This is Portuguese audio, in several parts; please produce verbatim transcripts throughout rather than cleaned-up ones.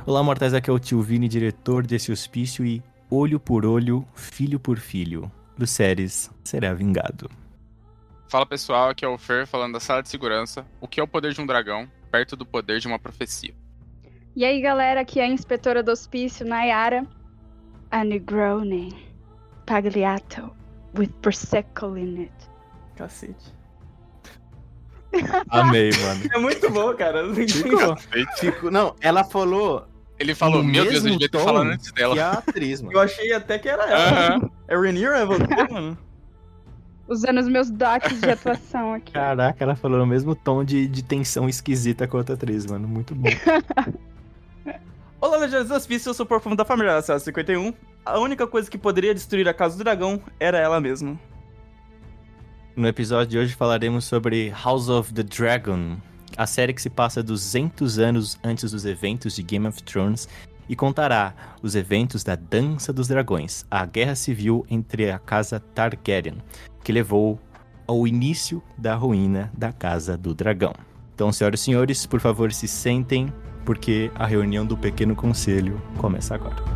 Olá, mortais, aqui é o Tio Vini, diretor desse hospício e olho por olho, filho por filho, Lucerys será vingado. Fala pessoal, aqui é o Fer falando da sala de segurança. O que é o poder de um dragão perto do poder de uma profecia? E aí galera, aqui é a inspetora do hospício, Nayara. A Negroni Pagliato with Prosecco in it. Cacete. Amei, mano. É muito bom, cara. Ficou. Ficou. Não, ela falou... Ele falou, no meu Deus, eu mesmo devia ter tom falado antes dela. que a atriz, mano. Eu achei até que era ela. Aham. É Rhaenyra, é você, mano? Usando os meus dotes de atuação aqui. Caraca, ela falou no mesmo tom de, de tensão esquisita com a outra atriz, mano. Muito bom. Olá, Legendas do Hospício, eu sou o Profumo da Família da Sala cinquenta e um. A única coisa que poderia destruir a Casa do Dragão era ela mesma. No episódio de hoje falaremos sobre House of the Dragon, a série que se passa duzentos anos antes dos eventos de Game of Thrones e contará os eventos da Dança dos Dragões, a guerra civil entre a Casa Targaryen, que levou ao início da ruína da Casa do Dragão. Então, senhoras e senhores, por favor, se sentem, porque a reunião do Pequeno Conselho começa agora.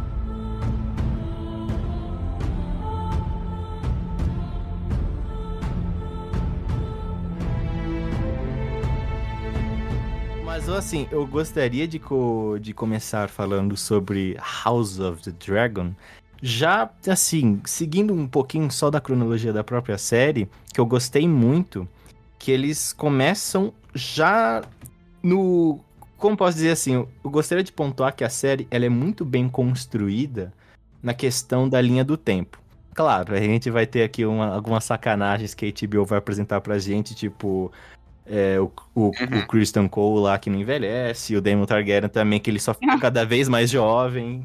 Mas assim, eu gostaria de, co- de começar falando sobre House of the Dragon, já assim, seguindo um pouquinho só da cronologia da própria série, que eu gostei muito, que eles começam já no... Como posso dizer assim, eu eu gostaria de pontuar que a série ela é muito bem construída na questão da linha do tempo. Claro, a gente vai ter aqui uma- algumas sacanagens que a H B O vai apresentar pra gente, tipo... É, o, o, Uhum. o Christian Cole lá que não envelhece, o Daemon Targaryen também, que ele só fica cada vez mais jovem.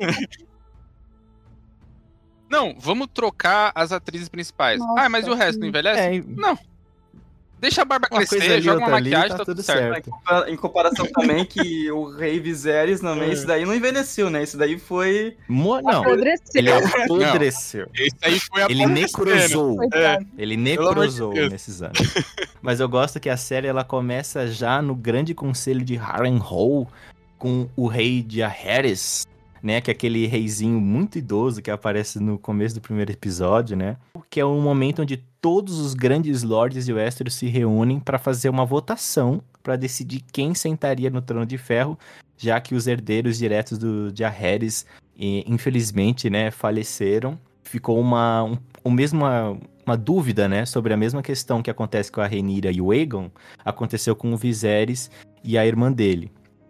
Não, vamos trocar as atrizes principais. Nossa, ah, mas e o resto não envelhece? É, Não. Deixa a barba uma coisa crescer, ali, joga uma outra ali, maquiagem, tá tá tudo tudo certo. certo. Em compara- Em comparação também que o Rei Viserys também, esse daí não envelheceu, né? Esse daí foi... Mo- não, Apodreceu. ele apodreceu. Esse aí foi a Ele necrosou. Coitado. Ele Pelo amor de necrosou Deus. nesses anos. Mas eu gosto que a série ela começa já no grande conselho de Harrenhal com o rei de Aerys, né? Que é aquele reizinho muito idoso que aparece no começo do primeiro episódio, né? Que é um momento onde todos os grandes lords de Westeros se reúnem para fazer uma votação para decidir quem sentaria no Trono de Ferro, já que os herdeiros diretos do, de Aerys, eh, infelizmente, né, faleceram. Ficou uma, um, o mesmo, uma, uma dúvida, né, sobre a mesma questão que acontece com a Rhaenyra e o Aegon, aconteceu com o Viserys e a irmã dele.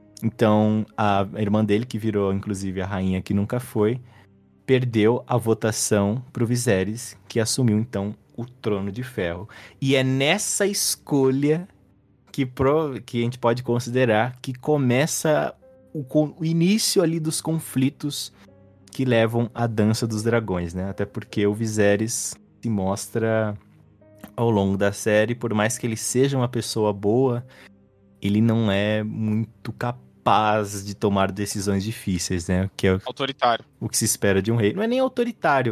Então, a irmã dele, que virou, inclusive, a rainha que nunca foi, perdeu a votação pro Viserys, que assumiu, então, o Trono de Ferro. E é nessa escolha que, pro, que a gente pode considerar que começa o, con- o início ali dos conflitos que levam à Dança dos Dragões, né? Até porque o Viserys se mostra ao longo da série, por mais que ele seja uma pessoa boa, ele não é muito capaz de tomar decisões difíceis, né? Que é o- Autoritário. o que se espera de um rei. Não é nem autoritário.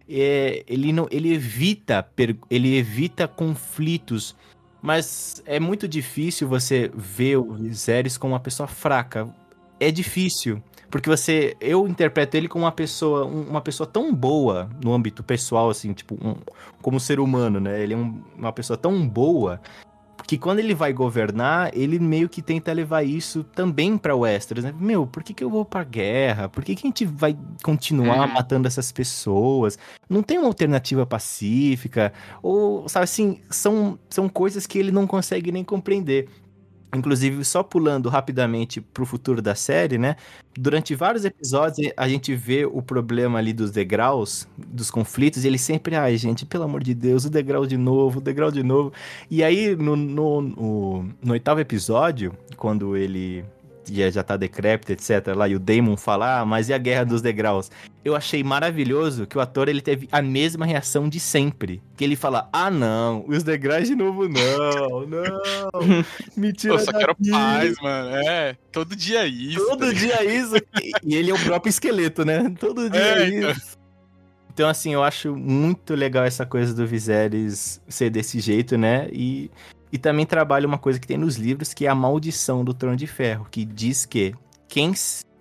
É, ele, não, ele, evita, per- ele evita conflitos. Mas é muito difícil você ver o Viserys como uma pessoa fraca. É difícil. Porque você... Eu interpreto ele como uma pessoa, um- uma pessoa tão boa no âmbito pessoal, assim, tipo, um- como ser humano, né? Ele é um- uma pessoa tão boa que quando ele vai governar, ele meio que tenta levar isso também pra Westeros, né? Meu, por que que eu vou pra guerra? Por que que a gente vai continuar Uhum. matando essas pessoas? Não tem uma alternativa pacífica? Ou, sabe assim, são, são coisas que ele não consegue nem compreender. Inclusive, só pulando rapidamente pro futuro da série, né? Durante vários episódios, a gente vê o problema ali dos degraus, dos conflitos, e ele sempre, ai, gente, pelo amor de Deus, o degrau de novo, o degrau de novo. E aí, no, no, no, no oitavo episódio, quando ele já, já tá decrépito, etcétera, lá, e o Daemon fala, ah, mas e a Guerra dos Degraus? Eu achei maravilhoso que o ator, ele teve a mesma reação de sempre. Que ele fala, ah, não, os degraus de novo não, não, me tira Eu só quero daqui. paz, mano. É, todo dia isso. Todo dia isso. E- E ele é o próprio esqueleto, né? Todo dia É, isso. então. Então, assim, eu acho muito legal essa coisa do Viserys ser desse jeito, né? E, e também trabalha uma coisa que tem nos livros, que é a maldição do Trono de Ferro, que diz que quem, s-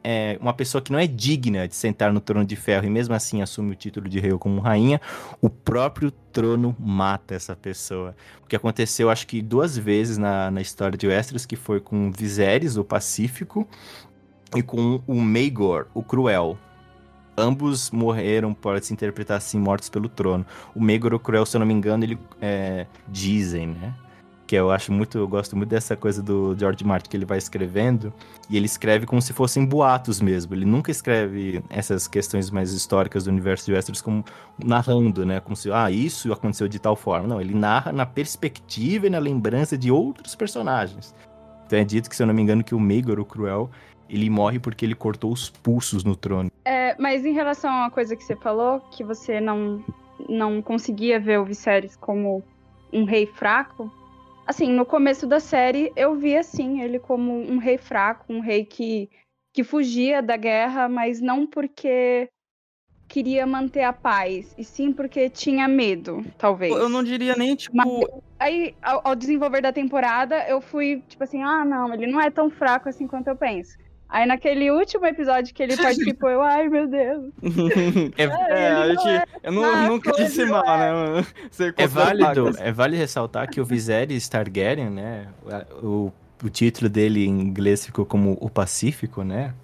é, uma pessoa que não é digna de sentar no trono de ferro e mesmo assim assume o título de rei ou como rainha, o próprio trono mata essa pessoa. O que aconteceu, acho que duas vezes na, na história de Westeros, que foi com Viserys, o Pacífico, e com o Maegor, o Cruel. Ambos morreram, pode-se interpretar assim, mortos pelo trono. O Maegor, o Cruel, se eu não me engano, ele é, dizem, né? Que eu acho muito, eu gosto muito dessa coisa do George Martin, que ele vai escrevendo, e ele escreve como se fossem boatos mesmo. Ele nunca escreve essas questões mais históricas do universo de Westeros como narrando, né? Como se, ah, isso aconteceu de tal forma. Não, ele narra na perspectiva e na lembrança de outros personagens. Então é dito que, se eu não me engano, que o Maegor, o Cruel, ele morre porque ele cortou os pulsos no trono. É, mas em relação a uma coisa que você falou, que você não, não conseguia ver o Viserys como um rei fraco, assim, no começo da série eu vi assim, ele como um rei fraco, um rei que, que fugia da guerra, mas não porque queria manter a paz, e sim porque tinha medo, talvez. Eu não diria nem, tipo... Mas aí, ao, ao desenvolver da temporada, eu fui, tipo assim, ah, não, ele não é tão fraco assim quanto eu penso. Aí naquele último episódio que ele participou, eu, ai, meu Deus. É, é, a gente, é eu não, fraco, nunca disse mal, né, mano? Você é válido, facas. é válido ressaltar que o Viserys Targaryen, né, o, o título dele em inglês ficou como o Pacífico, né?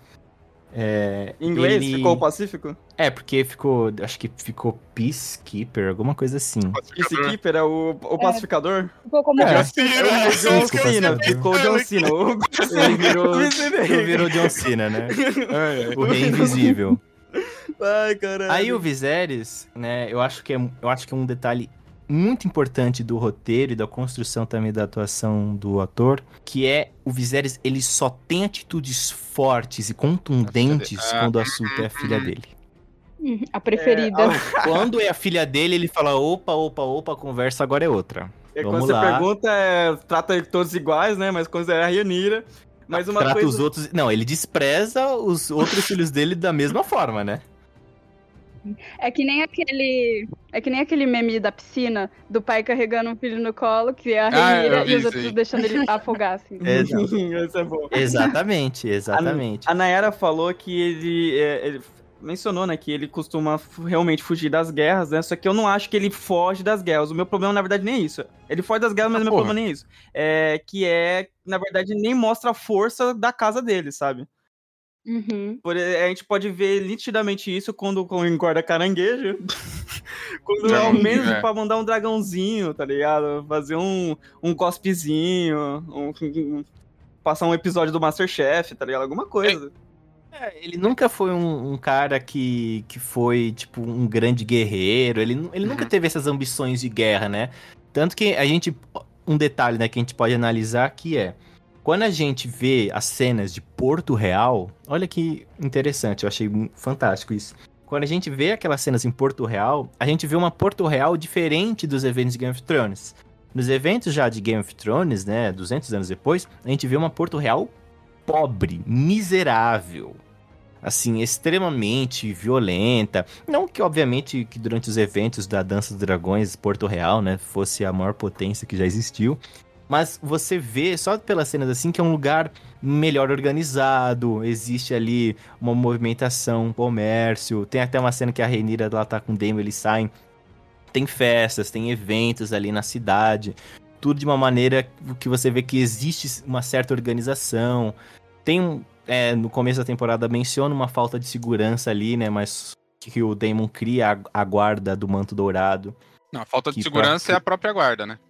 É, Em inglês ele... ficou o Pacífico? É, porque ficou, acho que ficou Peacekeeper, alguma coisa assim. Peacekeeper é o, o pacificador? Ficou como É. É o John Cena, ficou o John Cena. O- Ele virou, ele virou John Cena, né? O rei invisível. Ai, caralho. Aí o Viserys, né, eu acho que é, eu acho que é um detalhe muito importante do roteiro e da construção também da atuação do ator, que é o Viserys, ele só tem atitudes fortes e contundentes Ah. quando o assunto é a filha dele. Uhum, a preferida. É, Quando é a filha dele, ele fala, opa, opa, opa, a conversa agora é outra. É, Vamos quando você lá. pergunta, é, trata todos iguais, né? Mas quando é a Rhaenyra... Mas uma Trata coisa... os outros... Não, ele despreza os outros filhos dele da mesma forma, né? É que nem aquele. É que nem aquele meme da piscina, do pai carregando um filho no colo, que é a Ah, Rhaenyra, eu vi e os isso outros aí. deixando ele afogar, assim. É, Isso é bom. Exatamente, exatamente. A, a Nayara falou que ele, é, ele mencionou, né, que ele costuma f- realmente fugir das guerras, né? Só que eu não acho que ele foge das guerras. O meu problema, na verdade, nem é isso. Ele foge das guerras, mas Ah, o meu porra. problema nem é isso. É que é, na verdade, nem mostra a força da casa dele, sabe? Uhum. Por, a gente pode ver nitidamente isso quando, quando engorda caranguejo. Quando Sim, ao menos é. pra mandar um dragãozinho, tá ligado? Fazer um, um cospezinho, um- um- passar um episódio do Masterchef, tá ligado? Alguma coisa. É, ele nunca foi um, um cara que, que foi, tipo, um grande guerreiro. Ele, nu- ele nunca Uhum. teve essas ambições de guerra, né? Tanto que a gente... Um detalhe, né, que a gente pode analisar que é... Quando a gente vê as cenas de Porto Real... Olha que interessante, eu achei mu- fantástico isso. Quando a gente vê aquelas cenas em Porto Real, a gente vê uma Porto Real diferente dos eventos de Game of Thrones. Nos eventos já de Game of Thrones, né, duzentos anos depois, a gente vê uma Porto Real pobre, miserável, assim, extremamente violenta. Não que, obviamente, que durante os eventos da Dança dos Dragões, Porto Real, né, fosse a maior potência que já existiu, mas você vê, só pelas cenas assim, que é um lugar melhor organizado, existe ali uma movimentação, um comércio, tem até uma cena que a Rhaenyra lá tá com o Daemon, eles saem, tem festas, tem eventos ali na cidade, tudo de uma maneira que você vê que existe uma certa organização. Tem um, é, no começo da temporada menciona uma falta de segurança ali, né, mas que o Daemon cria a, a guarda do Manto Dourado. Não, a falta de Que segurança pra- é a própria guarda, né?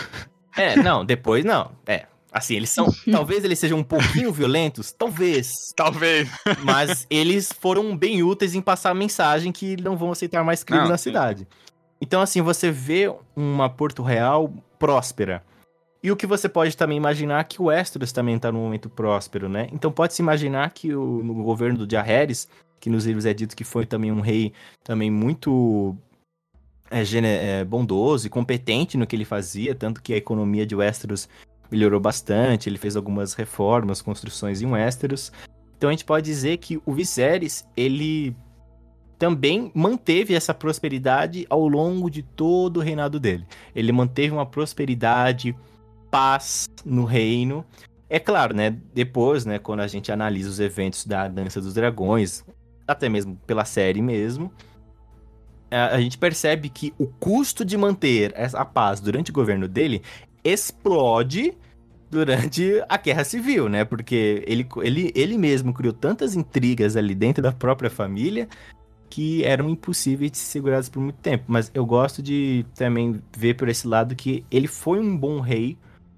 É, não, depois não, é... Assim, eles são. Talvez eles sejam um pouquinho violentos, talvez. Talvez. Mas eles foram bem úteis em passar a mensagem que não vão aceitar mais crime Não, na sim, cidade. Então, assim, você vê uma Porto Real próspera. E o que você pode também imaginar é que o Westeros também está num momento próspero, né? Então pode-se imaginar que o, no governo do Jaehaerys, que nos livros é dito que foi também um rei também muito é, gene- é, bondoso e competente no que ele fazia, tanto que a economia de Westeros melhorou bastante, ele fez algumas reformas, construções em Westeros. Então a gente pode dizer que o Viserys, ele também manteve essa prosperidade ao longo de todo o reinado dele. Ele manteve uma prosperidade, paz no reino, É claro, né? Depois, né, quando a gente analisa os eventos da Dança dos Dragões, até mesmo pela série mesmo, a, a gente percebe que o custo de manter essa- a paz durante o governo dele explode durante a Guerra Civil, né? Porque ele, ele, ele mesmo criou tantas intrigas ali dentro da própria família que eram impossíveis de ser seguradas por muito tempo. Mas eu gosto de também ver por esse lado que ele foi um bom rei,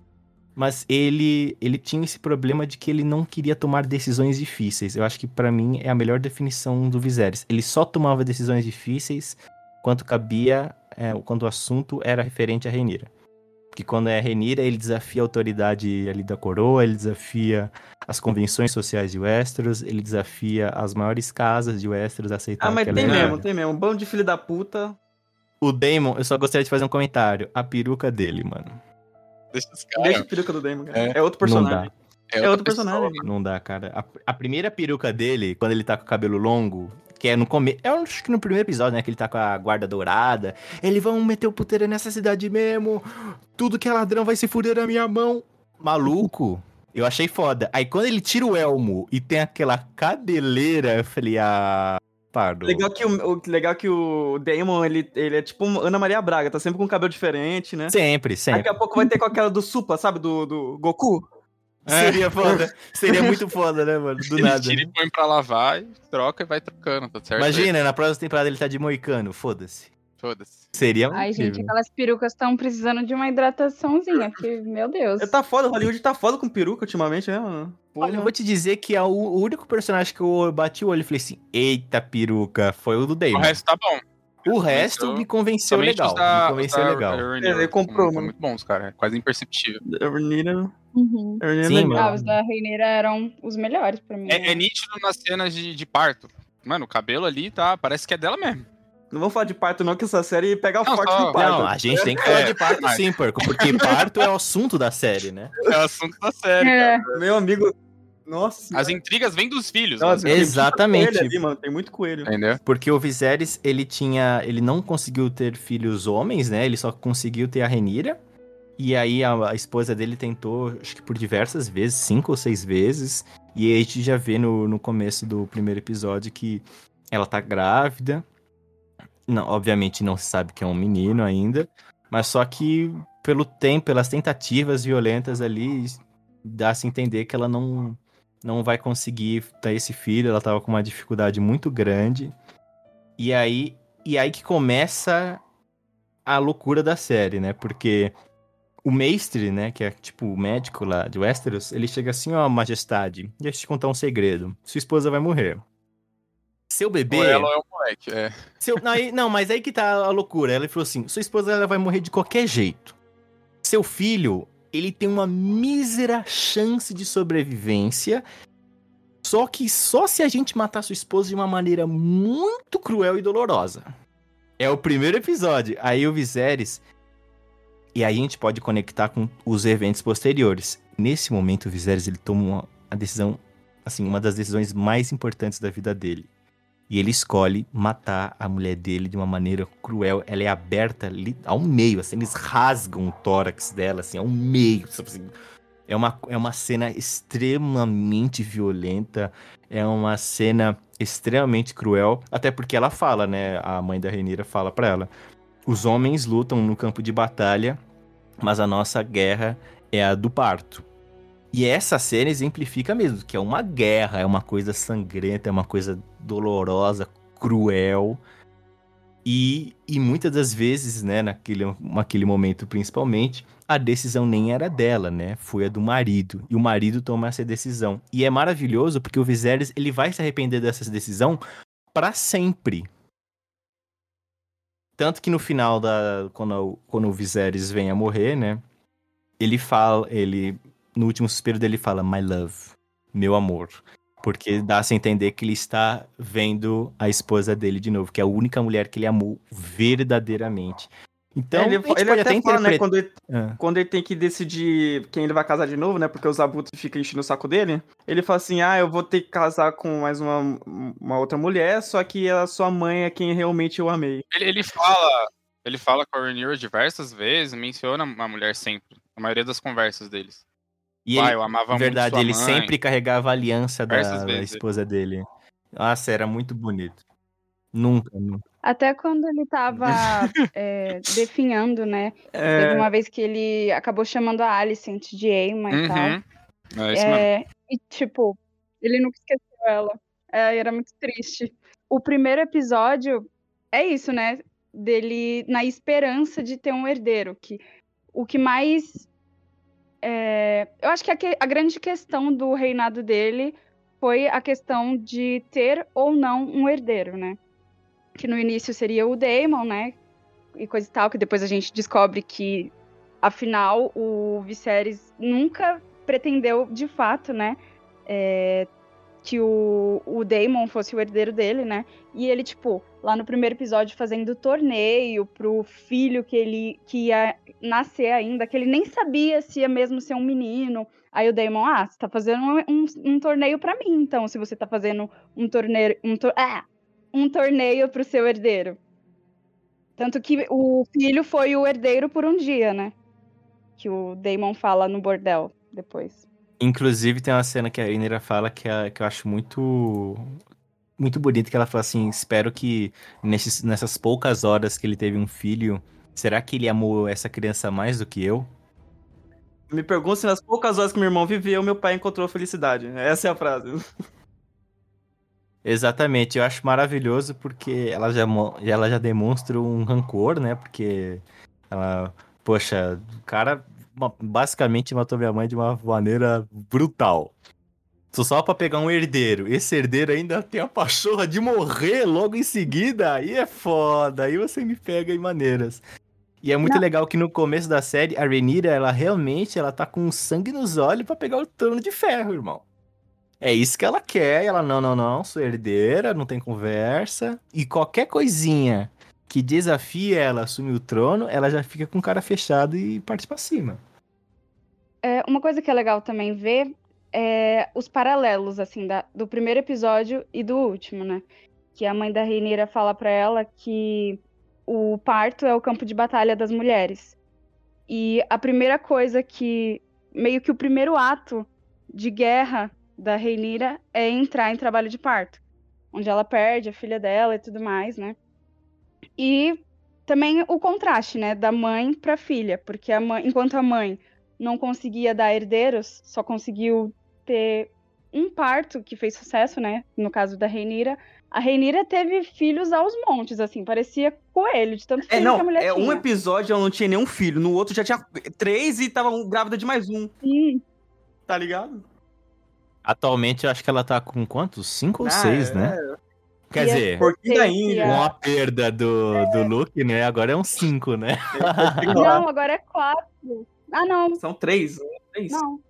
mas ele, ele tinha esse problema de que ele não queria tomar decisões difíceis. Eu acho que pra mim é a melhor definição do Viserys. Ele só tomava decisões difíceis quando cabia, é, quando o assunto era referente à Rhaenyra. Porque quando é a Rhaenyra, ele desafia a autoridade ali da coroa, ele desafia as convenções sociais de Westeros, ele desafia as maiores casas de Westeros a aceitar Ah, mas aquela tem era. mesmo, tem mesmo. Um bando de filho da puta. O Daemon, eu só gostaria de fazer um comentário. A peruca dele, mano. Deixa os Deixa caras. a peruca do Damon, cara. É. É, outro Não personagem. dá. É outro pessoa. personagem. Não dá, cara. A, a primeira peruca dele, quando ele tá com o cabelo longo, que é no começo. Eu acho que no primeiro episódio, né? Que ele tá com a guarda dourada. Ele vão meter o puteiro nessa cidade mesmo. Tudo que é ladrão vai se fuder na minha mão. Maluco. Eu achei foda. Aí quando ele tira o elmo e tem aquela cabeleira, eu falei, ah. Pardo. Legal que o, o- legal que o Damon, ele, ele é tipo Ana Maria Braga, tá sempre com um cabelo diferente, né? Sempre, Daqui sempre. a pouco vai ter com aquela do Supa, sabe? Do, do Goku. Seria foda. Seria muito foda, né, mano? Do Ele nada. tira e põe pra lavar e troca e vai trocando, tá certo? Imagina, na próxima temporada ele tá de moicano. Foda-se. Foda-se. Seria Ai, incrível. gente, aquelas perucas estão precisando de uma hidrataçãozinha, porque, meu Deus. Tá foda, o Hollywood tá foda com peruca ultimamente, né, mano? Porra. Olha, eu vou te dizer que a- o único personagem que eu bati o olho e falei assim, eita peruca, foi o do O Damon. resto tá bom. O resto me convenceu Somente legal. os da, me convenceu os da legal. Rhaenyra Ele comprou, são- são mano. muito bons, cara. É quase imperceptível. A Rhaenyra... Uhum. a Rhaenyra é Sim, legal. mano. Ah, os da Rhaenyra eram os melhores pra mim. É, né? é nítido nas cenas de, de parto. Mano, o cabelo ali tá. Parece que é dela mesmo. Não vamos falar de parto não, que essa série pega Não, forte só- no parto. Não, a gente tem que falar É, de parto mas- sim, porco, porque parto é o assunto da série, né? É o assunto da série, É. cara. Meu amigo... Nossa. As intrigas vêm dos filhos. Nossa, mano. tem Exatamente. muito coelho ali, mano. Tem muito coelho. Entendeu? Porque o Viserys, ele tinha, ele não conseguiu ter filhos homens, né? Ele só conseguiu ter a Rhaenyra. E aí a, a esposa dele tentou, acho que por diversas vezes, cinco ou seis vezes. E aí a gente já vê no, no começo do primeiro episódio que ela tá grávida. Não, obviamente não se sabe que é um menino ainda. Mas só que pelo tempo, pelas tentativas violentas ali, dá-se a entender que ela não, não vai conseguir ter esse filho. Ela tava com uma dificuldade muito grande. E aí, e aí que começa a loucura da série, né? Porque o mestre, né, que é tipo o médico lá de Westeros, ele chega assim, ó, majestade, deixa eu te contar um segredo. Sua esposa vai morrer. Seu bebê... Ou ela é o moleque. É. Seu, não, aí- não, mas aí que tá a loucura. Ela falou assim, sua esposa ela vai morrer de qualquer jeito. Seu filho, ele tem uma mísera chance de sobrevivência, só que só se a gente matar sua esposa de uma maneira muito cruel e dolorosa. É o primeiro episódio. Aí o Viserys... E aí a gente pode conectar com os eventos posteriores. Nesse momento, o Viserys, ele toma uma, a decisão, assim, uma das decisões mais importantes da vida dele. E ele escolhe matar a mulher dele de uma maneira cruel. Ela é aberta ali ao meio, assim, eles rasgam o tórax dela, assim, ao meio. Assim. É uma, é uma cena extremamente violenta, é uma cena extremamente cruel, até porque ela fala, né, a mãe da Rhaenyra fala pra ela, os homens lutam no campo de batalha, mas a nossa guerra é a do parto. E essa cena exemplifica mesmo, que é uma guerra, é uma coisa sangrenta, é uma coisa dolorosa, cruel. E, e muitas das vezes, né, naquele, naquele momento principalmente, a decisão nem era dela, né? Foi a do marido. E o marido toma essa decisão. E é maravilhoso porque o Viserys, ele vai se arrepender dessa decisão para sempre. Tanto que no final da... Quando, quando o Viserys vem a morrer, né? Ele fala... ele No último suspiro dele fala, my love, meu amor. Porque dá-se a entender que ele está vendo a esposa dele de novo, que é a única mulher que ele amou verdadeiramente. Então, É, ele a gente ele pode até até fala, né, interpretar... quando ele, Ah. quando ele tem que decidir quem ele vai casar de novo, né, porque os abutres ficam enchendo o saco dele, ele fala assim, ah, eu vou ter que casar com mais uma, uma outra mulher, só que a sua mãe é quem realmente eu amei. Ele, ele fala. Ele fala com a Rhaenyra diversas vezes, menciona a mulher sempre. A maioria das conversas deles. E Pai, ele, eu amava verdade, muito ele sua mãe. sempre carregava a aliança da, Diversas da vezes. esposa dele. Nossa, era muito bonito. Nunca, nunca. Até quando ele tava é, definhando, né? Teve É, uma vez que ele acabou chamando a Alicent de Aemon e tal. Uhum. É isso mesmo. É, e, tipo, ele nunca esqueceu ela. É, era muito triste. O primeiro episódio é isso, né? Dele na esperança de ter um herdeiro. Que, o que mais. é, eu acho que a, que- a grande questão do reinado dele foi a questão de ter ou não um herdeiro, né? Que no início seria o Daemon, né? E coisa e tal, que depois a gente descobre que, afinal, o Viserys nunca pretendeu, de fato, né? é, que o, o Daemon fosse o herdeiro dele, né? E ele, tipo, lá no primeiro episódio, fazendo torneio pro filho que ele que ia nascer ainda, que ele nem sabia se ia mesmo ser um menino. Aí o Daemon, ah, você tá fazendo um, um, um torneio pra mim, então, se você tá fazendo um torneio. Um, tor ah, um torneio pro seu herdeiro. Tanto que o filho foi o herdeiro por um dia, né? Que o Daemon fala no bordel depois. Inclusive, tem uma cena que a Rhaenyra fala que, é- que eu acho muito muito bonito, que ela fala assim, espero que nesses, nessas poucas horas que ele teve um filho, será que ele amou essa criança mais do que eu? me pergunto se nas poucas horas que meu irmão viveu, meu pai encontrou felicidade. Essa é a frase. Exatamente, eu acho maravilhoso porque ela já, mo- ela já demonstra um rancor, né? Porque ela, poxa, o cara ma- basicamente matou minha mãe de uma maneira brutal. Só só pra pegar um herdeiro. Esse herdeiro ainda tem a pachorra de morrer logo em seguida. Aí é foda. Aí você me pega em maneiras. E é muito Não. legal que no começo da série, a Rhaenyra, ela realmente ela tá com sangue nos olhos pra pegar o trono de ferro, irmão. É isso que ela quer. E ela, não, não, não, sou herdeira, não tem conversa. E qualquer coisinha que desafie ela a assumir o trono, ela já fica com cara fechado e parte pra cima. É, uma coisa que é legal também ver é os paralelos, assim, da, do primeiro episódio e do último, né? Que a mãe da Rhaenyra fala pra ela que o parto é o campo de batalha das mulheres. E a primeira coisa que... Meio que o primeiro ato de guerra da Rhaenyra é entrar em trabalho de parto. Onde ela perde a filha dela e tudo mais, né? E também o contraste, né? Da mãe pra filha. Porque a mãe, enquanto a mãe não conseguia dar herdeiros, só conseguiu ter um parto que fez sucesso, né? No caso da Rhaenyra. A Rhaenyra teve filhos aos montes, assim, parecia coelho de tanto filho É, que a não, mulher é tinha. um episódio ela não tinha nenhum filho, no outro já tinha três e tava grávida de mais um, Sim. tá ligado? Atualmente, eu acho que ela tá com quantos? Cinco ou Ah, seis, é. né? Quer E a dizer, Porquinho da Cersei, que Índia. a- com a perda do, do Luke, né? Agora é um cinco, né? Não, agora é quatro. Ah, não, São três. três. não.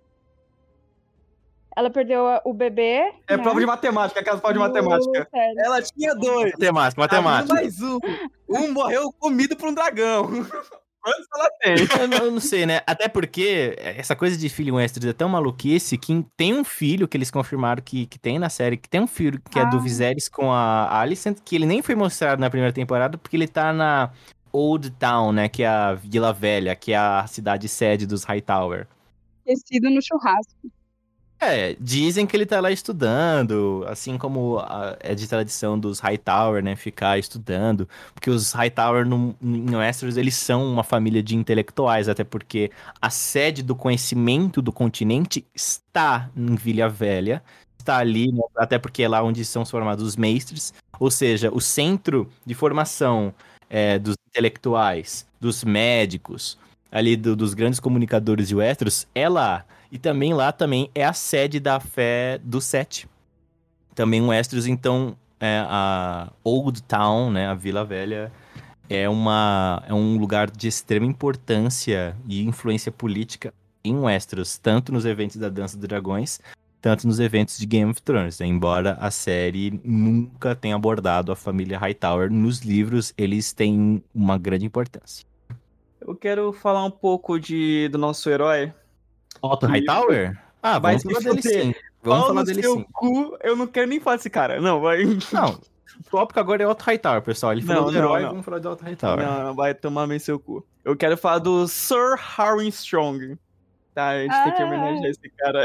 Ela perdeu a- o bebê. É né? prova de matemática, aquela prova de E o matemática. Cersei. Ela tinha dois. Matemática, Tá vindo matemática. mais um. Um morreu comido por um dragão. Quantos ela tem? Eu não, eu não sei, né? Até porque essa coisa de filho Westeros é tão maluquice que tem um filho que eles confirmaram que, que tem na série, que tem um filho que é do Ah. Viserys com a Alicent, que ele nem foi mostrado na primeira temporada porque ele tá na Old Town, né? Que é a Vila Velha, que é a cidade sede dos Hightower. Esquecido no churrasco. É, dizem que ele tá lá estudando, assim como a- é de tradição dos Hightower, né, ficar estudando, porque os Hightower no, em Westeros, eles são uma família de intelectuais, até porque a sede do conhecimento do continente está em Vila Velha, está ali, né, até porque é lá onde são formados os mestres, ou seja, o centro de formação é, dos intelectuais, dos médicos, ali do- dos grandes comunicadores de Westeros, é lá. E também lá também é a sede da fé do Sete. Também Westeros, então, é a Old Town, né, a Vila Velha, é, uma, é um lugar de extrema importância e influência política em Westeros, tanto nos eventos da Dança dos Dragões, tanto nos eventos de Game of Thrones, né? Embora a série nunca tenha abordado a família Hightower, nos livros eles têm uma grande importância. Eu quero falar um pouco de, do nosso herói. Otto Que- Hightower? Ah, Vai vamos se falar dele fuder. sim. Vamos Pau falar no dele seu sim. cu, eu não quero nem falar desse cara. Não, vai. Não, o tópico agora é Otto Hightower, pessoal. Ele falou Não, do não, herói, não. vamos falar de Otto Hightower. Não, não vai tomar bem seu cu. Eu quero falar do Sir Harwin Strong. Tá, a gente tem que Ah. homenagear esse cara.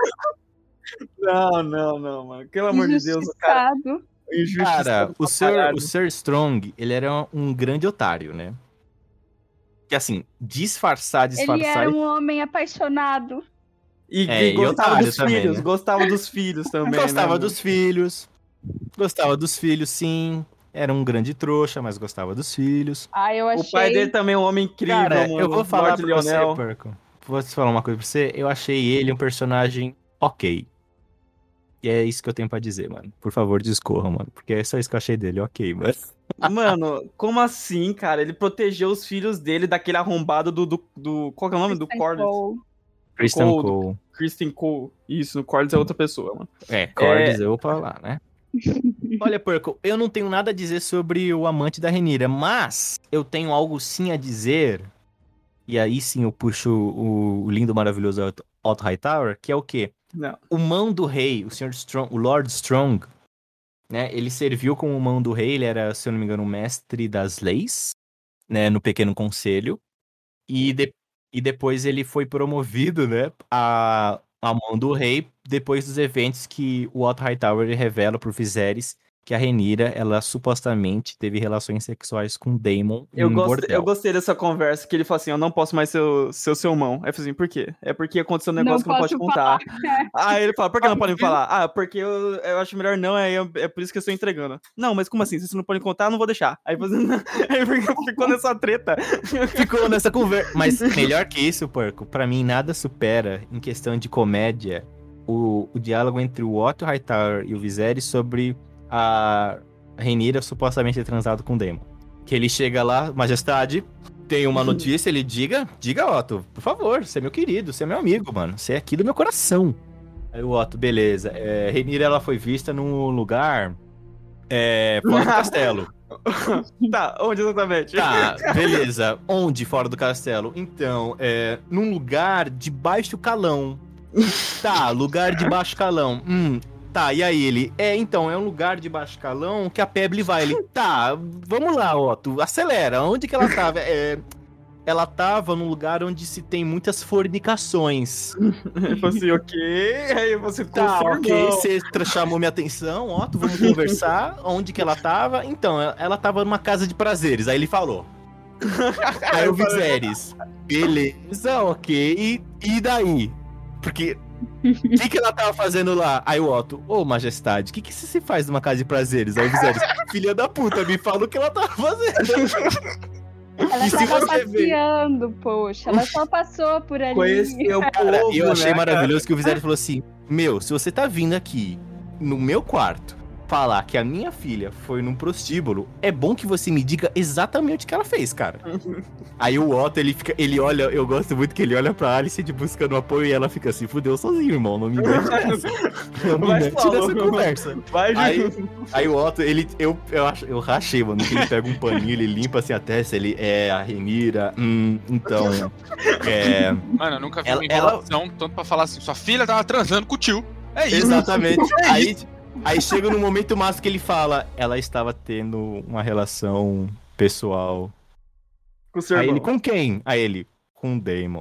Não, não, não, mano. Pelo amor de Deus, o cara Injustiçado. injustiçado Cara, o pra Sir, caralho. o Sir Strong, ele era um grande otário, né? Que assim, disfarçar, Ele disfarçar. era um homem apaixonado. E, É, e e gostava otário dos também, filhos, né? gostava dos filhos também, Gostava né, dos filhos. Gostava dos filhos, sim. Era um grande trouxa, mas gostava dos filhos. Ah, eu mano? achei. O pai dele também é um homem incrível, Cara, mano. eu vou falar Lord pra você, Lionel. Perco. Vou te falar uma coisa pra você. Eu achei ele um personagem ok. E é isso que eu tenho pra dizer, mano. Por favor, discorram, mano. Porque é só isso que eu achei dele, ok, mano. Mano, como assim, cara? Ele protegeu os filhos dele daquele arrombado do. do, do qual que é o nome? Do Kristen Cordes? Cole. Christian Cole, do- Cole. Kristen Cole. Isso, o Cordes é outra pessoa, mano. É, Cordes, eu vou falar, né? Olha, Perco, eu não tenho nada a dizer sobre o amante da Rhaenyra, mas eu tenho algo sim a dizer. E aí sim eu puxo o, o lindo, maravilhoso Otto- Otto Hightower, que é o quê? Não. O mão do rei, o senhor Strong, o Lord Strong, né? Ele serviu como mão do rei, ele era, se eu não me engano, o mestre das leis, né? No Pequeno Conselho. E, de- e depois ele foi promovido, né? A, a mão do rei, depois dos eventos que o Otto Hightower ele revela pro Viserys que a Rhaenyra, ela supostamente teve relações sexuais com Daemon em Eu, um gost, bordel. eu gostei dessa conversa, que ele falou assim, eu não posso mais ser o seu, seu mão. Aí eu falei assim, por quê? É porque aconteceu um Não negócio que não pode posso contar. falar. Aí ele fala, por que não podem falar? Ah, porque eu, eu acho melhor não, aí eu- é por isso que eu estou entregando. Não, mas como assim? Se você não pode contar, eu não vou deixar. Aí, você, aí ficou- ficou nessa treta. Ficou nessa conversa. Mas melhor que isso, Porco, pra mim nada supera, em questão de comédia, o, o diálogo entre o Otto Hightower e o Viserys sobre a Rhaenyra supostamente ter transado com o Daemon. Que ele chega lá, majestade, tem uma notícia, ele diga, diga Otto, por favor, você é meu querido, você é meu amigo, mano, você é aqui do meu coração. Aí o Otto, beleza, é, Rhaenyra, ela foi vista num lugar é, fora do castelo. Tá, onde exatamente? Tá, beleza. Onde fora do castelo? Então, é. Num lugar de baixo calão. Tá, lugar de baixo calão. Hum, tá, e aí ele? É, então, é um lugar de baixo calão que a Pebble vai. Ele, tá, vamos lá, Otto, acelera. Onde que ela tava? É. Ela tava num lugar onde se tem muitas fornicações. Ele falou assim, ok. Aí você Tá, confirmou. ok, você tra- chamou minha atenção, Otto, vamos conversar. Onde que ela tava? Então, ela- ela tava numa casa de prazeres. Aí ele falou. Aí o Viserys, beleza, ok, e, e daí? Porque, o que, que ela tava fazendo lá? Aí o Otto, ô majestade, o que, que você se faz numa casa de prazeres? Aí o Viserys, filha da puta, me fala o que ela tava fazendo. Ela E se tava você vê? passeando, poxa. Ela só passou por ali. Conheceu o Cara, povo, eu achei né, maravilhoso que o Viserys falou assim, meu, se você tá vindo aqui no meu quarto falar que a minha filha foi num prostíbulo, é bom que você me diga exatamente o que ela fez, cara. Aí o Otto, ele fica, ele olha, eu gosto muito que ele olha pra Alice de buscando apoio e ela fica assim, fudeu sozinho, irmão, não me mete nessa. Não me Vai, mete Paulo. nessa conversa. Vai, Aí, Ju. aí o Otto, ele, eu, eu, acho, eu rachei, mano, que ele pega um paninho, ele limpa assim a testa, ele, é, a Rhaenyra, hum, então, é... Mano, eu nunca vi Ela- uma enrolação tanto pra falar assim, sua filha tava transando com o tio. É isso. Exatamente. É aí, aí chega no momento massa que ele fala, ela estava tendo uma relação pessoal. Com o seu Aí ele, irmão. com quem? Aí ele, com o Daemon.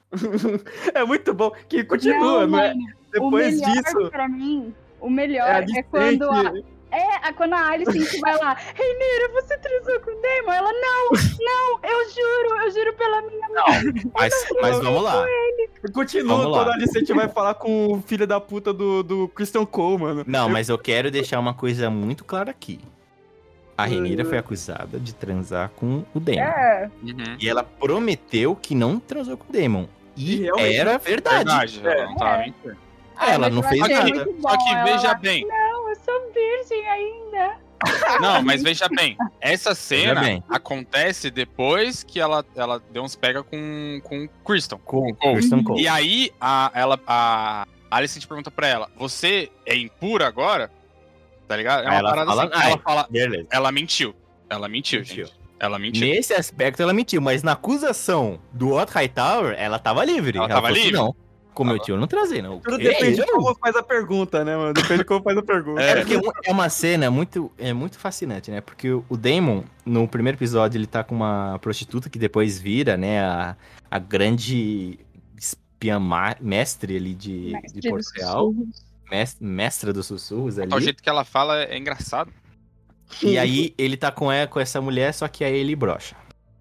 É muito bom que continua, Não, né? mano, Depois o melhor disso. pra mim, o melhor É a é, de quando a, frente. é, é quando a Alice vai lá, Rhaenyra, você transou com o Daemon? Ela, não, não, eu juro, eu juro pela minha mãe. Mas, mas vamos lá. Continua Vamos quando lá. a Alicente vai falar com o filho da puta do, do Christian Cole, mano. Não, mas eu quero deixar uma coisa muito clara aqui. A Rhaenyra foi acusada de transar com o Daemon. É, Uhum. E ela prometeu que não transou com o Daemon. E E realmente- era verdade. Verdade, É. ela não tava É. mentindo. Ela mas não eu fez achei Só que, nada. muito bom, só que ela veja lá, bem. não, eu sou virgem ainda. Não, mas veja bem. Essa cena bem. acontece depois que ela, ela deu uns pega com, com o Kristen. Com o Christian Cole. E aí, a, ela, a Alicent pergunta pra ela, você é impura agora? Tá ligado? É Aí uma ela parada fala, assim, "Ai, ela fala, Beleza. ela mentiu. Ela mentiu, Mentiu. gente. Ela mentiu. Nesse aspecto ela mentiu, mas na acusação do Otto Hightower, ela tava livre. Ela tava falou assim, livre? não, com meu Tava. tio eu não trazei, não. Tudo Que depende de eu? como faz a pergunta, né, mano? Depende de como faz a pergunta. É porque é uma cena muito, é muito fascinante, né? Porque o o Daemon, no primeiro episódio, ele tá com uma prostituta que depois vira, né, a, a grande espiã ma- mestre ali de, Mestre de Porto dos Real. sussurros. Mestre, mestra dos sussurros ali. O jeito que ela fala é engraçado. E aí ele tá com, ela, com essa mulher, só que aí ele brocha.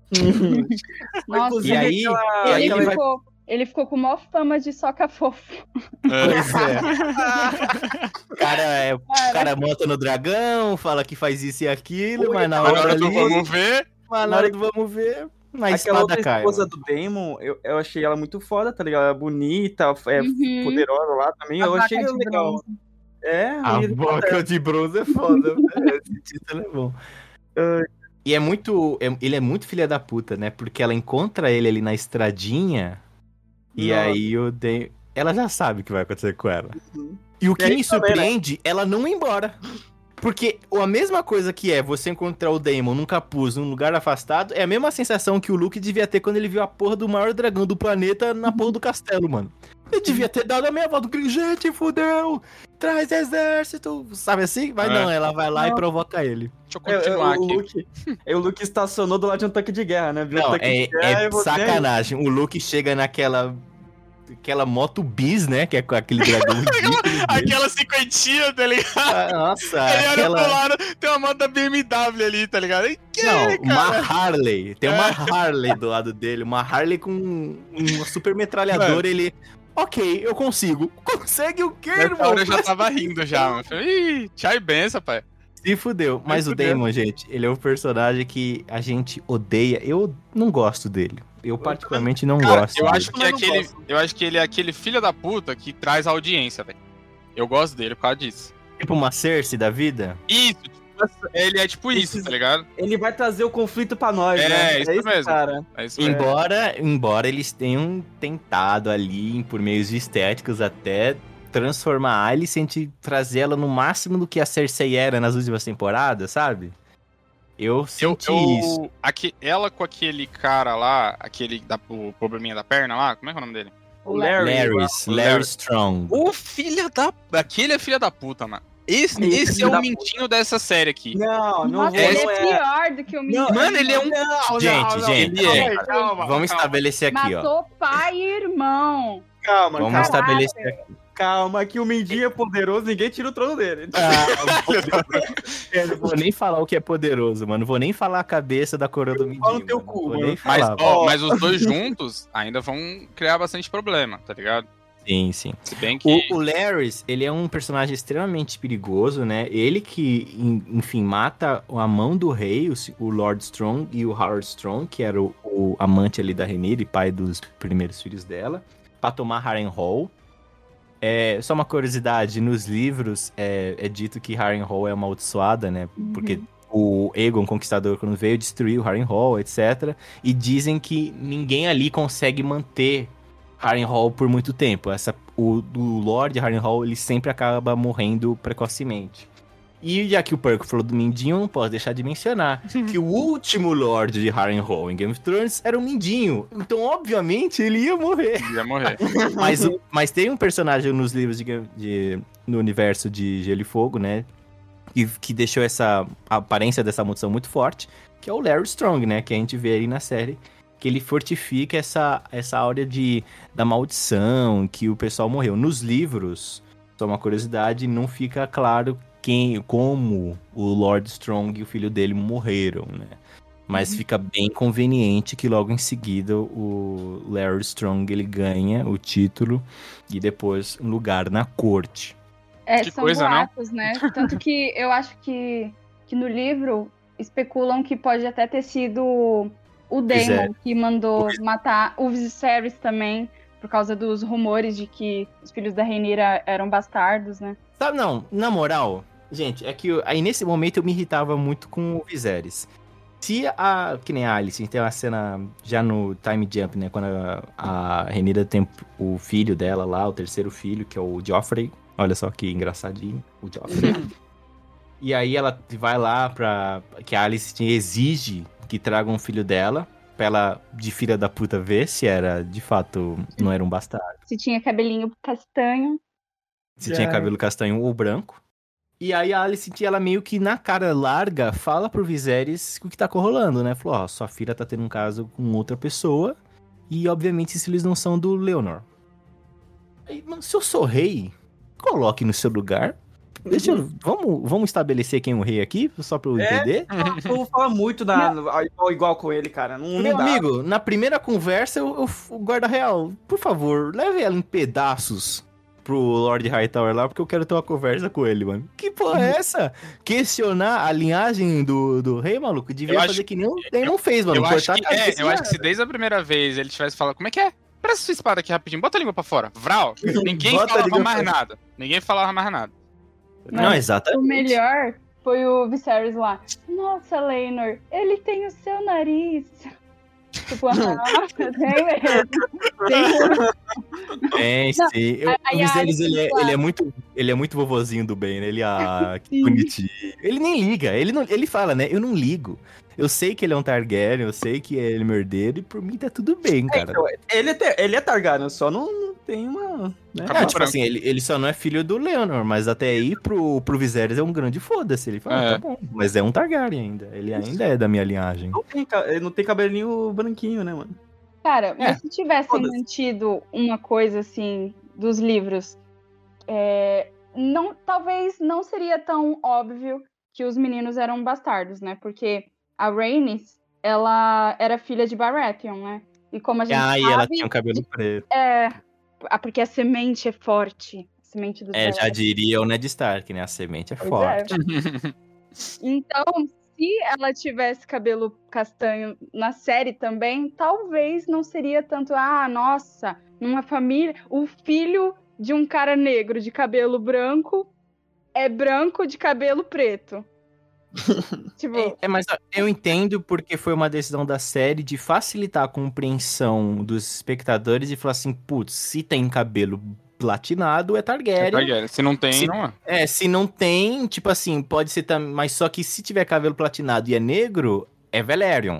Nossa, Inclusive, E aí, aquela- e aí ele, ele vai... ficou, ele ficou com maior fama de soca fofo. Pois é. O cara, é, o cara monta no dragão, fala que faz isso e aquilo, Ui, mas na Na hora hora do ali... vamos ver. Mas na hora do vamos ver, na Aquela espada outra cai. esposa mano. do Damon, eu, eu achei ela muito foda, tá ligado? Ela é bonita, é Uhum. poderosa lá também. A Eu vaca achei de legal. bronze. É, A e- boca de bronze é foda. velho. Esse título é bom. E é muito. é- ele é muito filha da puta, né? Porque ela encontra ele ali na estradinha. E Nossa. aí o Damon. Ela já sabe o que vai acontecer com ela. Uhum. E o que E aí me também, surpreende, ela não ir embora. Porque a mesma coisa que é você encontrar o Daemon num capuz, num lugar afastado, é a mesma sensação que o Luke devia ter quando ele viu a porra do maior dragão do planeta na porra do castelo, mano. Ele devia ter dado a meia volta, grito, gente, fudeu, traz exército, sabe assim? Mas É. não, ela vai lá Não. e provoca ele. Deixa eu É, é, continuar o, aqui. Luke, é, o Luke estacionou do lado de um tanque de guerra, né? Viu o Não, tanque é, de guerra é e você... sacanagem. O Luke chega naquela... Aquela moto bis, né? Que é com aquele dragão ridículo dele. Aquela cinquentinha, tá ligado? Ah, Nossa, Ele olha aquela... pro lado, tem uma moto da B M W ali, tá ligado? E que, Não, cara? uma Harley. Tem uma É. Harley do lado dele. Uma Harley com uma super metralhadora. Ele. Ok, eu consigo. Consegue o quê, Nessa irmão? hora eu já tava rindo já, mano. Falei, ih, tchau e benção, pai. Se fudeu. Mas o fudeu. Daemon, gente, ele é um personagem que a gente odeia. Eu não gosto dele. Eu particularmente não Cara, gosto eu dele. acho que é Eu não aquele. gosto. Eu acho que ele é aquele filho da puta que traz a audiência, velho. Eu gosto dele por causa disso. Tipo uma Cersei da vida. Isso, tipo, ele é tipo isso, Esses- tá ligado? Ele vai trazer o conflito pra nós, É, né? isso esse mesmo. cara. É isso mesmo. Embora, embora eles tenham tentado ali, por meios estéticos, até transformar a Alicent, trazer ela no máximo do que a Cersei era nas últimas temporadas, sabe? Eu Eu, senti isso. eu, aqui, ela com aquele cara lá, aquele da, o probleminha da perna lá, como é que é o nome dele? O Larry. Larrys, o Larry Larry. Strong. O filho da. Aquele é filho da puta, mano. Esse, Esse esse é filho o da mentinho dessa série aqui. Não, não Nossa, vou, ele não é é. pior do que o menino. Mano, ele é um. Não, Gente, não, gente, não, gente. calma, calma, Vamos estabelecer aqui, ó. Matou pai e irmão. calma, Vamos calma, estabelecer aqui. calma, que o Mindinho é poderoso, ninguém tira o trono dele. Eu não vou nem falar o que é poderoso, mano. Não vou nem falar a cabeça da coroa do Mindinho. Fala no teu mano. cu, Vou mano. nem Mas, falar. ó, Ó. mas os dois juntos ainda vão criar bastante problema, tá ligado? Sim, sim. Se bem que. O, o Larrys, ele é um personagem extremamente perigoso, né? Ele que, em- enfim, mata a mão do rei, o, o Lord Strong e o Howard Strong, que era o, o amante ali da Rhaenyra e pai dos primeiros filhos dela, pra tomar Harrenhal. É, só uma curiosidade, nos livros é, é dito que Harrenhal é amaldiçoada, né? Porque o Aegon Conquistador, quando veio, destruiu Harrenhal, etcétera. E dizem que ninguém ali consegue manter Harrenhal por muito tempo. Essa, o, o Lord Harrenhal, ele sempre acaba morrendo precocemente. E já que o Perco falou do Mindinho, eu não posso deixar de mencionar que o último Lord de Harrenhal em Game of Thrones era o Mindinho. Então, obviamente, ele ia morrer. Ia morrer. Mas, o- mas tem um personagem nos livros de, Game- de- no universo de Gelo e Fogo, né? Que, que deixou essa a aparência dessa maldição muito forte, que é o Larry Strong, né? Que a gente vê aí na série. Que ele fortifica essa, essa áurea de, da maldição, que o pessoal morreu. Nos livros, só uma curiosidade, não fica claro quem, como o Lord Strong e o filho dele morreram, né? Mas fica bem conveniente que logo em seguida o Larry Strong ele ganha o título e depois um lugar na corte. É, Que são coisa, não? boatos, né? Tanto que eu acho que, que no livro especulam que pode até ter sido o Daemon Viserys. que mandou matar o Viserys também, por causa dos rumores de que os filhos da Rhaenyra eram bastardos, né? Sabe, não, na moral, gente, é que eu- aí nesse momento eu me irritava muito com o Viserys. Se a, que nem a Alice, tem uma cena já no Time Jump, né, quando a, a Rhaenyra tem o filho dela lá, o terceiro filho, que é o Joffrey, olha só que engraçadinho, o Joffrey. E aí ela vai lá pra, que a Alice exige que traga um filho dela, pra ela, de filha da puta, ver se era, de fato, não era um bastardo. Se tinha cabelinho castanho. Se tinha cabelo castanho ou branco. E aí a Alicent, ela meio que na cara larga, fala pro Viserys o que tá rolando, né? Falou, ó, sua filha tá tendo um caso com outra pessoa. E, obviamente, esses filhos não são do Leonor. Aí, mano, se eu sou rei, coloque no seu lugar. Deixa eu, vamos, vamos estabelecer quem é o rei aqui, só pra eu É, entender. Eu vou falar muito na, igual, igual com ele, cara. Não, não Meu dá. amigo, na primeira conversa, eu, eu- o guarda real, por favor, leve ela em pedaços pro Lord Hightower lá, porque eu quero ter uma conversa com ele, mano. Que porra é essa? Questionar a linhagem do, do rei, maluco? Devia Eu fazer acho- que nem o Daemon fez, mano. Eu acho, cortar que, a cabeça é, eu e acho que se nada. desde a primeira vez ele tivesse falado, como é que é? Presta sua espada aqui rapidinho, bota a língua pra fora. Vral. Ninguém Bota a falava língua mais pra- nada. Ninguém falava mais nada. Não, O exatamente. melhor foi o Viserys lá. Nossa, Laenor, ele tem o seu nariz. Tipo, ah, tem mesmo. Tem muito. É, Não, sim. Eu, a- o a Viserys, Yara ele, é, lá. ele, é muito, ele é muito vovozinho do bem, né? Ele, ah, que Sim. bonitinho. Ele nem liga, ele, não, ele fala, né? Eu não ligo. Eu sei que ele é um Targaryen, eu sei que ele é meu herdeiro, e por mim tá tudo bem, cara. Então, ele, é, te- ele é Targaryen, só não, não tem uma... Né? Acabou É, tipo branco. assim, ele, ele só não é filho do Leonor, mas até aí pro, pro Viserys é um grande foda-se. Ele fala, É. tá bom, mas é um Targaryen ainda. Ele ainda é da minha linhagem. Não tem, ca- ele não tem cabelinho branquinho, né, mano? Cara, É, mas se tivessem foda-se. mantido uma coisa assim dos livros, é, não, talvez não seria tão óbvio que os meninos eram bastardos, né? Porque a Rhaenys, ela era filha de Baratheon, né? E como a gente Ah, e sabe, ela tinha um cabelo preto. é, ah, porque a semente é forte. A semente dos É, já Baratheon. diria o Ned Stark, né? A semente é Pois forte. é. Então, se ela tivesse cabelo castanho na série também, talvez não seria tanto, ah, nossa, numa família, o filho de um cara negro de cabelo branco é branco de cabelo preto. Tipo, É, é, mas ó, eu entendo porque foi uma decisão da série de facilitar a compreensão dos espectadores e falar assim, putz, se tem cabelo platinado é É Targaryen. Targaryen. Se não tem, Se- não é. É, se não tem, tipo assim, pode ser também, mas só que se tiver cabelo platinado e é negro, é Velaryon.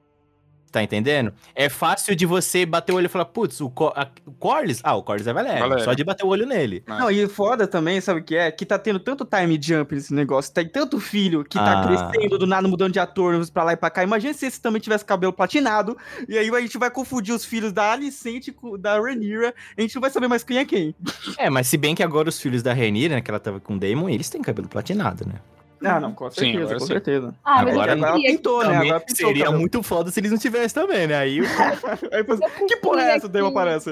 Tá entendendo? É fácil de você bater o olho e falar, putz, o, Co- a- o Corlys? Ah, o Corlys é Velaryon. Velaryon. Só de bater o olho nele. Ah. Não, e foda também, sabe o que é? Que tá tendo tanto time jump nesse negócio, tem tanto filho que tá Ah. crescendo, do nada mudando de ator, pra lá e pra cá. Imagina se esse também tivesse cabelo platinado, e aí a gente vai confundir os filhos da Alicente com da Rhaenyra, a gente não vai saber mais quem é quem. É, mas se bem que agora os filhos da Rhaenyra, né, que ela tava com o Daemon, eles têm cabelo platinado, né? Ah, não, com Sim, certeza, agora com sim. certeza. ah, mas Agora eu Agora queria, pintou, né? Também Agora pintou o seria cabelo. muito foda se eles não tivessem também, né? Aí o Aí, depois, que porra é essa? O Daemon aparece.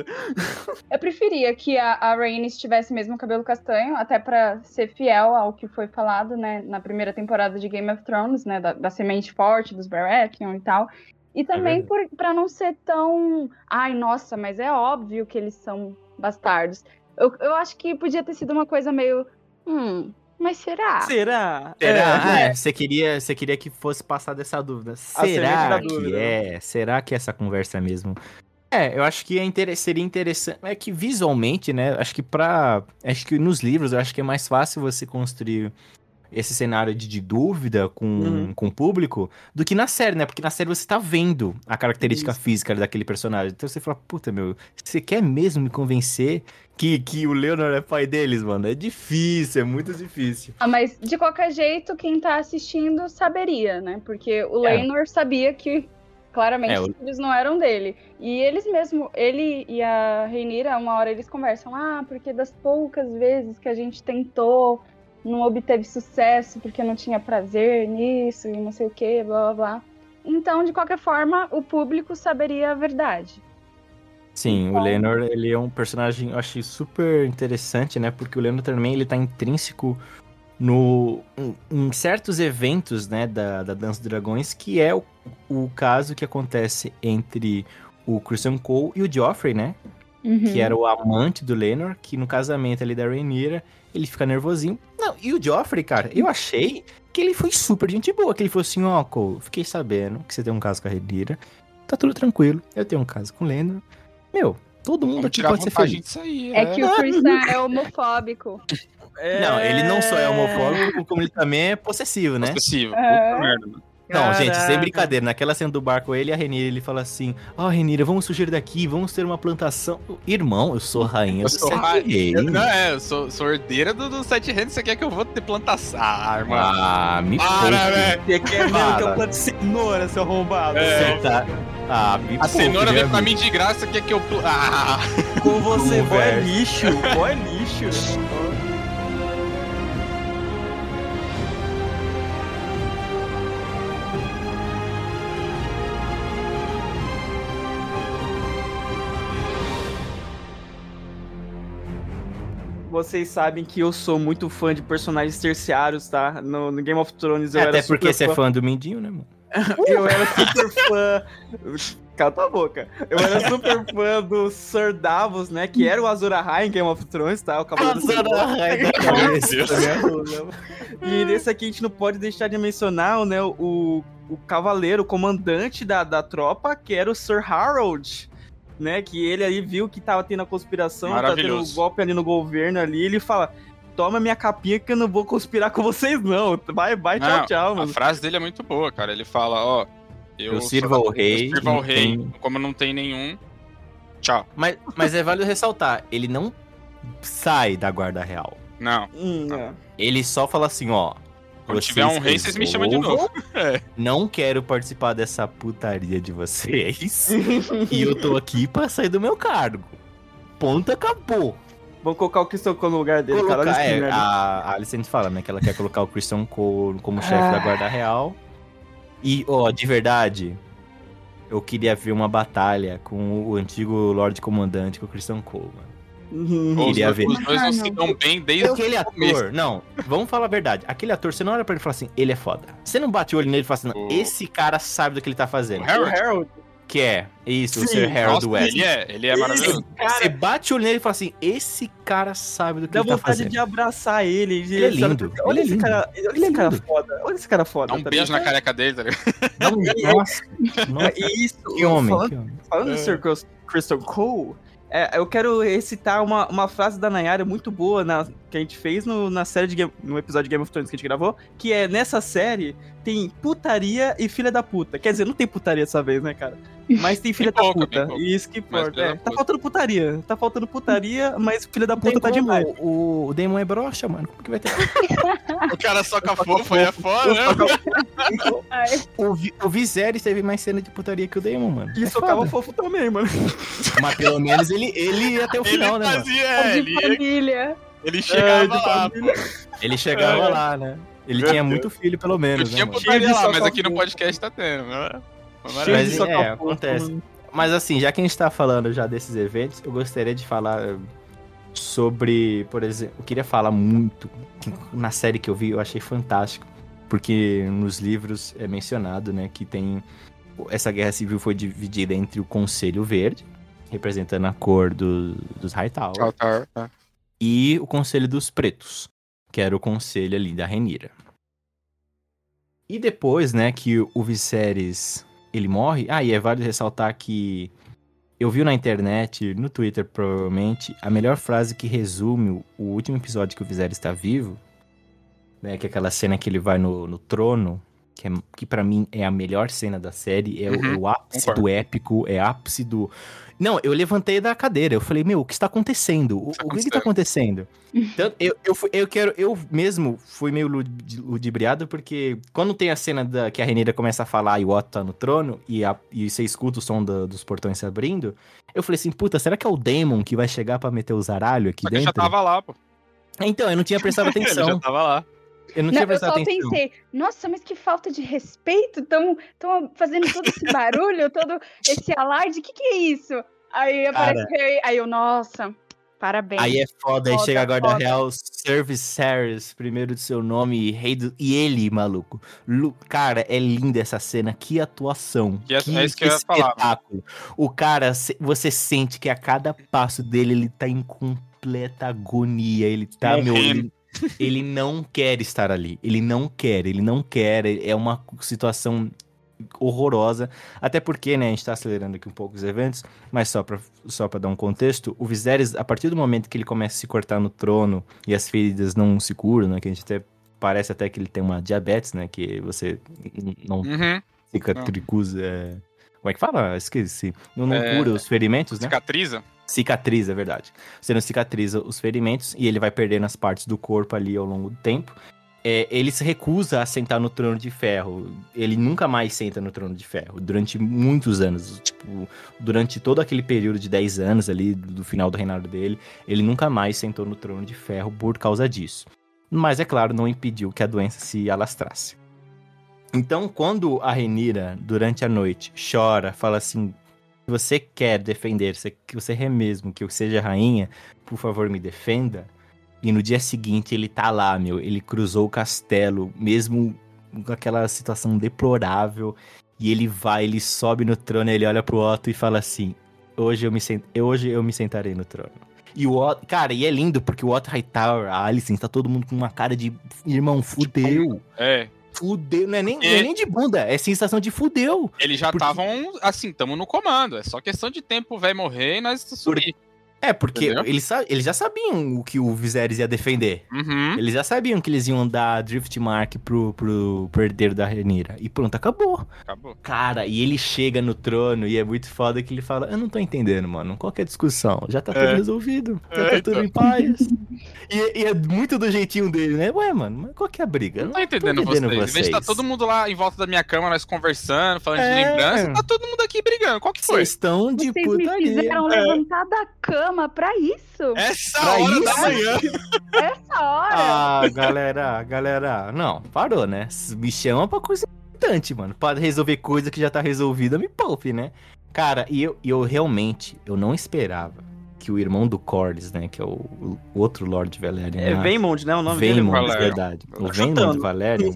eu preferia que a, a Rhaenys tivesse mesmo o cabelo castanho, até pra ser fiel ao que foi falado, né, na primeira temporada de Game of Thrones, né, da, da semente forte dos Baratheon e tal. E também por, pra não ser tão, ai, nossa, mas é óbvio que eles são bastardos. Eu, eu acho que podia ter sido uma coisa meio, hum, mas será? Será? Será? É. É, você queria, você queria que fosse passada essa dúvida. semente Será da que dúvida, é? Será que é essa conversa mesmo? É, eu acho que é inter- seria interessante. É que visualmente, né? Acho que pra. Acho que nos livros, eu acho que é mais fácil você construir esse cenário de, de dúvida com, Uhum. com o público do que na série, né? Porque na série você tá vendo a característica Isso. física daquele personagem. Então você fala, puta, meu, você quer mesmo me convencer que, que o Leonor é pai deles, mano? É difícil, é muito difícil. Ah, mas de qualquer jeito, quem tá assistindo saberia, né? Porque o É. Laenor sabia que claramente É, o- os filhos não eram dele. E eles mesmo, ele e a Rhaenyra, uma hora eles conversam, ah, porque das poucas vezes que a gente tentou, não obteve sucesso porque não tinha prazer nisso e não sei o que, blá blá blá. Então, de qualquer forma, o público saberia a verdade. Sim, o Então- Lenor, ele é um personagem, eu achei super interessante, né? Porque o Lenor também, ele tá intrínseco no, em, em certos eventos, né, da, da Dança dos Dragões, que é o, o caso que acontece entre o Criston Cole e o Joffrey, né? Que era o amante do Lenor, que no casamento ali da Rhaenyra, ele fica nervosinho. Não, e o Joffrey, cara, eu achei que ele foi super gente boa, que ele falou assim, ó, Cole, fiquei sabendo que você tem um caso com a Rhaenyra, tá tudo tranquilo, eu tenho um caso com o Lenor. Meu, todo mundo Vamos aqui tirar pode ser vantagem feliz. disso aí. É que o Tristan é homofóbico. Não, ele não só é homofóbico, como ele também é possessivo, né? Possessivo. É. Puta merda, mano. Não, gente, sem Caraca. brincadeira. Naquela cena do barco, ele e a Rhaenyra, ele fala assim, ó, oh, Rhaenyra, vamos fugir daqui, vamos ter uma plantação. Irmão, eu sou rainha Eu do sou Sete ra- Reis. Eu- Não, é, eu sou, sou herdeira do, do Sete Reinos, você quer que eu vou ter plantação? Ah, irmão. Ah, me Para, poupe. velho. Você quer mesmo que eu Para. plante cenoura, seu arrombado? É. Você tá, Ah, me A poupe, cenoura né, vem pra amigo? mim de graça, que é que eu... pl- Ah! Com você, vó é Conversa. lixo. Vó é lixo. Vocês sabem que eu sou muito fã de personagens terciários, tá? No, no Game of Thrones eu É, era até porque super você é fã do Mindinho, né, mano? Eu era super fã. Cala tua boca. Eu era super fã do Sir Davos, né? Que era o Azor Ahai em Game of Thrones, tá? O Cavaleiro Sem Voz. E nesse aqui a gente não pode deixar de mencionar, né? O, o cavaleiro, o comandante da, da tropa, que era o Sir Harold. Né, que ele aí viu que tava tendo a conspiração, tá tendo um Maravilhoso. golpe ali no governo ali, ele fala: toma minha capinha que eu não vou conspirar com vocês, não. Vai, vai, tchau, Não, tchau, A mano. frase dele é muito boa, cara. Ele fala, ó... Eu sirvo ao rei, Eu sirvo ao não rei. tem- Como não tem nenhum... Tchau. Mas, mas é válido ressaltar, ele não sai da guarda real. Não. Hum, é. Ele só fala assim, ó... Quando tiver um rei, vocês me chamam de novo. É. Não quero participar dessa putaria de vocês. E eu tô aqui pra sair do meu cargo. Ponto, acabou. Vamos colocar o Christian Cole no lugar dele, cara. Colocar, Olha esse é, merda. a, a Alicent fala, né, que ela quer colocar o Christian Cole como chefe Ah. da guarda real. E, ó, de verdade, eu queria ver uma batalha com o antigo Lorde Comandante, com o Christian Cole, mano. Uhum. Os, Queria dois- ver. os dois não Ah, se não. dão bem desde Aquele o começo. ator, não, vamos falar a verdade. Aquele ator, você não olha pra ele e fala assim, ele é foda. Você não bate o olho nele e fala assim, não, O- esse cara sabe do que ele tá O fazendo. O Harold? Harold. Que é, isso, o Sim, Sir Harold Nossa, West. ele é, ele é Esse maravilhoso. cara Você bate o olho nele e fala assim, esse cara sabe do que dá ele tá vontade fazendo. de abraçar ele. de- Ele é sabe? lindo, Olha ele é esse lindo. cara, olha Ele é esse cara lindo. foda. Olha esse cara foda. Dá um tá beijo na ligado? careca dele, tá ligado? Não, nossa, nossa, E isso, que homem, falando, que homem. falando É. do Sir Chris- Christian Cole, é, eu quero recitar uma, uma frase da Nayara muito boa na, que a gente fez no, na série de Game- no episódio de Game of Thrones que a gente gravou, que é, nessa série, tem putaria e filha da puta. Quer dizer, não tem putaria dessa vez, né, cara? Mas tem filha Tem da pouca, puta. tem pouca. E isso que Mas importa. filha É, da tá puta. faltando putaria. Tá faltando putaria, mas filha da Não tem puta tá como, demais. O, o Damon é broxa, mano. Como que vai ter? O cara soca fofo aí é foda, né? Ai, O, Vi- o Viserys teve mais cena de putaria que o Damon, mano. E É socava foda. fofo também, mano. Mas pelo menos ele, ele ia até o final, Ele né, mano? fazia, é é, de ele, família. ele É, chegava de lá. família. Ele chegava É. lá, né? Ele Meu tinha Deus. muito filho, pelo Eu menos, né, tinha mano? putaria Cheio de lá, mas soca aqui no fofo. podcast tá tendo, né? Foi Mas, maravilhoso. de socar é, fofo, acontece. mano. Mas assim, já que a gente tá falando já desses eventos, eu gostaria de falar eh, sobre, por exemplo, eu queria falar muito, que na série que eu vi eu achei fantástico, porque nos livros é mencionado, né, que tem, essa guerra civil foi dividida entre o Conselho Verde, representando a cor do, dos Hightower, Altar, tá. e o Conselho dos Pretos, que era o conselho ali da Rhaenyra. E depois, né, que o Viserys, ele morre, ah, e é válido ressaltar que eu vi na internet, no Twitter provavelmente, a melhor frase que resume o, o último episódio que o Viserys está vivo, né, que é aquela cena que ele vai no, no trono, que, é, que para mim é a melhor cena da série, é, o, Uhum, é o ápice concordo. do épico, é ápice do... Não, eu levantei da cadeira, eu falei, meu, o que está acontecendo? O, Tá o que que tá acontecendo? Tanto, eu, eu, fui- eu quero, eu mesmo fui meio lud- ludibriado, porque quando tem a cena da, que a Rhaenyra começa a falar e o Otto tá no trono, e, a, e você escuta o som da- dos portões se abrindo, eu falei assim, puta, será que é o Daemon que vai chegar pra meter o zaralho aqui Só que ele dentro? já tava lá, pô. Então, eu não tinha prestado Ele já atenção. tava lá. Eu não Não, tinha eu prestado só atenção. pensei, nossa, mas que falta de respeito, estão fazendo todo esse barulho, todo esse alarde, o que, que é isso? Aí aparece o rei, aí eu, nossa, parabéns. Aí é foda, aí Foda, chega a guarda foda. real, Service Harris, primeiro de seu nome, e rei do... E ele, maluco. Lu- Cara, é linda essa cena, que atuação. Que é- é isso que eu ia falar. espetáculo. O cara, se- você sente que a cada passo dele, ele tá em completa agonia. Ele tá, meu... Morrendo. Ele, ele não quer estar ali. Ele não quer, ele não quer. É uma situação horrorosa, até porque, né, a gente tá acelerando aqui um pouco os eventos, mas só pra, só pra dar um contexto, o Viserys, a partir do momento que ele começa a se cortar no trono e as feridas não se curam, né, que a gente até, parece até que ele tem uma diabetes, né, que você não Uhum. cicatricusa, é... como é que fala? Esqueci. Não, não É, cura os ferimentos, né? Cicatriza? Cicatriza, é verdade. Você não cicatriza os ferimentos e ele vai perdendo as partes do corpo ali ao longo do tempo. é, ele se recusa a sentar no Trono de Ferro. Ele nunca mais senta no Trono de Ferro, durante muitos anos. Tipo, durante todo aquele período de dez anos ali, do final do reinado dele, ele nunca mais sentou no Trono de Ferro por causa disso. Mas, é claro, não impediu que a doença se alastrasse. Então, quando a Rhaenyra, durante a noite, chora, fala assim, se você quer defender, se você quer mesmo que eu seja rainha, por favor, me defenda. E no dia seguinte ele tá lá, meu, ele cruzou o castelo, mesmo com aquela situação deplorável, e ele vai, ele sobe no trono, ele olha pro Otto e fala assim, hoje eu me, sent... hoje eu me sentarei no trono. E o Otto, cara, e é lindo, porque o Otto Hightower, a Alicent, tá todo mundo com uma cara de, irmão, fudeu. É. Fudeu, não é nem, não é nem de bunda, é sensação de fudeu. Eles já Porque- estavam, assim, tamo no comando, é só questão de tempo, vai morrer e nós subir. É, porque Entendeu? eles, sa- eles já sabiam o que o Viserys ia defender. Uhum. Eles já sabiam que eles iam dar Driftmark pro, pro, pro herdeiro da Rhaenyra. E pronto, acabou. Acabou. Cara, e ele chega no trono e é muito foda que ele fala, eu não tô entendendo, mano, qual que é a discussão? Já tá tudo É. resolvido, já É, tá então. tudo em paz. e, e é muito do jeitinho dele, né? Ué, mano, mas qual que é a briga? Não tô entendendo, vocês. Em vez de tá todo mundo lá em volta da minha cama, nós conversando, falando de É. lembrança, tá todo mundo aqui brigando. Qual que foi? Vocês estão de Vocês me putaria. fizeram levantar da cama pra isso. Essa Pra hora isso? da manhã. Essa hora. Ah, galera, galera, não, parou, né? Me chama pra coisa importante, mano. Pra resolver coisa que já tá resolvida, me poupe, né? Cara, e eu, eu realmente, eu não esperava que o irmão do Corlys, né, que é o, o outro Lord Valerian, É lá, Vaemond, né? O nome dele. Vaemond, Valerian. verdade. O Chutando. Vaemond Valerian,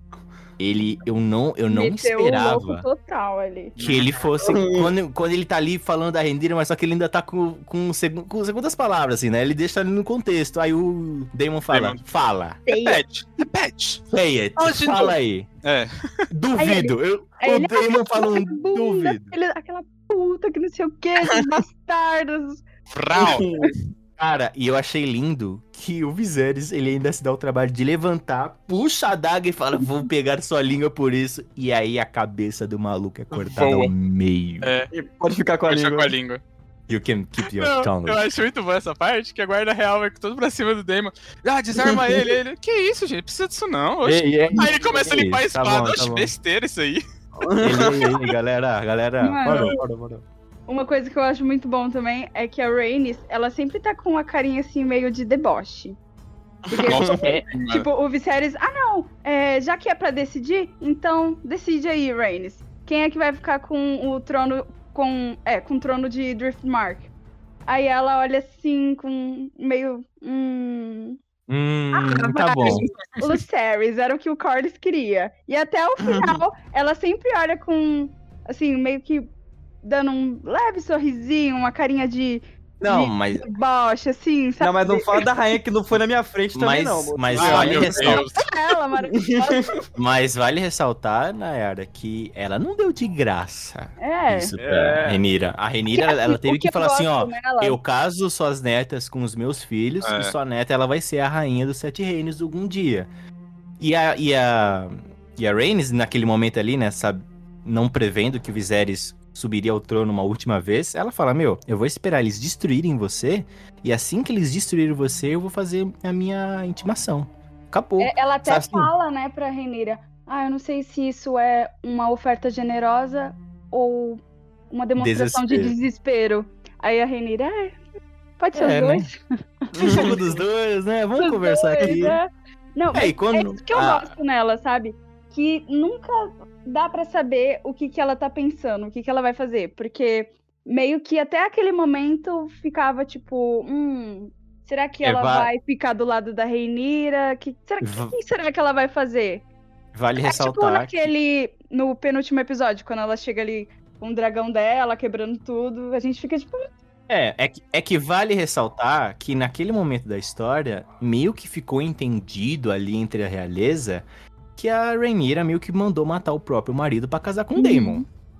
ele, eu não, eu não Meteu o louco esperava total ali. que ele fosse, quando, quando ele tá ali falando da Rhaenyra, mas só que ele ainda tá com, com, segu, com segundas palavras, assim, né? Ele deixa ali no contexto, aí o Daemon fala, Daemon. fala, Repete, repete. say it, Fala de fala novo. aí. É. Duvido. Eu, Aí o ele, Daemon fala um Bunda, duvido. aquele- aquela puta que não sei o que, esses bastardos. Frau. Cara, e eu achei lindo que o Viserys, ele ainda se dá o trabalho de levantar, puxa a daga e fala, vou pegar sua língua por isso. E aí a cabeça do maluco é cortada Voa. ao meio. É, Pode ficar com a puxa língua. com a língua. You can keep your Não, tongue. eu acho muito boa essa parte, que a guarda real vai todo pra cima do Daemon. Ah, desarma ele. ele. Que isso, gente? Precisa disso não. Oxe. Ei, ei, Aí ele começa a ei, limpar a tá espada. bom, tá Oxe, bom. besteira isso aí. Ei, ei, ei, galera, galera, Mano. parou, parou, parou. Uma coisa que eu acho muito bom também é que a Rhaenys, ela sempre tá com uma carinha assim meio de deboche. Porque, Nossa, É, mano. tipo, o Viserys, ah não, é, já que é pra decidir, então decide aí, Rhaenys. Quem é que vai ficar com o trono, com, é, com o trono de Driftmark? Aí ela olha assim, com meio, hum... Hum, Ah, tá vai. bom. O Lucerys, era o que o Corlys queria. E até o final, ela sempre olha com, assim, meio que dando um leve sorrisinho, uma carinha de Não, mas, bocha, assim, sabe? Não, mas não fala da rainha que não foi na minha frente também, mas, não. moço. mas, Ai, vale meu ressaltar, Deus. Ela, maravilhosa. mas vale ressaltar, Nayara, que ela não deu de graça É. isso pra É. Rhaenyra. A Rhaenyra, Que, assim, ela o teve que eu falar assim, ó, gosto nela- eu caso suas netas com os meus filhos É. e sua neta, ela vai ser a rainha dos Sete Reinos algum dia. E a, e a, e a Rhaenys, naquele momento ali, né, sabe, não prevendo que o Viserys subiria ao trono uma última vez, ela fala, meu, eu vou esperar eles destruírem você, e assim que eles destruírem você, eu vou fazer a minha intimação. Acabou. É, ela até Sabe assim? fala, né, pra Rhaenyra, ah, eu não sei se isso é uma oferta generosa ou uma demonstração de Desespero. desespero. Aí a Rhaenyra, é, pode ser É, os né? dois. Um pouco dos dois, né? Vamos Os conversar dois, aqui. né? Não, É, mas e quando- é isso que eu Ah. gosto nela, sabe? Que nunca dá pra saber o que, que ela tá pensando, o que, que ela vai fazer. Porque meio que até aquele momento ficava tipo, hum, será que É, ela va- vai ficar do lado da Rhaenyra? Que, será, Va- o que será que ela vai fazer? Vale É tipo ressaltar que naquele, no penúltimo episódio, quando ela chega ali com o dragão dela, quebrando tudo, a gente fica tipo, É, é que, é que vale ressaltar que naquele momento da história, meio que ficou entendido ali entre a realeza que a Rhaenyra meio que mandou matar o próprio marido pra casar com o Uhum. Daemon.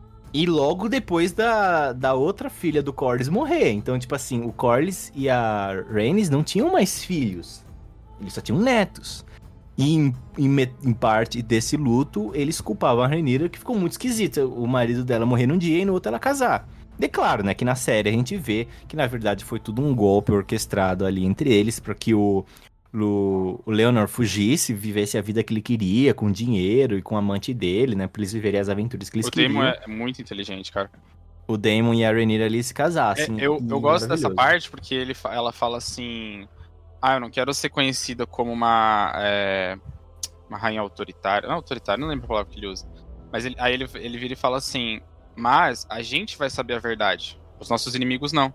E logo depois da, da outra filha do Corlys morrer. Então, tipo assim, o Corlys e a Rhaenys não tinham mais filhos. Eles só tinham netos. E em, em me- em parte desse luto, eles culpavam a Rhaenyra, que ficou muito esquisito. O marido dela morrer num dia e no outro ela casar. E claro, né, que na série a gente vê que na verdade foi tudo um golpe orquestrado ali entre eles, para que o o, o Leonor fugisse, vivesse a vida que ele queria, com dinheiro e com o amante dele, né? Pra eles viverem as aventuras que eles O queriam. Daemon é muito inteligente, cara. O Daemon e a Rhaenyra ali se É, casassem. eu, e eu gosto dessa maravilhoso. parte porque ele, fa- ela fala assim... Ah, eu não quero ser conhecida como uma... é, uma rainha autoritária. Não, autoritária, não lembro a palavra que ele usa. Mas ele, aí ele, ele vira e fala assim... Mas a gente vai saber a verdade. Os nossos inimigos não.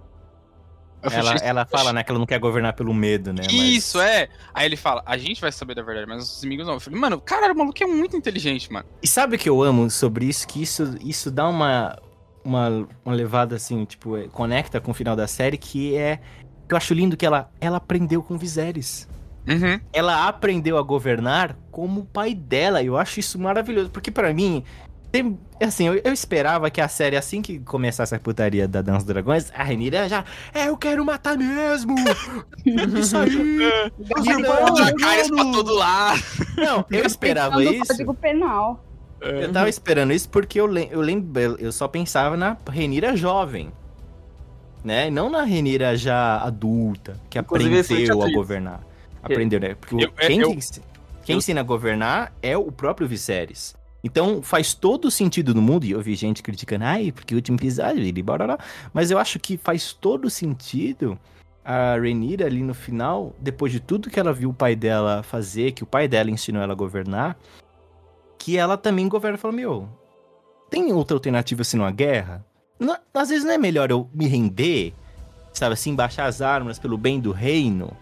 Eu Ela, achei- ela fala, né, que ela não quer governar pelo medo, né? mas- Isso, é. Aí ele fala, a gente vai saber da verdade, mas os inimigos não. Eu falei, mano, caralho, o maluco é muito inteligente, mano. E sabe o que eu amo sobre isso? Que isso, isso dá uma, uma, uma levada, assim, tipo, é, conecta com o final da série, que é... que eu acho lindo que ela, ela aprendeu com Viserys. Uhum. Ela aprendeu a governar como o pai dela. Eu acho isso maravilhoso, porque pra mim... Tem, assim, eu, eu esperava que a série, assim que começasse a putaria da Dança dos Dragões, a Rhaenyra já... É, eu quero matar mesmo! Isso aí! Os irmãos, Dracarys pra mano! todo lado. Não, eu esperava Pensando no isso. Código Penal. Eu tava esperando isso porque eu, lem eu lembro, eu só pensava na Rhaenyra jovem, né? E não na Rhaenyra já adulta, que Inclusive, excelente aprendeu a atriz. governar. Aprendeu, né? Porque o- Eu- quem, eu- que ensi- quem eu- ensina a governar é o próprio Viserys. Então faz todo sentido no mundo, e eu vi gente criticando, ai, porque o último episódio, ele barará. Mas eu acho que faz todo sentido a Rhaenyra ali no final, depois de tudo que ela viu o pai dela fazer, que o pai dela ensinou ela a governar, que ela também governa e fala, meu, tem outra alternativa senão a guerra? Não- às vezes não é melhor eu me render, sabe assim, baixar as armas pelo bem do reino?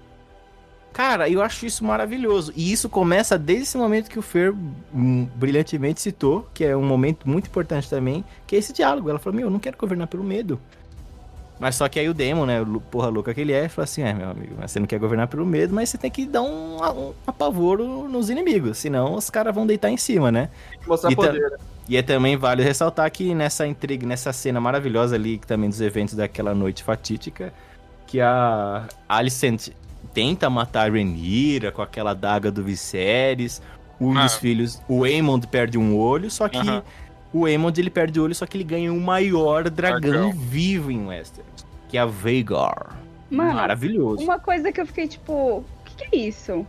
Cara, eu acho isso maravilhoso. E isso começa desde esse momento que o Fer hum, brilhantemente citou, que é um momento muito importante também, que é esse diálogo. Ela falou, meu, eu não quero governar pelo medo. Mas só que aí o Daemon, né, o porra louca que ele é, fala assim, é, meu amigo, você não quer governar pelo medo, mas você tem que dar um, um apavoro nos inimigos, senão os caras vão deitar em cima, né? Mostrar E ta- poder. E é também vale ressaltar que nessa intriga, nessa cena maravilhosa ali, que também dos eventos daquela noite fatídica, que a Alicent tenta matar a Rhaenyra com aquela adaga do Viserys, um Ah. dos filhos, o Aemond perde um olho, só que Aham. o Aemond ele perde o olho, só que ele ganha o maior dragão Dragão. vivo em Westeros, que é a Vhagar. Mano, Maravilhoso. uma coisa que eu fiquei tipo, o que, que é isso?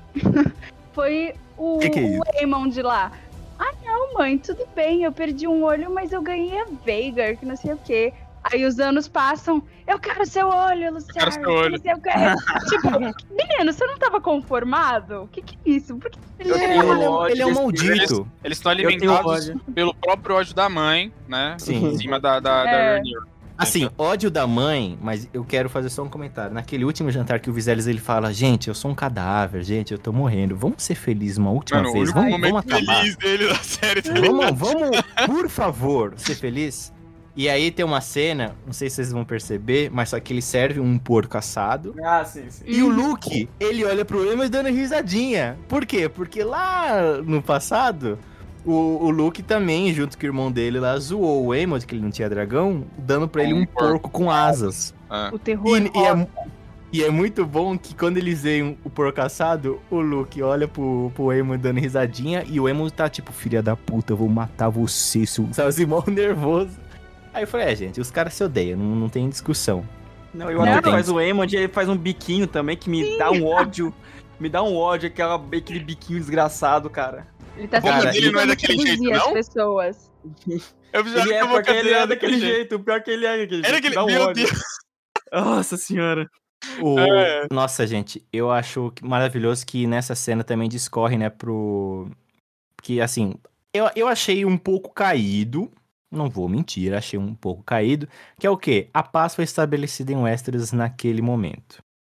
Foi o, Que que é isso? o Aemon de lá. Ah, não, mãe, tudo bem, eu perdi um olho, mas eu ganhei a Vhagar, que não sei o quê. Aí os anos passam, eu quero seu olho, Luciano. quero seu olho. Eu quero... tipo, menino, você não tava conformado? O que que é isso? Por que Eu ele tenho ele, é, ódio ele é um desse maldito. Eles estão Eu tenho alimentados ódio. pelo próprio ódio da mãe, né? Sim. Em cima da, da, da É. Rhaenyra. Assim, ódio da mãe, mas eu quero fazer só um comentário. Naquele último jantar que o Viserys ele fala, gente, eu sou um cadáver, gente, eu tô morrendo. Vamos ser felizes uma última Mano, o vez, único vamos, momento vamos acabar. feliz dele da série, tá ligado? Vamos, vamos, por favor, ser feliz. E aí tem uma cena, não sei se vocês vão perceber, mas só que ele serve um porco assado. Ah, sim, sim. E o Luke, ele olha pro Aemon dando risadinha. Por quê? Porque lá no passado, o, o Luke também, junto com o irmão dele lá, zoou o Aemon, que ele não tinha dragão, dando pra ele um Um porco. porco com asas. Ah. O terror. E, e é, e é muito bom que quando eles veem o porco assado, o Luke olha pro, pro Aemon dando risadinha e o Aemon tá tipo, filha da puta, eu vou matar você, seu... sabe assim, mal nervoso. Aí eu falei, é gente, os caras se odeiam, não, não tem discussão. Não, e o Não, ator que tem. faz o Aemond, ele faz um biquinho também que me dá um ódio. Me dá um ódio, aquela, aquele biquinho desgraçado, cara. Ele tá Cara, ele não é tentando daquele jeito, seduzir as não? pessoas. Eu já Ele é acabou porque com a ele ideia é daquele jeito. O pior que ele é daquele Era jeito. aquele... Dá um Meu ódio. Deus. Nossa senhora. O... É. Nossa, gente, eu acho que- maravilhoso que nessa cena também discorre, né, pro... Que, assim, eu, eu achei um pouco caído, não vou mentir, achei um pouco caído, que é o quê? A paz foi estabelecida em Westeros naquele momento.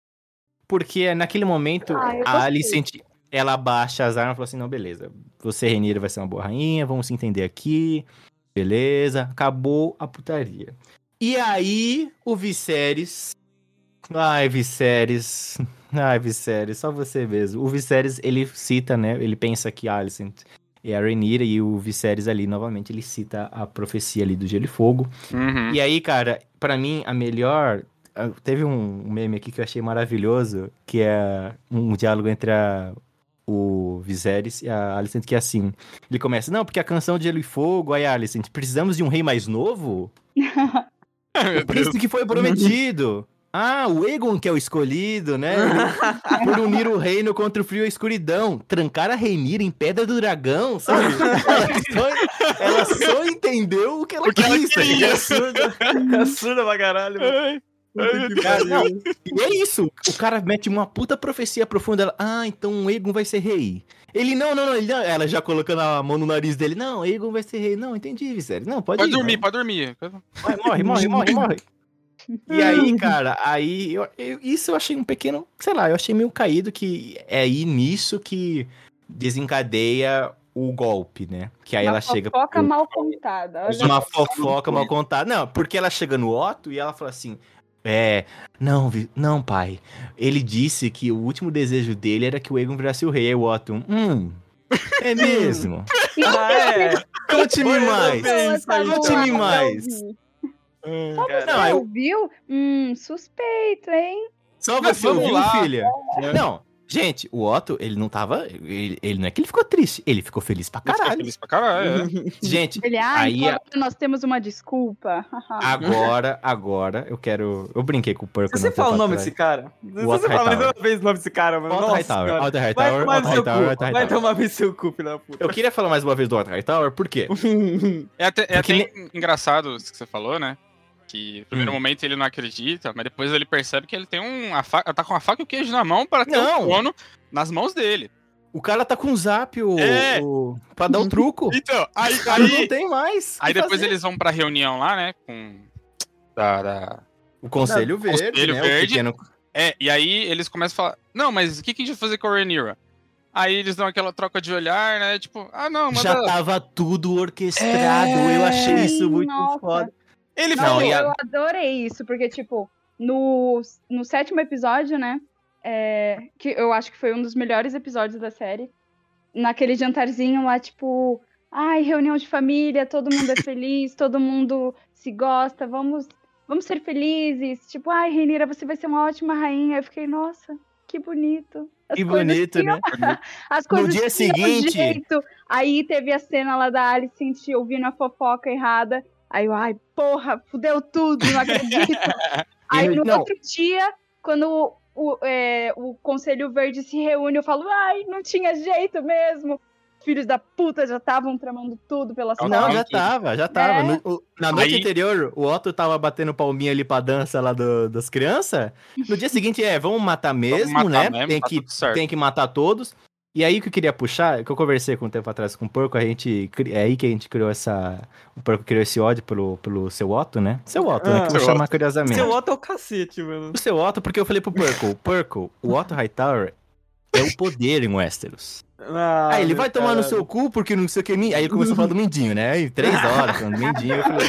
Porque naquele momento, Ah, eu a gostei. Alicent, ela baixa as armas e fala assim, não, beleza, você, Rhaenyra, vai ser uma boa rainha, vamos se entender aqui, beleza, acabou a putaria. E aí, o Viserys... Ai, Viserys... Ai, Viserys, só você mesmo. O Viserys, ele cita, né, ele pensa que a Alicent é a Rhaenyra e o Viserys ali, novamente, ele cita a profecia ali do Gelo e Fogo. Uhum. E aí, cara, pra mim, a melhor... ah, Teve um meme aqui que eu achei maravilhoso, que é um diálogo entre a, o Viserys e a Alicent, que é assim. Ele começa, não, porque a canção de Gelo e Fogo, aí a Alicent, precisamos de um rei mais novo? Ai, meu O príncipe Deus. que foi prometido. Ah, o Aegon que é o escolhido, né? Por unir o reino contra o frio e a escuridão. Trancar a Rhaenyra em Pedra do Dragão, sabe? Ela só, ela só entendeu o que ela O que ela quis. queria. É surda. É surda pra caralho, mano. Puta que Cara, não, pariu. e é isso. O cara mete uma puta profecia profunda. Ela, ah, então o Aegon vai ser rei. Ele, não, não, não, ele, não. Ela já colocando a mão no nariz dele. Não, Aegon vai ser rei. Não, entendi, Viserys. Não, pode, Pode ir, dormir, vai. pode dormir. Vai, morre, morre, morre, morre. E aí, cara, aí eu, eu- isso eu achei um pequeno, sei lá, eu achei meio caído que é aí nisso que desencadeia o golpe, né? Que aí Uma ela chega fofoca pro- mal contada. Olha uma só. fofoca mal contada. Não, porque ela chega no Otto e ela fala assim: É, não, Vi- não, pai. Ele disse que o último desejo dele era que o Aegon virasse o rei. Aí o Otto, hum, é mesmo? Ah, é. Conte-me Foi mais. bem isso aí, Conte-me então. mais. Cara, Não, Você eu, ouviu? Hum, suspeito, hein? Só Mas você vamos ouviu, lá. filha? Não, gente, o Otto, ele não tava. Ele, ele não é que ele ficou triste, ele ficou feliz pra Ele ficou caralho. feliz pra caralho. é. Gente, Ele, ah, aí então a- nós temos uma desculpa. agora, agora, eu quero. Eu brinquei com o Porco. Se você não fala o tempo nome atrás. desse cara, se Otto você fala mais Hightower. uma vez o nome desse cara, mano. Otto Nossa Hightower, senhora. Otto Vai Hightower, tomar Otto no seu Hightower, cu. Otto Vai Hightower. tomar no seu cu, filho da puta. Eu queria falar mais uma vez do Otto Hightower, por quê? É até, é Porque até engraçado isso que você falou, né? Que no primeiro Hum. momento ele não acredita, mas depois ele percebe que ele tem um. A fa... tá com a faca e o queijo na mão para ter Não. o trono nas mãos dele. O cara tá com o zap o, É. o- pra dar o truco. Então, aí, O cara não aí, tem mais. o aí que depois fazer. eles vão pra reunião lá, né? Com. Da, da- O Conselho Verde, Conselho né? Verde. O pequeno... É, e aí eles começam a falar: Não, mas o que, que a gente vai fazer com a Rhaenyra? Aí eles dão aquela troca de olhar, né? Tipo, ah, não, manda. Já tava tudo orquestrado. Eu achei isso muito Nossa. foda. Ele Não, falou. e a- Eu adorei isso, porque, tipo, no, no sétimo episódio, né? é, que eu acho que foi um dos melhores episódios da série. Naquele jantarzinho lá, tipo, ai, reunião de família, todo mundo é feliz, todo mundo se gosta, vamos, vamos ser felizes. Tipo, ai, Rhaenyra, você vai ser uma ótima rainha. Eu fiquei, nossa, que bonito. As Que coisas bonito, tinham- né? As coisas dia tinham seguinte- jeito. Aí teve a cena lá da Alicent ouvindo a fofoca errada. Aí eu, ai, porra, fudeu tudo, não acredito. Aí no Não. outro dia, quando o, o, é, o Conselho Verde se reúne, eu falo, ai, não tinha jeito mesmo. Filhos da puta já estavam tramando tudo pela Não, Não, cidade. já tava, já tava. É. No- o- na noite Aí- anterior, o Otto tava batendo palminha ali pra dança lá do- das crianças. No dia seguinte, é, vamos matar mesmo, matar né? mesmo, tem, tá que, tudo certo. tem que matar todos. E aí que eu queria puxar, que eu conversei com um tempo atrás com o Porco, a gente. cri- É aí que a gente criou essa. O Porco criou esse ódio pelo, pelo seu Otto, né? Seu Otto, né? Ah. Que eu vou Seu chamar curiosamente. Seu Otto é o cacete, mano. O seu Otto, porque eu falei pro Porco, Porco, o Otto Hightower é o poder em Westeros. Ah, Aí ele meu vai tomar no caralho. seu cu porque não sei o que. Aí ele começou a falar do Mindinho, né? Aí três horas falando do Mindinho. Eu falei,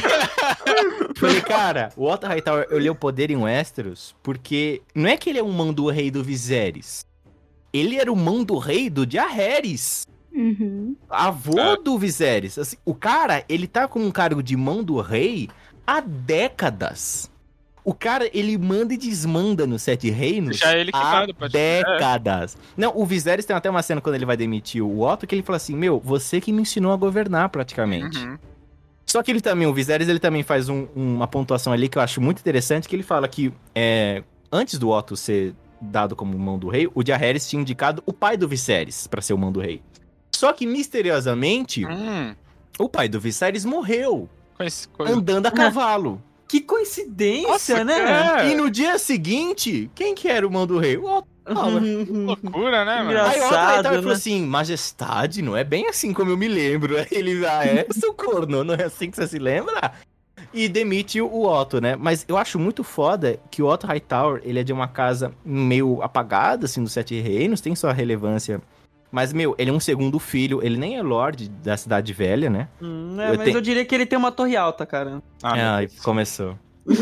falei, cara, o Otto Hightower, ele é o poder em Westeros porque não é que ele é um mão do rei do Viserys. Ele era o mão do rei do Jaehaerys, Uhum. avô É. do Viserys. Assim, o cara, ele tá com um cargo de mão do rei há décadas. O cara, ele manda e desmanda no Sete Reinos Já é ele que há manda, pode- é. décadas. Não, o Viserys tem até uma cena quando ele vai demitir o Otto, que ele fala assim, meu, você que me ensinou a governar praticamente. Uhum. Só que ele também, o Viserys, ele também faz um- uma pontuação ali que eu acho muito interessante, que ele fala que é, antes do Otto ser dado como mão do rei, o Jaehaerys tinha indicado o pai do Viserys pra ser o mão do rei. Só que, misteriosamente, Hum, o pai do Viserys morreu, conheci, coisa. andando a cavalo. Que coincidência, Nossa, né? é. E no dia seguinte, quem que era o mão do rei? O Otto. tava. Loucura, né, mano? Engraçado. Aí o Otto Hightower né? falou assim, majestade, não é bem assim como eu me lembro. Aí ele, ah, é, seu corno, não é assim que você se lembra? E demite o Otto, né? Mas eu acho muito foda que o Otto Hightower, ele é de uma casa meio apagada, assim, dos Sete Reinos, tem sua relevância. Mas, meu, ele é um segundo filho, ele nem é Lorde da Cidade Velha, né? Hum, é, Eu mas tenho- eu diria que ele tem uma torre alta, cara. Ah, meu Ai, Deus. começou.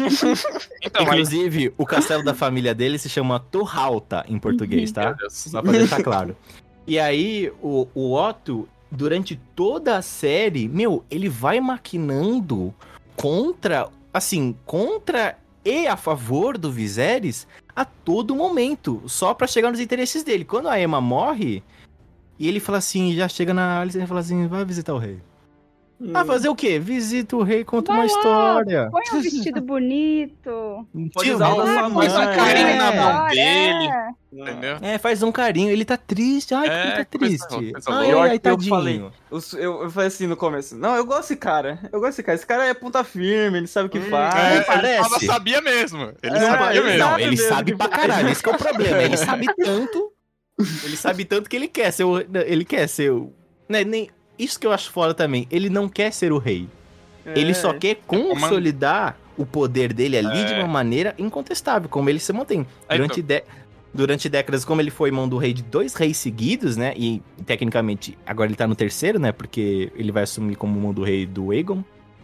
Então, aí, Inclusive, o castelo da família dele se chama Torralta, em português, tá? meu Deus. Só pra deixar claro. E aí, o, o Otto, durante toda a série, meu, ele vai maquinando contra, assim, contra e a favor do Viserys a todo momento, só pra chegar nos interesses dele. Quando a Aemma morre, e ele fala assim, já chega na Alicent e fala assim, vai visitar o rei. Ah, fazer o quê? Visita o rei, conta Vai uma lá, história. Põe um vestido bonito. Pode Tio, usar o da vai lá, sua Faz um mãe. carinho na é. mão Olha, dele, é. entendeu? É, faz um carinho. Ele tá triste. Ai, como É, ele tá coisa- triste. coisa Ai, Eu, ai, acho ai, que eu tadinho. falei, eu, eu, eu falei assim no começo, não, eu gosto desse cara, eu gosto desse cara, esse cara é ponta firme, ele sabe o que Hum, faz. é, ele parece. tava- sabia mesmo. Ele É, sabia ele mesmo. Não, sabe ele mesmo sabe que pra faz. caralho. Esse que é o problema. Ele sabe tanto. Ele sabe tanto que ele quer ser o. Ele quer ser o. Né, nem... Isso que eu acho foda também. Ele não quer ser o rei. Ele só É. quer consolidar o poder dele ali É. de uma maneira incontestável, como ele se mantém. É, Durante, de... Durante décadas, como ele foi mão do rei de dois reis seguidos, né? E tecnicamente, agora ele tá no terceiro, né? Porque ele vai assumir como mão do rei do Aegon.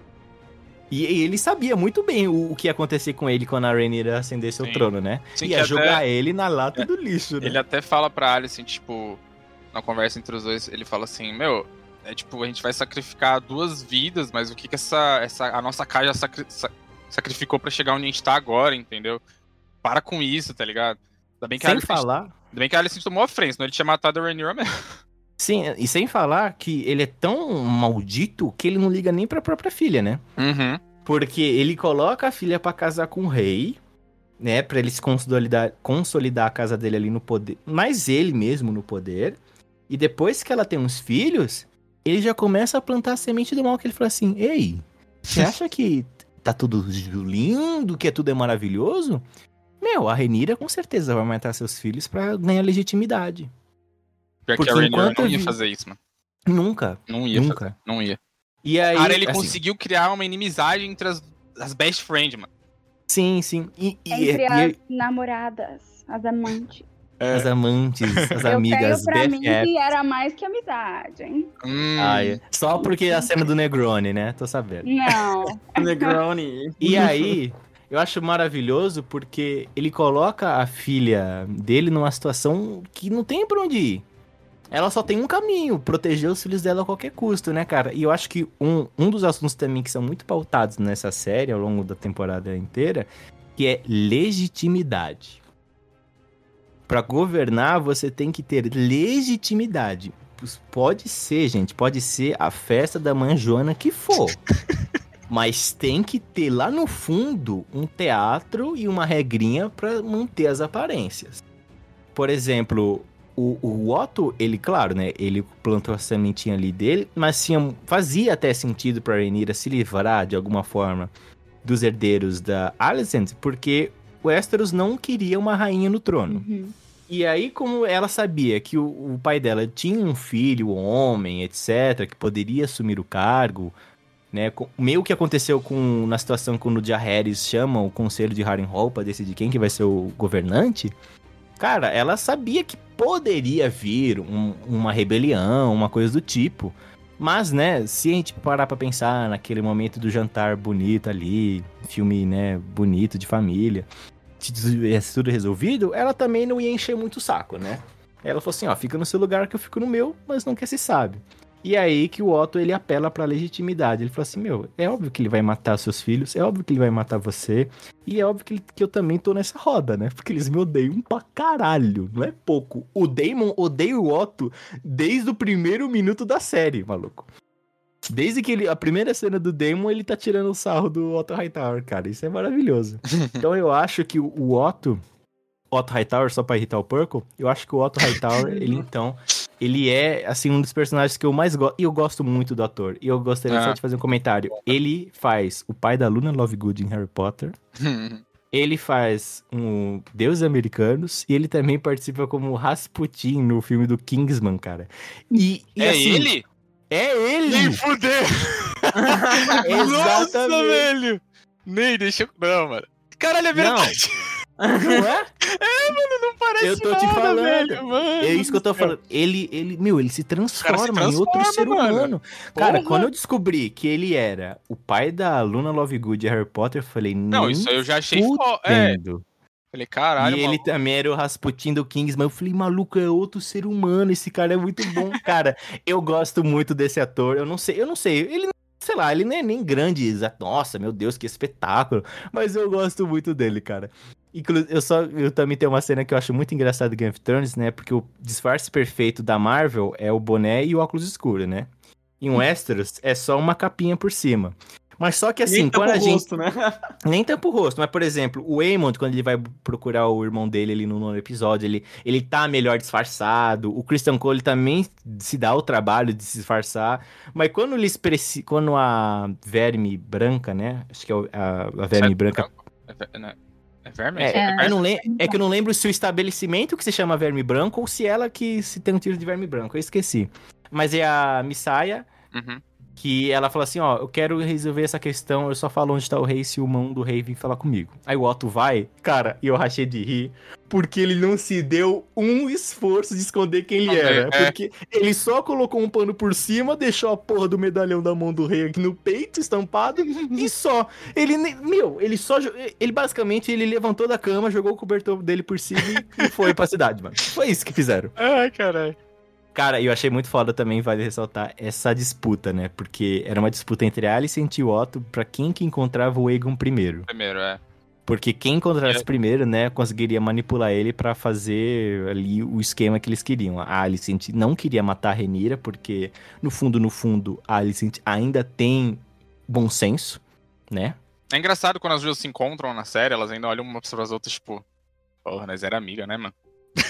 E, e ele sabia muito bem o, o que ia acontecer com ele quando a Rhaenyra ascendesse ao Sim. trono, né? Sim, ia que até- jogar ele na lata do lixo, né? Ele até fala pra Alicent, tipo, na conversa entre os dois, ele fala assim, meu, é tipo, a gente vai sacrificar duas vidas, mas o que que essa, essa a nossa casa já sacri- sa- sacrificou pra chegar onde a gente tá agora, entendeu? Para com isso, tá ligado? Ainda bem que a Sem Alicent, falar... ainda bem que a Alicent tomou a frente, senão ele tinha matado a Rhaenyra mesmo. Sim, e sem falar que ele é tão maldito que ele não liga nem pra própria filha, né? Uhum. Porque ele coloca a filha pra casar com o rei, né? Pra ele se consolidar, consolidar a casa dele ali no poder. Mas ele mesmo no poder. E depois que ela tem uns filhos, ele já começa a plantar a semente do mal. Que ele fala assim, ei, você acha que tá tudo lindo, que tudo é maravilhoso? Meu, a Rhaenyra com certeza vai matar seus filhos pra ganhar legitimidade. Pior que Porque a Rhaenyra enquanto não eu ia vi- fazer isso, mano. Nunca, Não ia nunca. fazer, não ia. E aí, Cara, ele assim, conseguiu criar uma inimizade entre as, as best friends, mano. Sim, sim. E, e- Entre e- as namoradas, as amantes. as amantes, as Eu amigas, tenho pra mim B F F. que era mais que amizade, hein? Hum, Ah, é. Só porque a cena do Negroni, né? Tô sabendo. Não. Negroni. E aí, eu acho maravilhoso porque ele coloca a filha dele numa situação que não tem pra onde ir. Ela só tem um caminho, proteger os filhos dela a qualquer custo, né, cara? E eu acho que um, um dos assuntos também que são muito pautados nessa série, ao longo da temporada inteira, que é legitimidade. Pra governar, você tem que ter legitimidade. Pode ser, gente, pode ser a festa da mãe Joana que for. Mas tem que ter lá no fundo um teatro e uma regrinha pra manter as aparências. Por exemplo, o, o Otto, ele, claro, né, ele plantou a sementinha ali dele, mas tinha, fazia até sentido pra Rhaenyra se livrar de alguma forma dos herdeiros da Alicent, porque o Westeros não queria uma rainha no trono. Uhum. E aí, como ela sabia que o, o pai dela tinha um filho, um homem, etcétera, que poderia assumir o cargo, né? com- Meio que aconteceu com, na situação quando o Jaehaerys chama o conselho de Harrenhal pra decidir quem que vai ser o governante. Cara, ela sabia que poderia vir um- uma rebelião, uma coisa do tipo. Mas, né, se a gente parar pra pensar naquele momento do jantar bonito ali, filme, né, bonito de família, se tivesse tudo resolvido, ela também não ia encher muito o saco, né? Ela falou assim, ó, fica no seu lugar que eu fico no meu, mas nunca se sabe. E aí que o Otto, ele apela pra legitimidade. Ele falou assim, meu, é óbvio que ele vai matar seus filhos, é óbvio que ele vai matar você, e é óbvio que, ele- que eu também tô nessa roda, né? Porque eles me odeiam pra caralho, não é pouco. O Daemon odeia o Otto desde o primeiro minuto da série, maluco. Desde que ele, a primeira cena do Daemon, ele tá tirando o sarro do Otto Hightower, cara. Isso é maravilhoso. Então eu acho que o, o Otto, Otto Hightower, só pra irritar o Purple, eu acho que o Otto Hightower, ele então, ele é, assim, um dos personagens que eu mais gosto, e eu gosto muito do ator. E eu gostaria Ah. só de fazer um comentário. Ele faz o pai da Luna Lovegood em Harry Potter. Ele faz um Deuses Americanos e ele também participa como Rasputin no filme do Kingsman, cara. E, e é assim, ele? É ele! Nem fuder! Nossa, Exatamente. velho! Nem, deixa eu... Não, mano. Caralho, é Não. verdade. Não é? Não parece Eu tô te nada, falando. velho, mano. É isso que eu tô falando. Ele, ele, meu, ele se transforma, Cara, se em outro transforma, ser mano. humano. Cara, Porra. quando eu descobri que ele era o pai da Luna Lovegood e Harry Potter, eu falei, Não, nem isso aí eu já achei fo... É, fudendo. falei, caralho, E ele maluco. também era o Rasputin do Kingsman. Eu falei, maluco, é outro ser humano. Esse cara é muito bom. Cara, eu gosto muito desse ator. Eu não sei, eu não sei. Ele, sei lá, ele não é nem grande. exa- Nossa, meu Deus, que espetáculo. Mas eu gosto muito dele, cara. Inclu eu, só, eu também tenho uma cena que eu acho muito engraçada do Game of Thrones, né? Porque o disfarce perfeito da Marvel é o boné e o óculos escuro, né? em Westeros é só uma capinha por cima. Mas só que assim, Nem quando tampa a o gente... rosto, né? Nem tampa o rosto, mas por exemplo, o Aemond, quando ele vai procurar o irmão dele ali no nono episódio, ele, ele tá melhor disfarçado. O Christian Cole também se dá o trabalho de se disfarçar. Mas quando eles preci... quando a Verme Branca, né? Acho que é a, a Verme Branca... É, né? É verme? É, É. eu não lem- é que eu não lembro se o estabelecimento que se chama Verme Branco ou se ela que se tem um tiro de Verme Branco. Eu esqueci. Mas é a Messiah... Uhum. Que ela fala assim, ó, eu quero resolver essa questão, eu só falo onde tá o rei se o mão do rei vir falar comigo. Aí o Otto vai, cara, e eu rachei de rir, porque ele não se deu um esforço de esconder quem ele era. É. Porque ele só colocou um pano por cima, deixou a porra do medalhão da mão do rei aqui no peito, estampado, e só. Ele, nem- meu, ele só, jo- ele basicamente, ele levantou da cama, jogou o cobertor dele por cima e foi pra cidade, mano. Foi isso que fizeram. Ai, caralho. Cara, eu achei muito foda também, vale ressaltar, essa disputa, né? Porque era uma disputa entre a Alicent e o Otto pra quem que encontrava o Aegon primeiro. Primeiro, é. Porque quem encontrasse É. primeiro, né, conseguiria manipular ele pra fazer ali o esquema que eles queriam. A Alicent não queria matar a Rhaenyra, porque no fundo, no fundo, a Alicent ainda tem bom senso, né? É engraçado quando as duas se encontram na série, elas ainda olham umas pras outras, tipo, porra, nós era amiga, né, mano?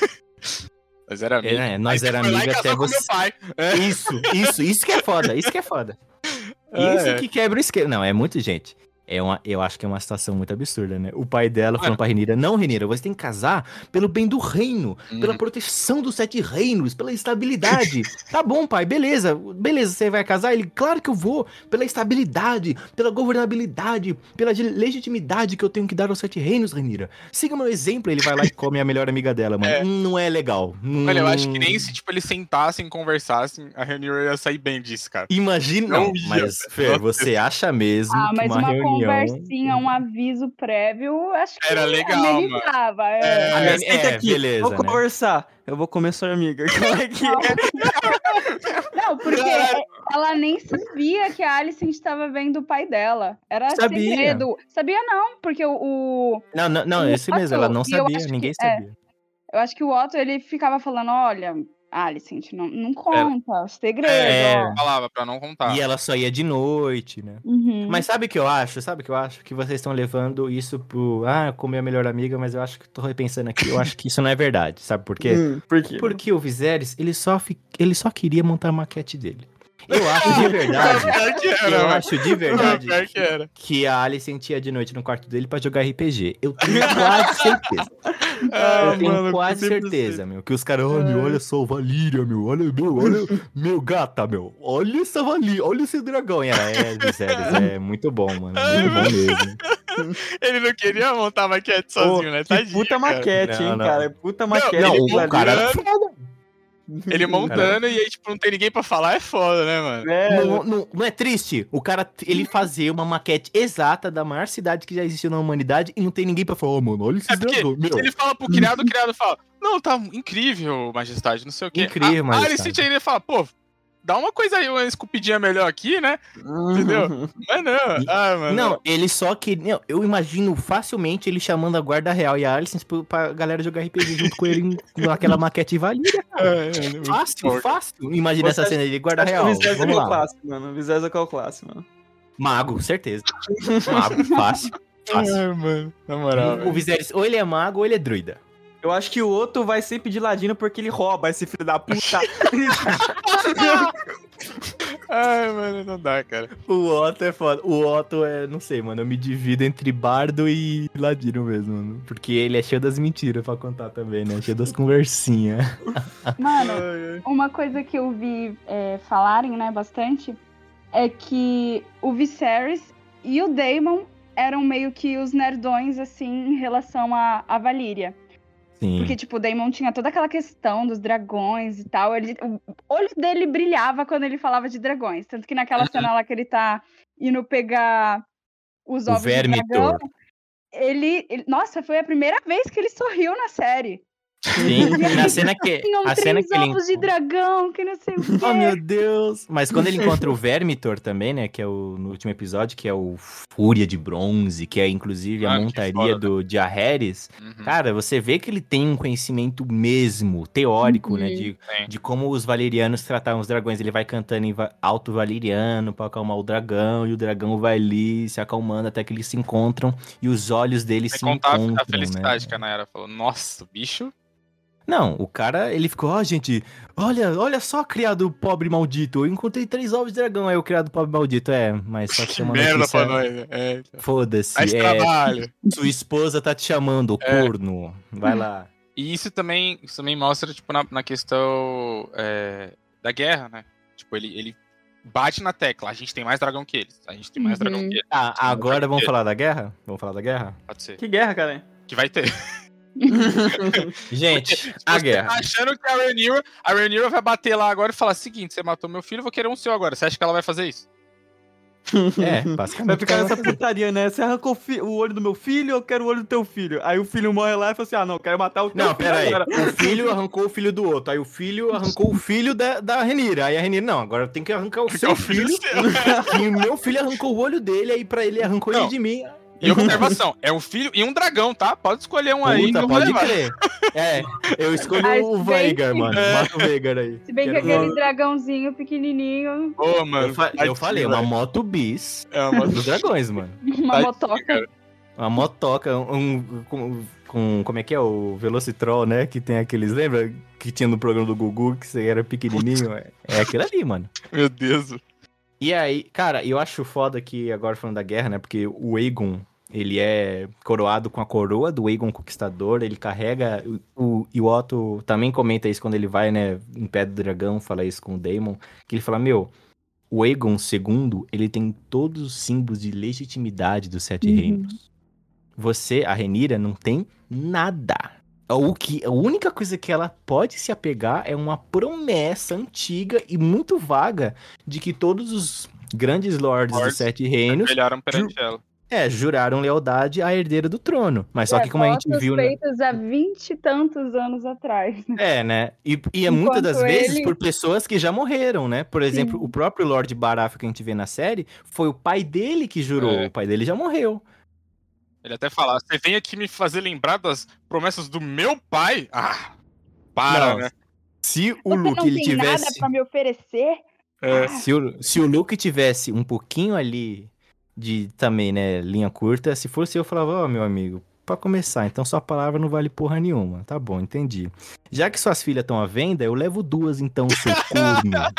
Nós era amiga. É, nós Aí era você foi lá e amiga casou até com você- meu pai. É. Isso, isso, isso que é foda, isso que é foda. É. Isso que quebra o esquema. Não, é muito, gente. É uma, eu acho que é uma situação muito absurda, né? O pai dela falando pra Rhaenyra, não, Rhaenyra, você tem que casar pelo bem do reino, pela Hum. proteção dos sete reinos, pela estabilidade. Tá bom, pai, beleza, beleza, você vai casar? Ele, claro que eu vou, pela estabilidade, pela governabilidade, pela de- legitimidade que eu tenho que dar aos sete reinos, Rhaenyra. Siga meu exemplo, ele vai lá e come a melhor amiga dela, mano. É. Hum, Não é legal. Hum, Olha, eu acho que nem se, tipo, eles sentassem e conversassem, a Rhaenyra ia sair bem disso, cara. Imagina, Não não, ia. mas, Fer, você acha mesmo Ah, que mas uma, uma, reunião... conversinha, um aviso prévio, acho que Era legal, amenizava. É. É. Amiga, É, senta é, aqui, beleza, vamos né? conversar. Eu vou comer sua amiga. Como é que é? Não, porque Caralho. ela nem sabia que a Alicent estava vendo o pai dela. Era Sabia. segredo. Sabia não, porque o... o- Não, não, não, O esse mesmo, ela não Otto, e eu sabia, acho que- ninguém é. sabia. eu acho que o Otto, ele ficava falando, olha, Alicent, não, não conta, segredo, É. ó. Falava pra não contar. E ela só ia de noite, né? Uhum. Mas sabe o que eu acho? Sabe o que eu acho? Que vocês estão levando isso pro... Ah, comer a melhor amiga, mas eu acho que tô repensando aqui. Eu acho que isso não é verdade, sabe por quê? Hum, por quê? Porque o Viserys, ele só, fi... ele só queria montar a maquete dele. Eu acho de verdade, Pior que era, eu mano. acho de verdade Pior que era. que a Alicent ia de noite no quarto dele pra jogar R P G. Eu tenho quase certeza. Ah, eu tenho mano, quase cem por cento. certeza, meu. Que os caras, oh, meu, olha só o Valíria, meu. Olha, meu, olha, meu gata, meu. Olha essa Valíria, olha esse dragão. E ela, é, Viserys, é muito bom, mano. Muito bom mesmo. Ele não queria montar maquete sozinho, Pô, né? que Tadinho, puta cara. maquete, Não, hein, não. cara? Puta maquete. Não, ele o montando- cara era foda. Ele montando e aí, tipo, não tem ninguém pra falar, é foda, né, mano? É, Não, não, não é triste? O cara, ele fazer uma maquete exata da maior cidade que já existiu na humanidade e não tem ninguém pra falar, oh, mano, olha esses É porque dragões, meu. se ele fala pro criado, o criado fala, não, tá incrível, majestade, não sei o quê. Incrível, a, majestade. A Alicent ainda fala, pô, dá uma coisa aí, uma esculpidinha melhor aqui, né? Entendeu? Mas não, E- ah, mano. Não, ele só queria. não, Eu imagino facilmente ele chamando a guarda real e a Alicent pra, pra galera jogar R P G junto com ele em- naquela maquete Valíria, cara. É, é, é muito Fácil, forte. fácil. Imagina Você essa cena de guarda Acho que o real. Viserys é Vamos o lá. clássico, mano. O Viserys é o clássico, mano. Mago, certeza. Mago, fácil. Fácil. Ai, mano, na moral. O velho. Viserys, ou ele é mago ou ele é druida. Eu acho que o Otto vai sempre de ladino porque ele rouba esse filho da puta. Ai, mano, não dá, cara. O Otto é foda. O Otto é, não sei, mano, eu me divido entre bardo e ladino mesmo, mano. Porque ele é cheio das mentiras pra contar também, né? Cheio das conversinhas. Mano, Ai, ai. uma coisa que eu vi é, falarem, né, bastante, é que o Viserys e o Daemon eram meio que os nerdões, assim, em relação à, à Valíria. Sim. Porque, tipo, o Daemon tinha toda aquela questão dos dragões e tal. Ele, o olho dele brilhava quando ele falava de dragões. Tanto que naquela cena lá que ele tá indo pegar os O ovos do Vermitor. dragão, ele, ele... Nossa, foi a primeira vez que ele sorriu na série. Sim, na cena que, Tinham a cena três que ele ovos de dragão, que não sei o quê. Oh, meu Deus! Mas quando ele encontra o Vermitor também, né? Que é o no último episódio, que é o Fúria de Bronze, que é inclusive a Mano, que montaria foda. do Jaehaerys. Uhum. Cara, você vê que ele tem um conhecimento mesmo, teórico, Uhum. né? De, Tem. de como os valerianos tratavam os dragões. Ele vai cantando em va- alto valeriano pra acalmar o dragão, e o dragão vai ali se acalmando até que eles se encontram e os olhos deles Sem se contar a- encontram, a felicidade né? que a Nayara falou. Nossa, bicho. Não, o cara, ele ficou, ó, gente, olha, olha só, criado pobre maldito, eu encontrei três ovos de dragão, aí o criado pobre maldito, é, mas só que Que tem uma merda notícia, pra nós. né? É, então. Mais foda-se, é, trabalho. sua esposa tá te chamando, É. corno, vai lá. E isso também, isso também mostra, tipo, na, na questão é, da guerra, né? Tipo, ele, ele bate na tecla. A gente tem mais dragão que eles. A gente tem mais Uhum. dragão que eles. Ah, Tem mais agora dragão vamos que falar da guerra? Vamos falar da guerra? eles. Pode ser. Que guerra, cara. Que vai ter. Gente, Se a você guerra. tá achando que a Rhaenyra, a Rhaenyra vai bater lá agora e falar: seguinte, você matou meu filho, eu vou querer um seu agora. Você acha que ela vai fazer isso? É, Vai basicamente. ficar ela nessa vai fazer. putaria, né? Você arrancou o, fi- o olho do meu filho, eu quero o olho do teu filho. Aí o filho morre lá e fala assim: ah, não, eu quero matar o teu Não, filho pera aí. agora. O filho arrancou o filho do outro. Aí o filho arrancou o filho da, da Renira. Aí a Renira, não, agora tem que arrancar o seu o filho filho. E o meu filho arrancou o olho dele, aí pra ele arrancou Não. ele de mim. E observação, é um filho e um dragão, tá? Pode escolher um aí. que Puta, eu vou pode levar. crer. É, eu escolho Mas o bem Veigar, que- mano. Mata o Veigar aí. Se bem que Quero- aquele dragãozinho pequenininho, Ô, mano. Eu, fa- eu tadinho, falei, uma velho. moto bis É uma dos dragões, mano. uma Tadinho, motoca. cara. Uma motoca, um, um- com, com- como é que é? O Velocitrol, né? Que tem aqueles, lembra? Que tinha no programa do Gugu, que você era pequenininho. É, é aquilo ali, mano. Meu Deus. E aí, cara, eu acho foda que, agora falando da guerra, né? Porque o Aegon, ele é coroado com a coroa do Aegon Conquistador, ele carrega, o, o, e o Otto também comenta isso quando ele vai, né, em Pé do Dragão, fala isso com o Daemon, que ele fala, meu, o Aegon segundo, ele tem todos os símbolos de legitimidade dos Sete Uhum. Reinos. Você, a Rhaenyra, não tem nada. O que, a única coisa que ela pode se apegar é uma promessa antiga e muito vaga de que todos os grandes lords dos Lords Sete Reinos Melhoraram perante ela. é, juraram lealdade à herdeira do trono. Mas só É, que como a gente votos viu, né? feitos há vinte e tantos anos atrás. É, né? E, e é Enquanto muitas das vezes ele- por pessoas que já morreram, né? Por exemplo, Sim. o próprio Lord Baratheon que a gente vê na série, foi o pai dele que jurou. É. O pai dele já morreu. Ele até fala, você vem aqui me fazer lembrar das promessas do meu pai? Ah, para, Não, né? Se o Você Luke não ele tem nada tivesse, pra me oferecer? É. se o, se o Luke tivesse um pouquinho ali de também, né, linha curta, se fosse eu, eu falava, ó, meu amigo, pra começar, então sua palavra não vale porra nenhuma. Tá bom, entendi. Já que suas filhas estão à venda, eu levo duas então, seu corno.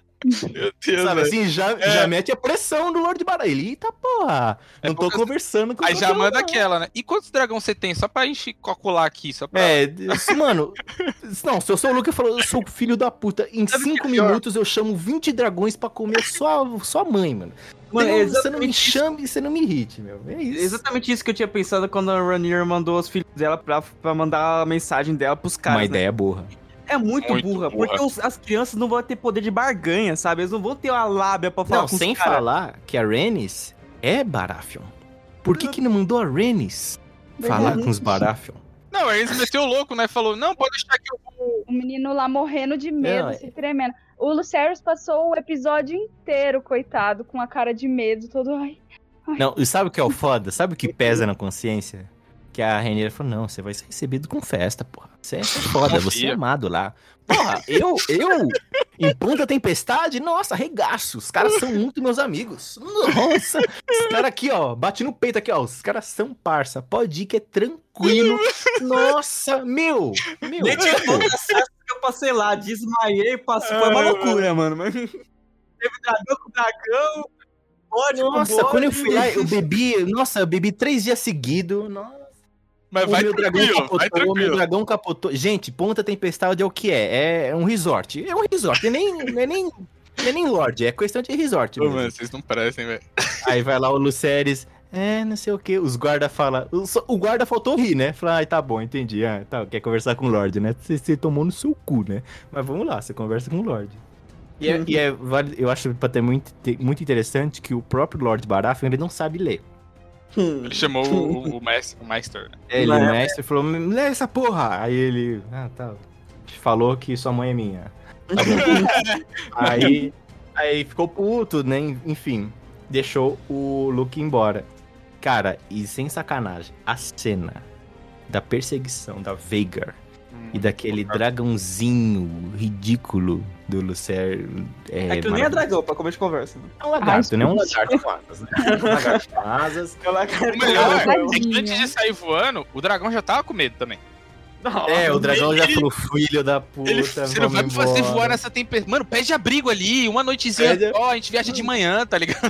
Meu Deus, Sabe velho. assim, já, É. já mete a pressão do Lord Baratheon. Ele, eita porra, É não tô poucas- conversando com Aí já qualquer um, manda não. aquela, né? E quantos dragões você tem? Só pra gente calcular aqui, só pra... É, isso, mano, não, se eu sou o Luke, eu falo, eu sou filho da puta. Em Sabe o que cinco é pior? minutos eu chamo vinte dragões pra comer só, só mãe, mano. Mano, Então, é você não me exatamente isso. chame e você não me irrite, meu. É isso. Exatamente isso que eu tinha pensado quando a Rhaenyra mandou os filhos dela pra, pra mandar a mensagem dela pros caras. Uma né? ideia burra. É muito, Muito burra, burra. porque os- as crianças não vão ter poder de barganha, sabe? Eles não vão ter uma lábia pra falar Não, com os sem cara. falar que a Rhaenys é Baratheon. Por que que não mandou a Rhaenys falar Verdade. com os Baratheon? Não, aí eles meteu o louco, né? Falou, não, pode deixar que eu vou... O menino lá morrendo de medo, Não, é- se tremendo. O Lucerys passou o episódio inteiro, coitado, com a cara de medo, todo. Ai, Não, e sabe o que é o foda? Sabe o que pesa na consciência? Que a Rhaenyra falou, não, você vai ser recebido com festa, porra. Você é foda, você é Confia. amado lá. Porra, eu, eu, em Ponta Tempestade, nossa, regaço. Os caras são muito meus amigos. Nossa, os caras aqui, ó, bate no peito aqui, ó. Os caras são parça, pode ir que é tranquilo. Nossa, meu, meu. Nem tinha meu. todas as festas que eu passei lá, desmaiei, passou, foi uma Ai, loucura, mano. Mas... Teve dragão com dragão, bode com Nossa, bode. quando eu fui lá, eu bebi, nossa, eu bebi três dias seguidos. Nossa. Mas O vai meu dragão tranquilo, vai capotou, o meu tranquilo. dragão capotou. Gente, Ponta Tempestade é o que é? É um resort. É um resort, não é nem, não é nem, não é nem lord, é questão de resort Ô, mesmo. mano, vocês não parecem, velho. Aí vai lá o Lucerys, é, não sei o que, os guarda falam, o, só- o guarda faltou rir, né? Fala, ai, tá bom, entendi, ah, tá, quer conversar com o lord, né? Você, você tomou no seu cu, né? Mas vamos lá, você conversa com o lord. E, é, e é, vale- eu acho pra ter muito, te- muito interessante que o próprio Lord Baratheon, ele não sabe ler. Ele chamou o, o, Master, o Master, né? É, ele, o mestre falou, me leva essa porra. Aí ele, ah, tá. Falou que sua mãe é minha. Tá bom. aí, aí ficou puto, né? Enfim, deixou o Luke embora. Cara, e sem sacanagem, a cena da perseguição da Veigar hum, e daquele dragãozinho ridículo do Lucer. É, é que nem é dragão, pra comer de conversa. Né? É um lagarto, né? Um lagarto com asas. Né? Um lagarto com asas. O melhor é que antes de sair voando, o dragão já tava com medo também. Não, é, o dragão ele, já falou, filho da puta. Ele, você não vai me fazer voar nessa tempestade. Mano, pede abrigo ali, uma noitezinha pede... só, a gente viaja de manhã, tá ligado?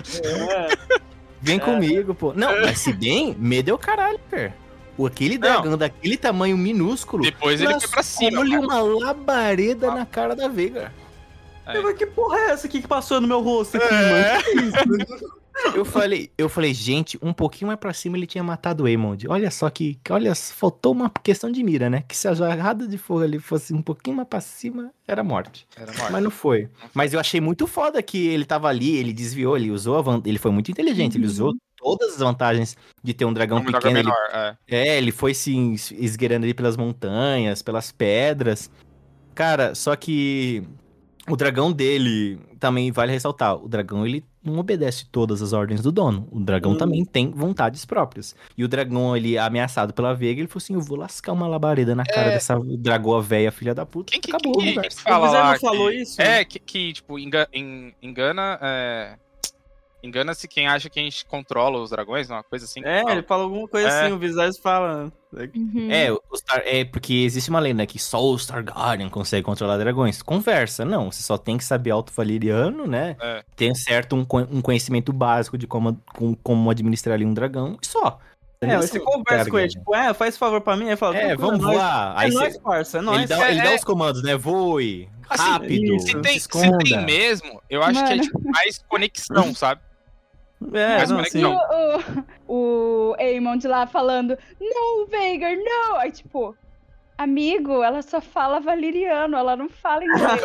É. Vem é. comigo, pô. Não, mas se bem, medo é o caralho, cara. Aquele dragão não. daquele tamanho minúsculo. Depois ele foi pra cima. Olha uma labareda ah. na cara da Veigar. É. Mas que porra é essa aqui que passou no meu rosto aqui, é. mano? Eu falei, eu falei, gente, um pouquinho mais pra cima ele tinha matado o Aemond. Olha só que, olha, faltou uma questão de mira, né? Que se a jarrada de fogo ali fosse um pouquinho mais pra cima, era morte. Era morte. Mas não foi. não foi. Mas eu achei muito foda que ele tava ali, ele desviou, ele usou a van... ele foi muito inteligente, uhum. ele usou todas as vantagens de ter um dragão um pequeno. Menor, ele... É. é, ele foi se esgueirando ali pelas montanhas, pelas pedras. Cara, só que o dragão dele, também vale ressaltar, o dragão ele não obedece todas as ordens do dono. O dragão hum. também tem vontades próprias. E o dragão, ele ameaçado pela Veiga, ele falou assim, eu vou lascar uma labareda na cara é... dessa dragoa velha, filha da puta. Quem que, acabou, quem, quem que fala lá não falou que... isso? É, que, que tipo, engana, engana é... engana-se quem acha que a gente controla os dragões, uma coisa assim. É, fala. ele fala alguma coisa é. assim, o Viserys fala. Uhum. É, o Star... é, porque existe uma lenda que só o Targaryen consegue controlar dragões. Conversa, não. Você só tem que saber Alto Valyriano, né? É. Tem certo um, um conhecimento básico de como, com, como administrar ali um dragão e só. É, você conversa com ele, tipo, é, faz favor pra mim, aí fala, é, vamos voar. É, aí nóis, cê... parça, é nóis. Ele dá, é, ele dá os comandos, né? Voe, assim, rápido, se tem, se, se tem mesmo, eu acho Mano. que é tipo, mais conexão, sabe? É, mais não, conexão. O, o, o Aemond lá falando, não, Veigar, não! Aí, tipo, amigo, ela só fala valeriano, ela não fala inglês.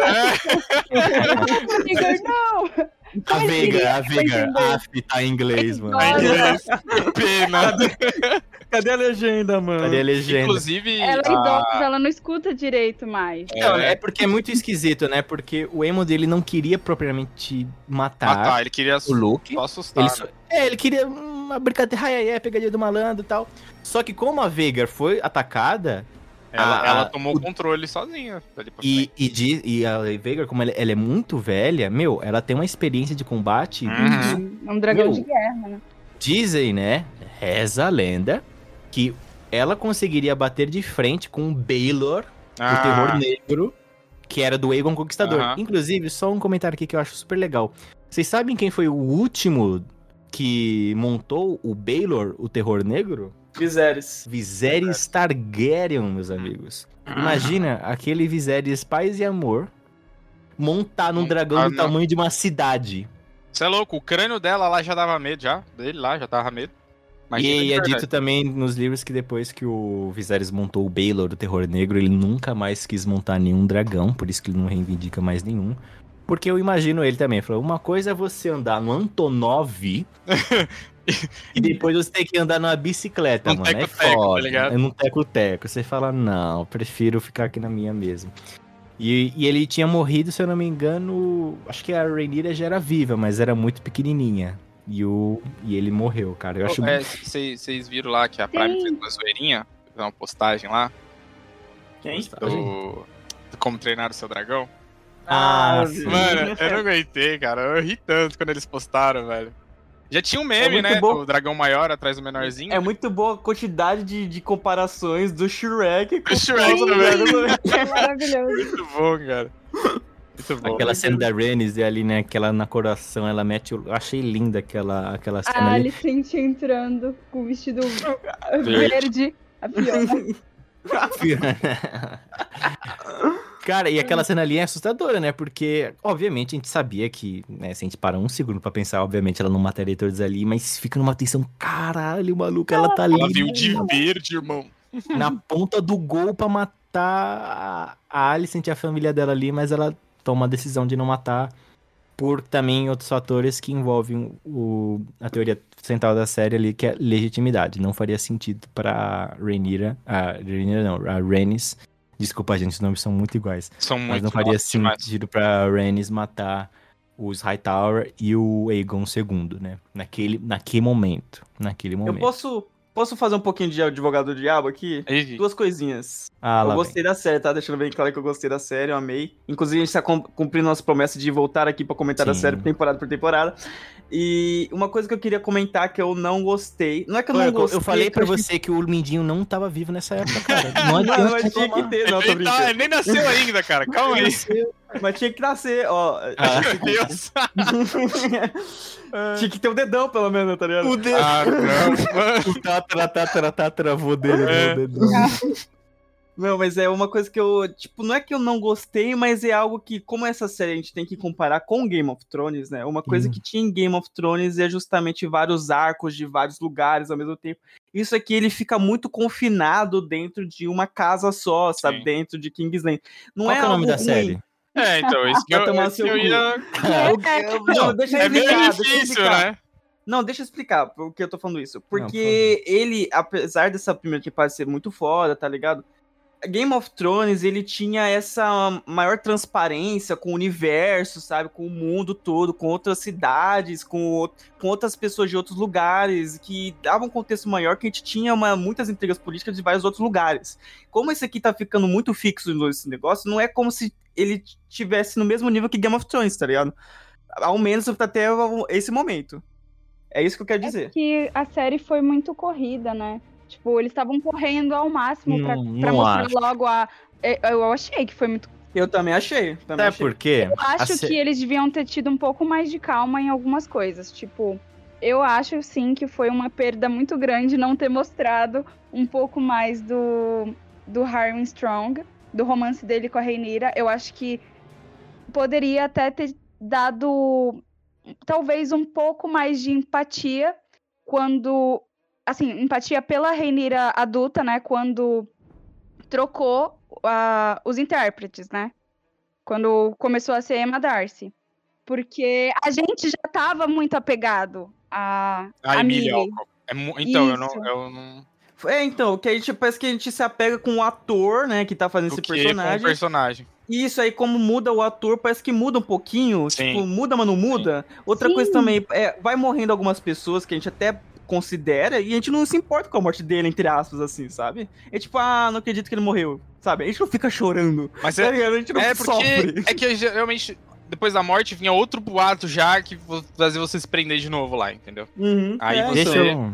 Veigar, não! A Veigar, a Veigar, af, tá em inglês, mano. Tá em inglês. Que pena. Cadê a legenda, mano? Cadê a legenda? Inclusive... Ela é a... idosa, ela não escuta direito mais. É, é porque é muito esquisito, né? Porque o Aemond, ele não queria propriamente matar, matar ele queria o Luke. Só assustar. Ele só... É, ele queria uma brincadeira, ai, ai, pegadinha do malandro e tal. Só que como a Veigar foi atacada... Ela, a, ela tomou o controle sozinha. E, e, de, e a Veigar, como ela, ela é muito velha, meu, ela tem uma experiência de combate... Uhum. É um dragão meu, de guerra, né? Dizem, né? Reza a lenda que ela conseguiria bater de frente com o Baelor, ah. o Terror Negro, que era do Aegon Conquistador. Uh-huh. Inclusive, só um comentário aqui que eu acho super legal. Vocês sabem quem foi o último que montou o Baelor, o Terror Negro? Viserys. Viserys Targaryen, meus amigos. Uh-huh. Imagina aquele Viserys paz e amor montar num dragão ah, do tamanho de uma cidade. Você é louco, o crânio dela lá já dava medo, já. Dele lá, já dava medo. Imagina e é dito também nos livros que depois que o Viserys montou o Baelor, o Terror Negro, ele nunca mais quis montar nenhum dragão, por isso que ele não reivindica mais nenhum. Porque eu imagino ele também, falou, uma coisa é você andar no Antonov e depois você tem que andar numa bicicleta, um mano, é foda, tá ligado? É num teco-teco, você fala, não, prefiro ficar aqui na minha mesmo. E, e ele tinha morrido, se eu não me engano, acho que a Rhaenyra já era viva, mas era muito pequenininha. E, o, e ele morreu, cara. Eu acho Vocês é, viram lá que a Prime Sim. fez uma zoeirinha? Fez uma postagem lá? Quem? Do, do Como Treinar o Seu Dragão? Ah, mano, eu não aguentei, cara. Eu ri tanto quando eles postaram, velho. Já tinha um meme, é né? Bom. Do dragão maior atrás do menorzinho. É muito boa a quantidade de, de comparações do Shrek com o Shrek, velho. É maravilhoso. Muito bom, cara. Muito bom. Aquela cena da Rhaenys ali, né? Aquela na coração, ela mete o... Eu achei linda aquela, aquela cena a ali. A Alicent entrando com o vestido verde. A Fiona. A Fiona. Cara, e aquela cena ali é assustadora, né? Porque, obviamente, a gente sabia que, né? Se a gente parar um segundo pra pensar, obviamente, ela não mataria todos ali, mas fica numa tensão, caralho, maluca, ela tá ali. Ela viu de verde, irmão. Na ponta do gol pra matar a Alicent e a família dela ali, mas ela toma a decisão de não matar por também outros fatores que envolvem o, a teoria central da série ali, que é legitimidade. Não faria sentido pra Rhaenyra, a Rhaenyra não, a Rhaenys, desculpa gente, os nomes são muito iguais, São mas muito não faria nossa, demais. sentido pra Rhaenys matar os Hightower e o Aegon segundo, né? Naquele, naquele momento, naquele momento. Eu posso, posso fazer um pouquinho de advogado do diabo aqui? Aí, Duas coisinhas. Ah, eu lá gostei da série, tá? Deixando bem claro que eu gostei da série, eu amei. Inclusive, a gente tá cum- cumprindo nossa promessa de voltar aqui pra comentar Sim. a série temporada por temporada. E uma coisa que eu queria comentar que eu não gostei. Não é que eu Pô, não eu, gostei. eu falei pra que eu achei- você que o Mindinho não tava vivo nessa época, cara. Não Não, adianta mas tinha que reclamar. ter, não, tô ele, tá- brincando. ele nem nasceu ainda, cara. Calma aí. Mas tinha que nascer, ó. Ah. Meu Deus. Tinha que ter o dedão, pelo menos, tá ligado? O dedo. Ah, não, mano. O tátara, tátara, tátara, avô dele, É. meu dedão. Não, mas é uma coisa que eu, tipo, não é que eu não gostei, mas é algo que, como essa série a gente tem que comparar com Game of Thrones, né? Uma coisa Sim. que tinha em Game of Thrones é justamente vários arcos de vários lugares ao mesmo tempo. Isso aqui, ele fica muito confinado dentro de uma casa só, sabe? Sim. Dentro de King's Landing. Não Qual é que é o nome algo da ruim. série? É, então, isso que Vai eu, tomar isso seu que eu cu. ia... Eu- eu- não, deixa eu É meio explicar, deixa eu difícil, explicar. né? Não, deixa eu explicar por que eu tô falando isso. por Porque ele, apesar dessa primeira temporada ser muito foda, tá ligado? Game of Thrones, ele tinha essa maior transparência com o universo, sabe? Com o mundo todo, com outras cidades, com, o- com outras pessoas de outros lugares, que dava um contexto maior, que a gente tinha uma, muitas intrigas políticas de vários outros lugares. Como esse aqui tá ficando muito fixo nesse negócio, não é como se ele tivesse no mesmo nível que Game of Thrones, tá ligado? Ao menos até esse momento. É isso que eu quero dizer. Que a série foi muito corrida, né? Tipo, eles estavam correndo ao máximo pra, Não- pra não mostrar acho. logo a. Eu eu achei que foi muito. Eu também achei. Também Sabe achei. por quê? Eu acho A sé- que eles deviam ter tido um pouco mais de calma em algumas coisas. Tipo, eu acho sim que foi uma perda muito grande não ter mostrado um pouco mais do, do Harwin Strong, do romance dele com a Rhaenyra. Eu acho que poderia até ter dado talvez um pouco mais de empatia quando, assim, empatia pela Rhaenyra adulta, né, quando trocou ah, os intérpretes, né, quando começou a ser Emma Darcy, porque a gente já tava muito apegado a, A a Emília Millie. Alcock. É mu- então, eu não, Isso. eu não... É, então, que a gente parece que a gente se apega com o ator, né, que tá fazendo Do esse que com o personagem. personagem. E isso aí, como muda o ator, parece que muda um pouquinho. Sim. Tipo, muda, mas não muda. Outra Sim. coisa também, é, vai morrendo algumas pessoas que a gente até considera e a gente não se importa com a morte dele, entre aspas, assim, sabe? É tipo, ah, não acredito que ele morreu, sabe? A gente não fica chorando. Mas Tá é, ligado? A gente não é porque sofre. é que geralmente depois da morte vinha outro boato já que fazia você se prender de novo lá, entendeu? Uhum, Aí é, você- Deixa eu...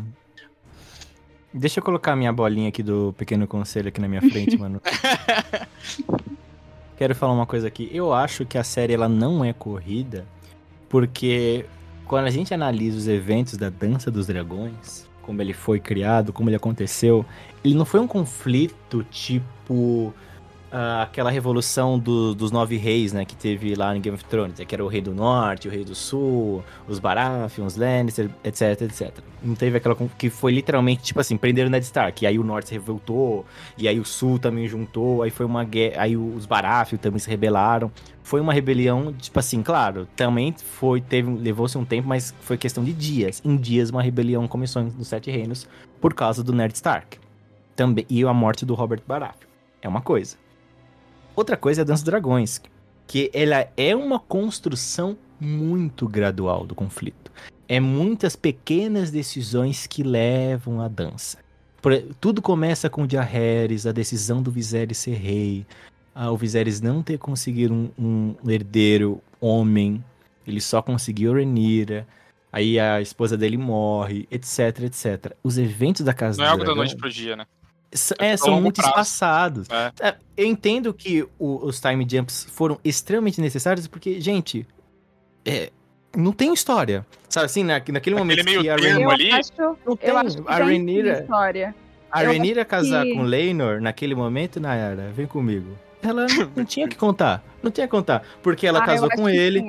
Deixa eu colocar minha bolinha aqui do Pequeno Conselho aqui na minha frente, mano. Quero falar uma coisa aqui. Eu acho que a série ela não é corrida, porque quando a gente analisa os eventos da Dança dos Dragões, como ele foi criado, como ele aconteceu, ele não foi um conflito tipo ah, aquela revolução do- dos nove reis, né, que teve lá em Game of Thrones, que era o rei do norte, o rei do sul, os Baratheon, os Lannister, etc, etcétera. Não teve aquela con- que foi literalmente, tipo assim, prenderam Ned Stark, e aí o norte se revoltou, e aí o sul também juntou, aí foi uma guerra, aí os Baratheon também se rebelaram. Foi uma rebelião, tipo assim, claro, também foi, teve, levou-se um tempo, mas foi questão de dias. Em dias uma rebelião começou nos Sete Reinos por causa do Ned Stark. Também, e a morte do Robert Baratheon. É uma coisa. Outra coisa é a Dança dos Dragões, que ela é uma construção muito gradual do conflito. É muitas pequenas decisões que levam à dança. Por- tudo começa com o Jaehaerys, a decisão do Viserys ser rei, ah, o Viserys não ter conseguido um, um herdeiro homem, ele só conseguiu Rhaenyra, aí a esposa dele morre, etc, etcétera. Os eventos da Casa Não é do algo da Dragão... noite pro dia, né? S- É É, a são longo muito prazo. espaçados. É. É, eu entendo que o- os time jumps foram extremamente necessários, porque, gente, é, não tem história. Sabe assim, na, naquele momento meio que a termo Eu Rhaenyra, ali, acho, não tem, eu acho que a tem sim Rhaenyra, história. a eu Rhaenyra acho casar que- com Laenor, naquele momento, Nayara, vem comigo. Ela não tinha que contar, não tinha que contar, porque ela Ah, eu casou acho com que ele, tinha.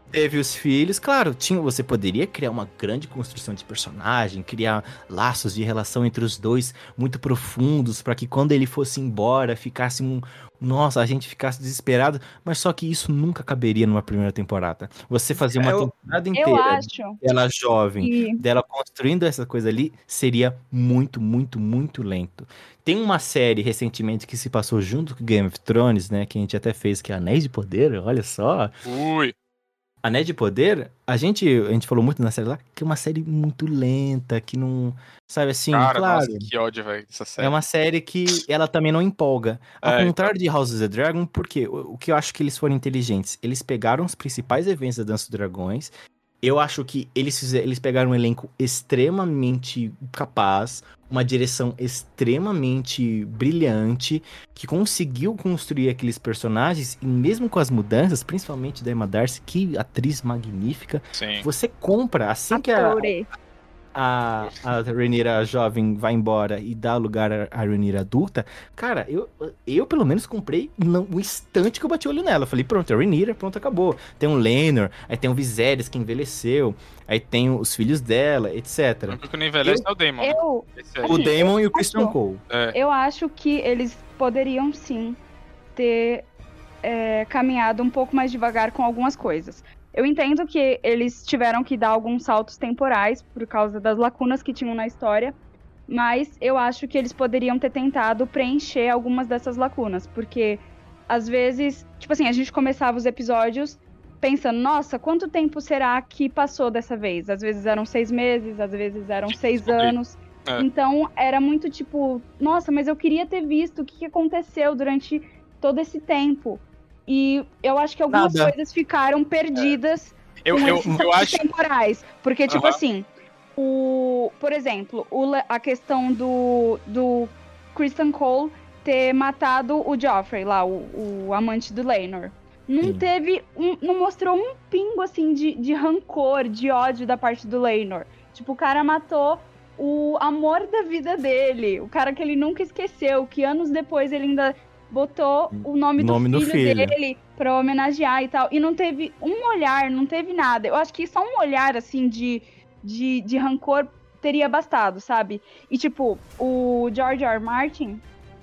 Teve os filhos, claro, tinha, você poderia criar uma grande construção de personagem, criar laços de relação entre os dois muito profundos, pra que quando ele fosse embora, ficasse um... Nossa, a gente ficasse desesperado, mas só que isso nunca caberia numa primeira temporada. Você fazer uma Eu- temporada Eu inteira acho dela jovem, que dela construindo essa coisa ali, seria muito, muito, muito lento. Tem uma série recentemente que se passou junto com Game of Thrones, né, que a gente até fez, que é Anéis de Poder, olha só. Ui. Anéis de Poder, a gente, a gente falou muito na série lá, que é uma série muito lenta, que não... Sabe assim, Cara, claro, nossa, que ódio, velho, dessa série. é uma série que ela também não empolga. Ao É, contrário de House of the Dragon, porque o, o que eu acho que eles foram inteligentes, eles pegaram os principais eventos da Dança dos Dragões. Eu acho que eles, fizer, eles pegaram um elenco extremamente capaz, uma direção extremamente brilhante, que conseguiu construir aqueles personagens, e mesmo com as mudanças, principalmente da Emma Darcy, que atriz magnífica, Sim. você compra, assim que a, Atore. a, a Rhaenyra jovem vai embora e dá lugar à à Rhaenyra adulta, cara, eu, eu pelo menos comprei no o instante que eu bati o olho nela. Eu falei, pronto, é a Rhaenyra, pronto, acabou. Tem um Laenor, aí tem o Viserys que envelheceu, aí tem os filhos dela, O etcétera. único que não envelhece é o Daemon. né? Eu, Esse aí. O Daemon e o acho- Christian Cole. É. eu acho que eles poderiam sim ter é, caminhado um pouco mais devagar com algumas coisas. Eu entendo que eles tiveram que dar alguns saltos temporais por causa das lacunas que tinham na história, mas eu acho que eles poderiam ter tentado preencher algumas dessas lacunas, porque às vezes, tipo assim, a gente começava os episódios pensando, nossa, quanto tempo será que passou dessa vez? Às vezes eram seis meses, às vezes eram Tinha que seis descobrir. anos. É. Então era muito tipo, nossa, mas eu queria ter visto o que que aconteceu durante todo esse tempo. E eu acho que algumas Nada. coisas ficaram perdidas Eu, com eu, esses eu acho. temporais. Porque, tipo Aham. assim, o, por exemplo, o Le- a questão do, do Christian Cole ter matado o Joffrey lá, o, o amante do Laenor. Não Sim. teve. Um, não mostrou um pingo assim de, de rancor, de ódio da parte do Laenor. Tipo, o cara matou o amor da vida dele. O cara que ele nunca esqueceu, que anos depois ele ainda botou o nome, Nome do do filho, filho. dele pra homenagear e tal. E não teve um olhar, não teve nada. Eu acho que só um olhar, assim, de, de, de rancor teria bastado, sabe? E, tipo, o George R. R. Martin,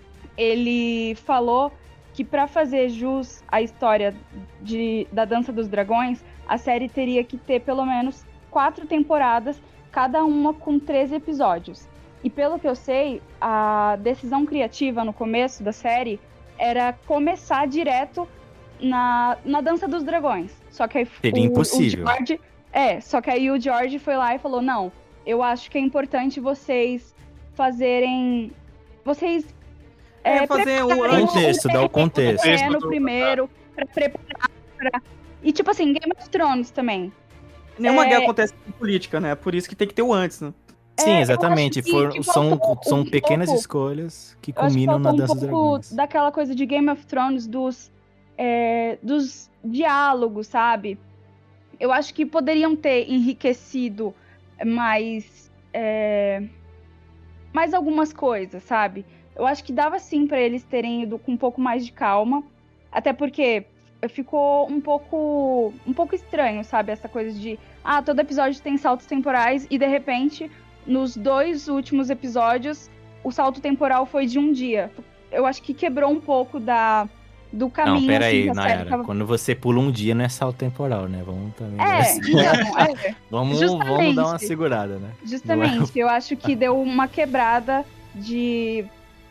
ele falou que pra fazer jus à história de, da Dança dos Dragões, a série teria que ter pelo menos quatro temporadas, cada uma com treze episódios. E pelo que eu sei, a decisão criativa no começo da série era começar direto na, na Dança dos Dragões. Só que aí Seria o, impossível. o George, é, só que aí o George foi lá e falou, não, eu acho que é importante vocês fazerem... Vocês É, fazer o preparem contexto, dar o contexto. É, no do- primeiro, pra preparar pra... E tipo assim, Game of Thrones também. Nenhuma É. guerra acontece com política, né? Por isso que tem que ter o antes, né? Sim, É, eu exatamente. acho que- Foram- que são faltou são um pequenas pouco- escolhas que Eu acho que culminam na faltou um Dança dos pouco Dragões. daquela coisa de Game of Thrones, dos, é, dos diálogos, sabe? Eu acho que poderiam ter enriquecido mais, é, mais algumas coisas, sabe? Eu acho que dava sim pra eles terem ido com um pouco mais de calma, até porque ficou um pouco, um pouco estranho, sabe? Essa coisa de, ah, todo episódio tem saltos temporais e de repente, nos dois últimos episódios, o salto temporal foi de um dia. Eu acho que quebrou um pouco da, do caminho Não, pera assim, aí, que a série Nayara. tava... Quando você pula um dia, não é salto temporal, né? Vamos também... É, então, é, vamos, justamente. vamos dar uma segurada, né? justamente. Eu acho que deu uma quebrada de...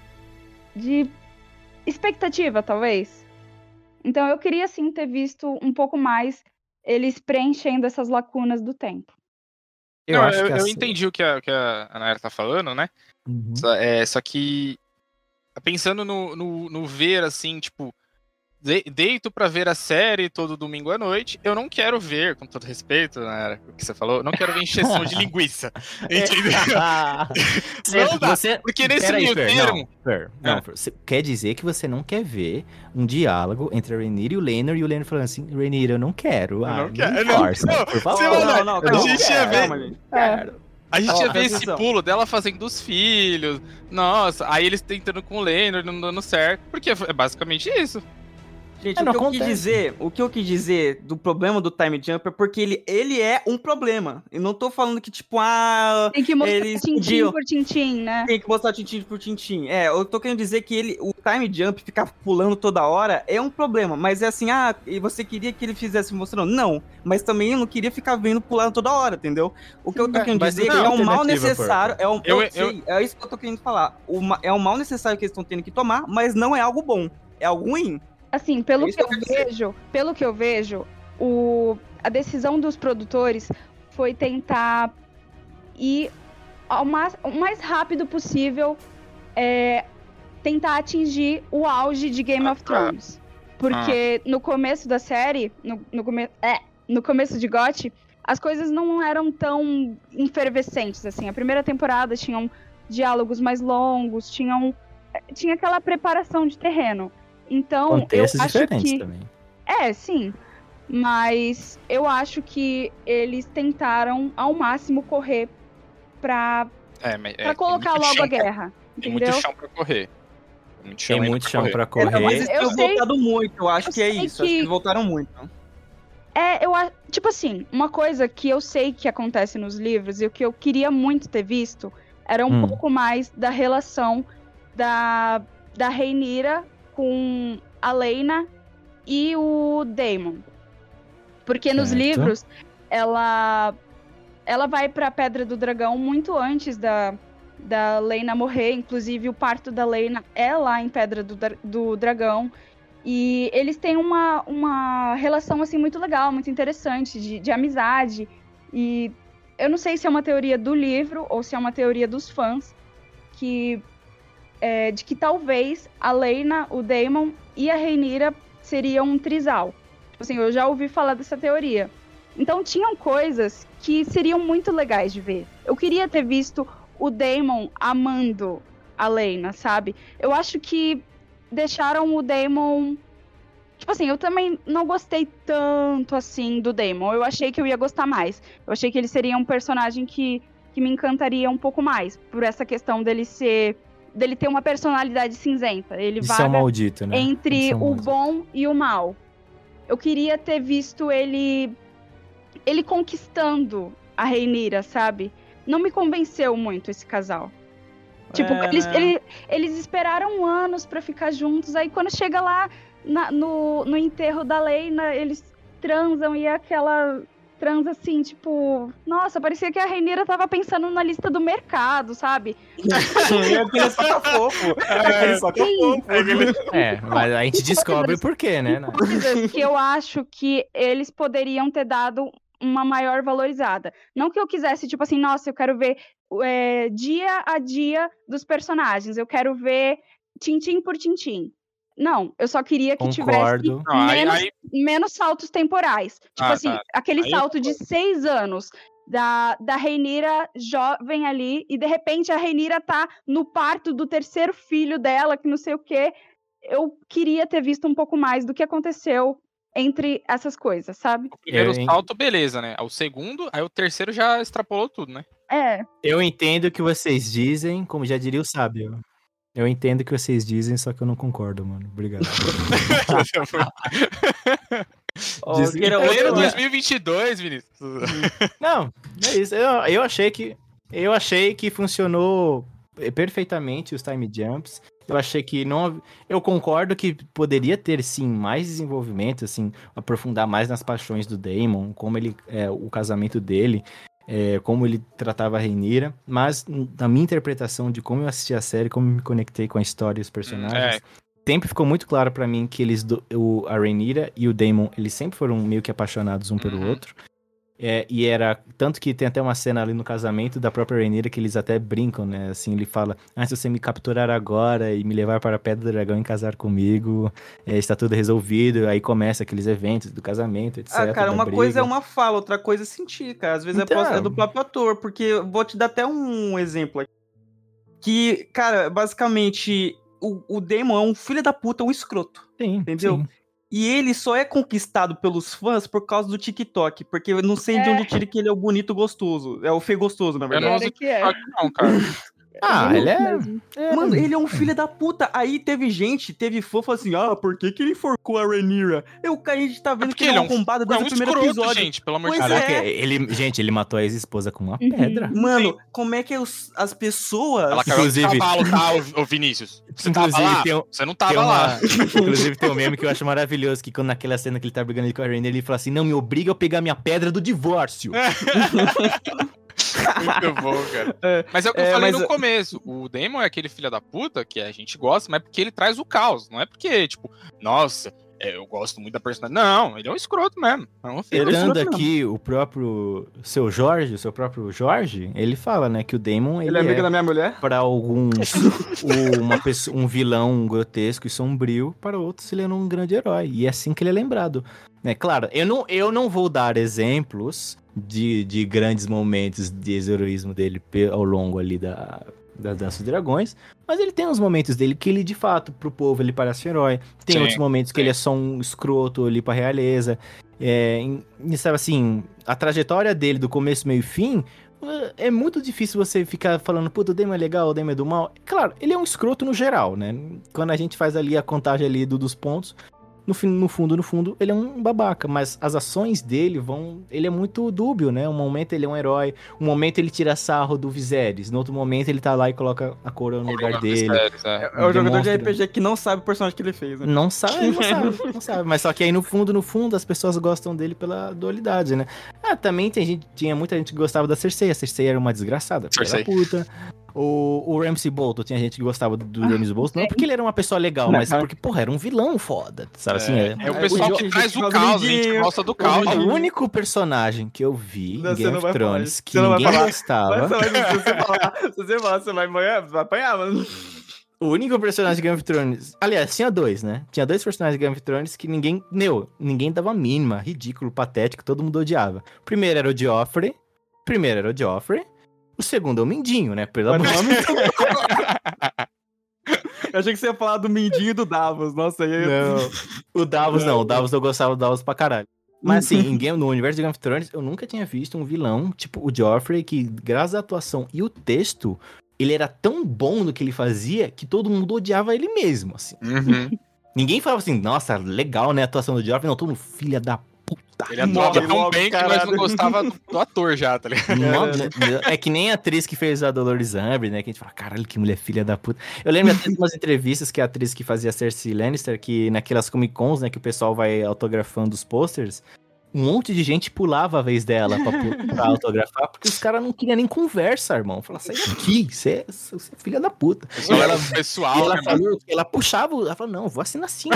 de expectativa, talvez. Então eu queria sim ter visto um pouco mais eles preenchendo essas lacunas do tempo. Eu Não, acho eu, que eu assim... entendi o que a, que a Nayara tá falando, né? Uhum. Só, é, só que pensando no, no, no ver, assim, tipo, de, deito pra ver a série todo domingo à noite, eu não quero ver, com todo respeito, Nayara, o que você falou, eu não quero ver encheção de linguiça. Entendeu? Certo, Não dá, você... porque nesse Pera aí, meio Fer, termo- Não, Fer, não, Ah. Fer, você quer dizer que você não quer ver um diálogo entre a Rhaenyra e o Laenor, e o Laenor falando assim, Rhaenyra, eu não quero. Ah, não quero, me não, força, não, por favor. você vai lá, Não, não, a calma, gente ia calma, ver- calma, gente. Quero. A gente Ó, ia ver presta esse atenção. pulo dela fazendo dos filhos. Nossa, aí eles tentando com o Laenor, não dando certo. Porque é basicamente isso. Gente, É, o não que eu quis acontece. dizer, o que eu quis dizer do problema do time jump é porque ele, ele é um problema. Eu não tô falando que, tipo, ah, Tem que mostrar eles tintim podiam... por tintim, né? Tem que mostrar tintim por tintim. É, eu tô querendo dizer que ele, o time jump, ficar pulando toda hora, é um problema. Mas é assim, ah, e você queria que ele fizesse mostrando? Não. Mas também eu não queria ficar vendo pulando toda hora, entendeu? O que eu tô É, querendo mas dizer é não que é tem um mal alternativa, necessário. É, um, Eu- eu, sei, é isso que eu tô querendo falar. O ma- é um mal necessário que eles estão tendo que tomar, mas não é algo bom. É algo ruim. Assim, pelo É isso que eu que eu quero vejo, pelo que eu vejo, o, a decisão dos produtores foi tentar ir ao mais, o mais rápido possível, é, tentar atingir o auge de Game Ah, of tá. Thrones. Porque no começo da série, no, no, come, é, no começo de G O T, as coisas não eram tão efervescentes, assim. A primeira temporada tinham diálogos mais longos, tinham, tinha aquela preparação de terreno. Então, Contextos eu acho diferentes que... também. É, sim. Mas eu acho que eles tentaram ao máximo correr pra, É, mas é, pra colocar tem muito logo chão a guerra. pra- Tem muito Entendeu? chão pra correr. Tem muito chão, Tem ainda muito chão correr. pra É, correr. mas eles Eu têm sei- voltado muito, eu acho eu que é sei isso. Acho que- que eles voltaram muito. É, eu acho. Tipo assim, uma coisa que eu sei que acontece nos livros e o que eu queria muito ter visto era um Hum. pouco mais da relação da, da Rhaenyra com a Lena e o Daemon. Porque nos Certo. livros, ela ela vai pra Pedra do Dragão muito antes da, da Lena morrer. Inclusive, o parto da Lena é lá em Pedra do, Dra- do Dragão. E eles têm uma, uma relação, assim, muito legal, muito interessante, de, de amizade. E eu não sei se é uma teoria do livro ou se é uma teoria dos fãs, que, é, de que talvez a Lena, o Daemon e a Rhaenyra seriam um trisal. Tipo assim, eu já ouvi falar dessa teoria. Então tinham coisas que seriam muito legais de ver. Eu queria ter visto o Daemon amando a Lena, sabe? Eu acho que deixaram o Daemon... Tipo assim, eu também não gostei tanto, assim, do Daemon. Eu achei que eu ia gostar mais. Eu achei que ele seria um personagem que, que me encantaria um pouco mais. Por essa questão dele ser... dele ter uma personalidade cinzenta. Ele Isso é um vaga maldito, né? entre Isso é um o maldito. bom e o mal. Eu queria ter visto ele... ele conquistando a Rhaenyra, sabe? Não me convenceu muito esse casal. Tipo, É, eles, né? ele- eles esperaram anos pra ficar juntos, aí quando chega lá na- no, no enterro da Lena, eles transam e é aquela transa assim, tipo... Nossa, parecia que a Rhaenyra tava pensando na lista do mercado, sabe? É aquele soca fofo. É aquele soca Sim. fofo. É, mas a gente descobre por quê, né? Nath? Coisas que eu acho que eles poderiam ter dado uma maior valorizada. Não que eu quisesse, tipo assim, nossa, eu quero ver é, dia a dia dos personagens, eu quero ver tintim por tintim. Não, eu só queria que tivesse Concordo. Não, aí- menos, aí- menos saltos temporais. Tipo Ah, assim, tá. aquele Aí eu salto de seis anos da, da Rhaenyra jovem ali, e de repente a Rhaenyra tá no parto do terceiro filho dela, que não sei o quê. Eu queria ter visto um pouco mais do que aconteceu entre essas coisas, sabe? O primeiro Eu, hein? salto, beleza, né? O segundo, aí o terceiro já extrapolou tudo, né? É, Eu entendo o que vocês dizem, como já diria o sábio. Eu entendo o que vocês dizem, só que eu não concordo, mano. Obrigado. Ó, Diz- que era Pleno outro- dois mil e vinte e dois, Vinícius. Não, é isso. Eu, eu achei que eu achei que funcionou perfeitamente os time jumps. Eu achei que não. Eu concordo que poderia ter sim mais desenvolvimento, assim, aprofundar mais nas paixões do Daemon, como ele, é, o casamento dele, é, como ele tratava a Rhaenyra. Mas na minha interpretação de como eu assisti a série, como eu me conectei com a história e os personagens, É. sempre ficou muito claro pra mim que eles, do- o, a Rhaenyra e o Daemon, eles sempre foram meio que apaixonados um pelo Uhum. outro. É, e era, tanto que tem até uma cena ali no casamento da própria Rhaenyra que eles até brincam, né, assim, ele fala, ah, se você me capturar agora e me levar para a Pedra do Dragão e casar comigo, é, está tudo resolvido, aí começa aqueles eventos do casamento, etcétera. Ah, cara, da uma briga. coisa é uma fala, outra coisa é sentir, cara. Às vezes é Então. pró- é do próprio ator, porque eu vou te dar até um exemplo aqui. Que, cara, basicamente, o, o Daemon é um filho da puta, um escroto. Sim, entendeu? sim. E ele só é conquistado pelos fãs por causa do TikTok, porque eu não sei de É. onde tira que ele é o bonito gostoso. É o feio gostoso, na Eu não verdade. uso que é. TikTok, não, cara. Ah, ele é... mesmo. é... Mano, ele é um filho da puta. Aí teve gente, teve fã falou assim, ah, por que que ele enforcou a Rhaenyra? Eu, a gente tá vendo porque que ele é um ele é um- arrombado É desde um o primeiro escroto, episódio. gente, pelo amor de Pois Deus. Caraca, é. ele, gente, ele matou a ex-esposa com uma Uhum. pedra. Mano, como é que os- as pessoas... Ela caiu Inclusive- de cavalo, tá, ô, ô Vinícius? Você tava Inclusive, lá? tem um- Você não Tem tava uma- lá. Inclusive tem um meme que eu acho maravilhoso, que quando naquela cena que ele tá brigando ali com a Rhaenyra, ele fala assim, não me obriga a pegar minha pedra do divórcio. Muito bom, cara. É, Mas é o que eu é, falei mas- no começo. O Daemon é aquele filho da puta que a gente gosta, mas é porque ele traz o caos. Não é porque, tipo, nossa, é, eu gosto muito da personagem. Não, ele é um escroto mesmo. É um filho. Ele é Citando escroto aqui o próprio seu Jorge, o seu próprio Jorge, ele fala, né, que o Daemon, ele, Ele é amigo é da minha mulher? para alguns o- uma pessoa, um vilão grotesco e sombrio, para outros ele é um grande herói. E é assim que ele é lembrado. É claro, eu não, eu não vou dar exemplos de, de grandes momentos de heroísmo dele pe- ao longo ali da, da Dança dos Dragões, mas ele tem uns momentos dele que ele, de fato, pro povo, ele parece um herói. Tem Sim, outros momentos que sim. ele é só um escroto ali pra realeza. É, e sabe assim, a trajetória dele do começo, meio e fim, é muito difícil você ficar falando, puta, o Daemon é legal, o Daemon é do mal. Claro, ele é um escroto no geral, né? Quando a gente faz ali a contagem ali do, dos pontos, no, fim, no fundo, no fundo, ele é um babaca, mas as ações dele vão... Ele é muito dúbio, né? Um momento ele é um herói, um momento ele tira sarro do Viserys, no outro momento ele tá lá e coloca a coroa no lugar dele. Sérios, é. É o jogador de Demonstra- R P G que não sabe o personagem que ele fez, né? Não sabe, não sabe, não sabe. Mas só que aí no fundo, no fundo, as pessoas gostam dele pela dualidade, né? Ah, também tem gente, tinha muita gente que gostava da Cersei. A Cersei era uma desgraçada, filha da Cersei. puta. O, o Ramsay Bolton, tinha gente que gostava do, do Ramsay Bolton, não sim. porque ele era uma pessoa legal, Não, mas cara. porque, porra, era um vilão foda, sabe assim? É, é o É, pessoal o que Jo- traz o o caos, a gente Lindinho, gosta do o caos. O Lindinho. único personagem que eu vi Não, em você Game não of vai falar Thrones isso. que Você não vai ninguém falar. gostava... Mas, mas, se você falar, se você falar, você vai apanhar, vai apanhar, mano. O único personagem de Game of Thrones... Aliás, tinha dois, né? Tinha dois personagens de Game of Thrones que ninguém... Meu, ninguém dava a mínima. Ridículo, patético, todo mundo odiava. O primeiro era o Joffrey. O primeiro era o Joffrey. O segundo é o Mindinho, né? Pelo amor de Deus. Eu achei que você ia falar do Mindinho e do Davos. Nossa, aí... Não. O Davos não. O Davos eu gostava do Davos pra caralho. Mas assim, em Game, no universo de Game of Thrones, eu nunca tinha visto um vilão, tipo o Joffrey, que graças à atuação e o texto, ele era tão bom no que ele fazia que todo mundo odiava ele mesmo, assim. Uhum. Ninguém falava assim, nossa, legal, né, a atuação do Joffrey. Não, todo mundo, filha da puta. Ele atuava Morre tão logo, bem que nós caralho. não gostava do, do ator já, tá ligado? Não, é que nem a atriz que fez a Dolores Umbridge, né? Que a gente fala, caralho, que mulher filha da puta. Eu lembro até de umas entrevistas que a atriz que fazia a Cersei Lannister, que naquelas Comic Cons, né, que o pessoal vai autografando os posters, um monte de gente pulava a vez dela pra, pu- pra autografar, porque os caras não queriam nem conversa, irmão. Fala, sai daqui, você é, você é filha da puta. Só E era ela, o pessoal, e ela né, mano? falou, ela puxava, ela falou, não, vou assinar sim.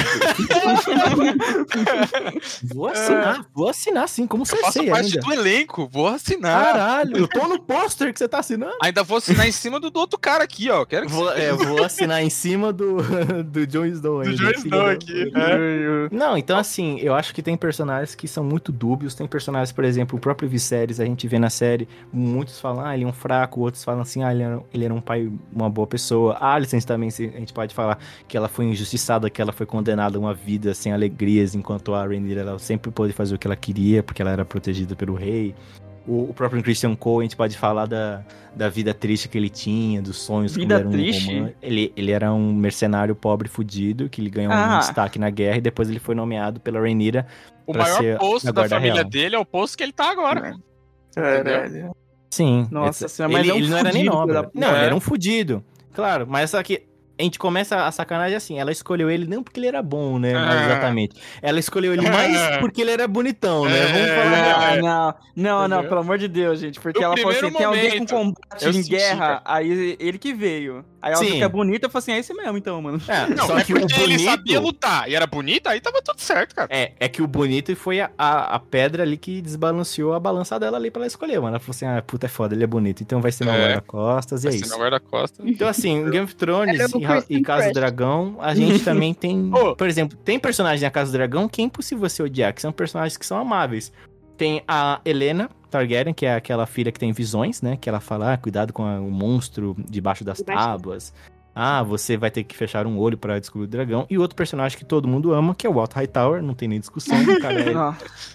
pô. Vou assinar, vou assinar sim, como Eu faço Cersei parte ainda. do elenco, vou assinar. Caralho, eu tô no pôster que você tá assinando. Ainda vou assinar em cima do, do outro cara aqui, ó. Quero que Vou, é, vou assinar em cima do, do Jon Snow Do ainda. Jon filho Snow da- aqui, Não, então assim, eu acho que tem personagens que são muito dúbios. Tem personagens, por exemplo, o próprio Viserys, a gente vê na série, muitos falam, ah, ele é um fraco, outros falam assim, ah, ele era, ele era um pai, uma boa pessoa. A Alicent também, a gente pode falar que ela foi injustiçada, que ela foi condenada a uma vida sem alegrias, enquanto a Rhaenyra, ela sempre pôde fazer o que ela queria, porque ela era protegida pelo rei. O, o próprio Christian Cole, a gente pode falar da, da vida triste que ele tinha, dos sonhos. Vida como era um triste? romance. Ele, ele era um mercenário pobre fudido, que ele ganhou Ah. um destaque na guerra, e depois ele foi nomeado pela Rhaenyra. O pra maior ser posto a da guarda família real. dele é o posto que ele tá agora. Caralho. Sim. Nossa esse- senhora, mas ele, é um ele não era nem fudido, nobre. filho da puta. Não, ele É. era um fudido. Claro, mas só que a gente começa a sacanagem assim. Ela escolheu ele não porque ele era bom, né? Mas É. exatamente. Ela escolheu ele mais porque ele era bonitão, né? É. Vamos falar a real. Não, não, não, não, Entendeu? pelo amor de Deus, gente. Porque No ela falou assim: primeiro tem alguém com momento, combate eu em senti, guerra, cara. aí ele que veio. Aí ela Sim. fica bonita, eu falei assim: é esse mesmo, então, mano. É, Não, só é que o porque ele bonito... sabia lutar e era bonito, aí tava tudo certo, cara. É, é que o bonito foi a, a, a pedra ali que desbalanceou a balança dela ali pra ela escolher, mano. Ela falou assim, ah, puta, é foda, ele é bonito, então vai ser meu É. guarda-costas e é Vai ser isso. no guarda-costa. Então, assim, em Game of Thrones Era o e, Ra- Christian e Casa do Crush. Dragão, a gente também tem... Ô. Por exemplo, tem personagens na Casa do Dragão que é impossível você odiar, que são personagens que são amáveis. Tem a Helena Targaryen, que é aquela filha que tem visões, né? Que ela fala, ah, cuidado com a- o monstro debaixo das Debaixo. tábuas. Ah, você vai ter que fechar um olho pra descobrir o dragão. E outro personagem que todo mundo ama, que é o Walt Hightower, não tem nem discussão. O cara é Não.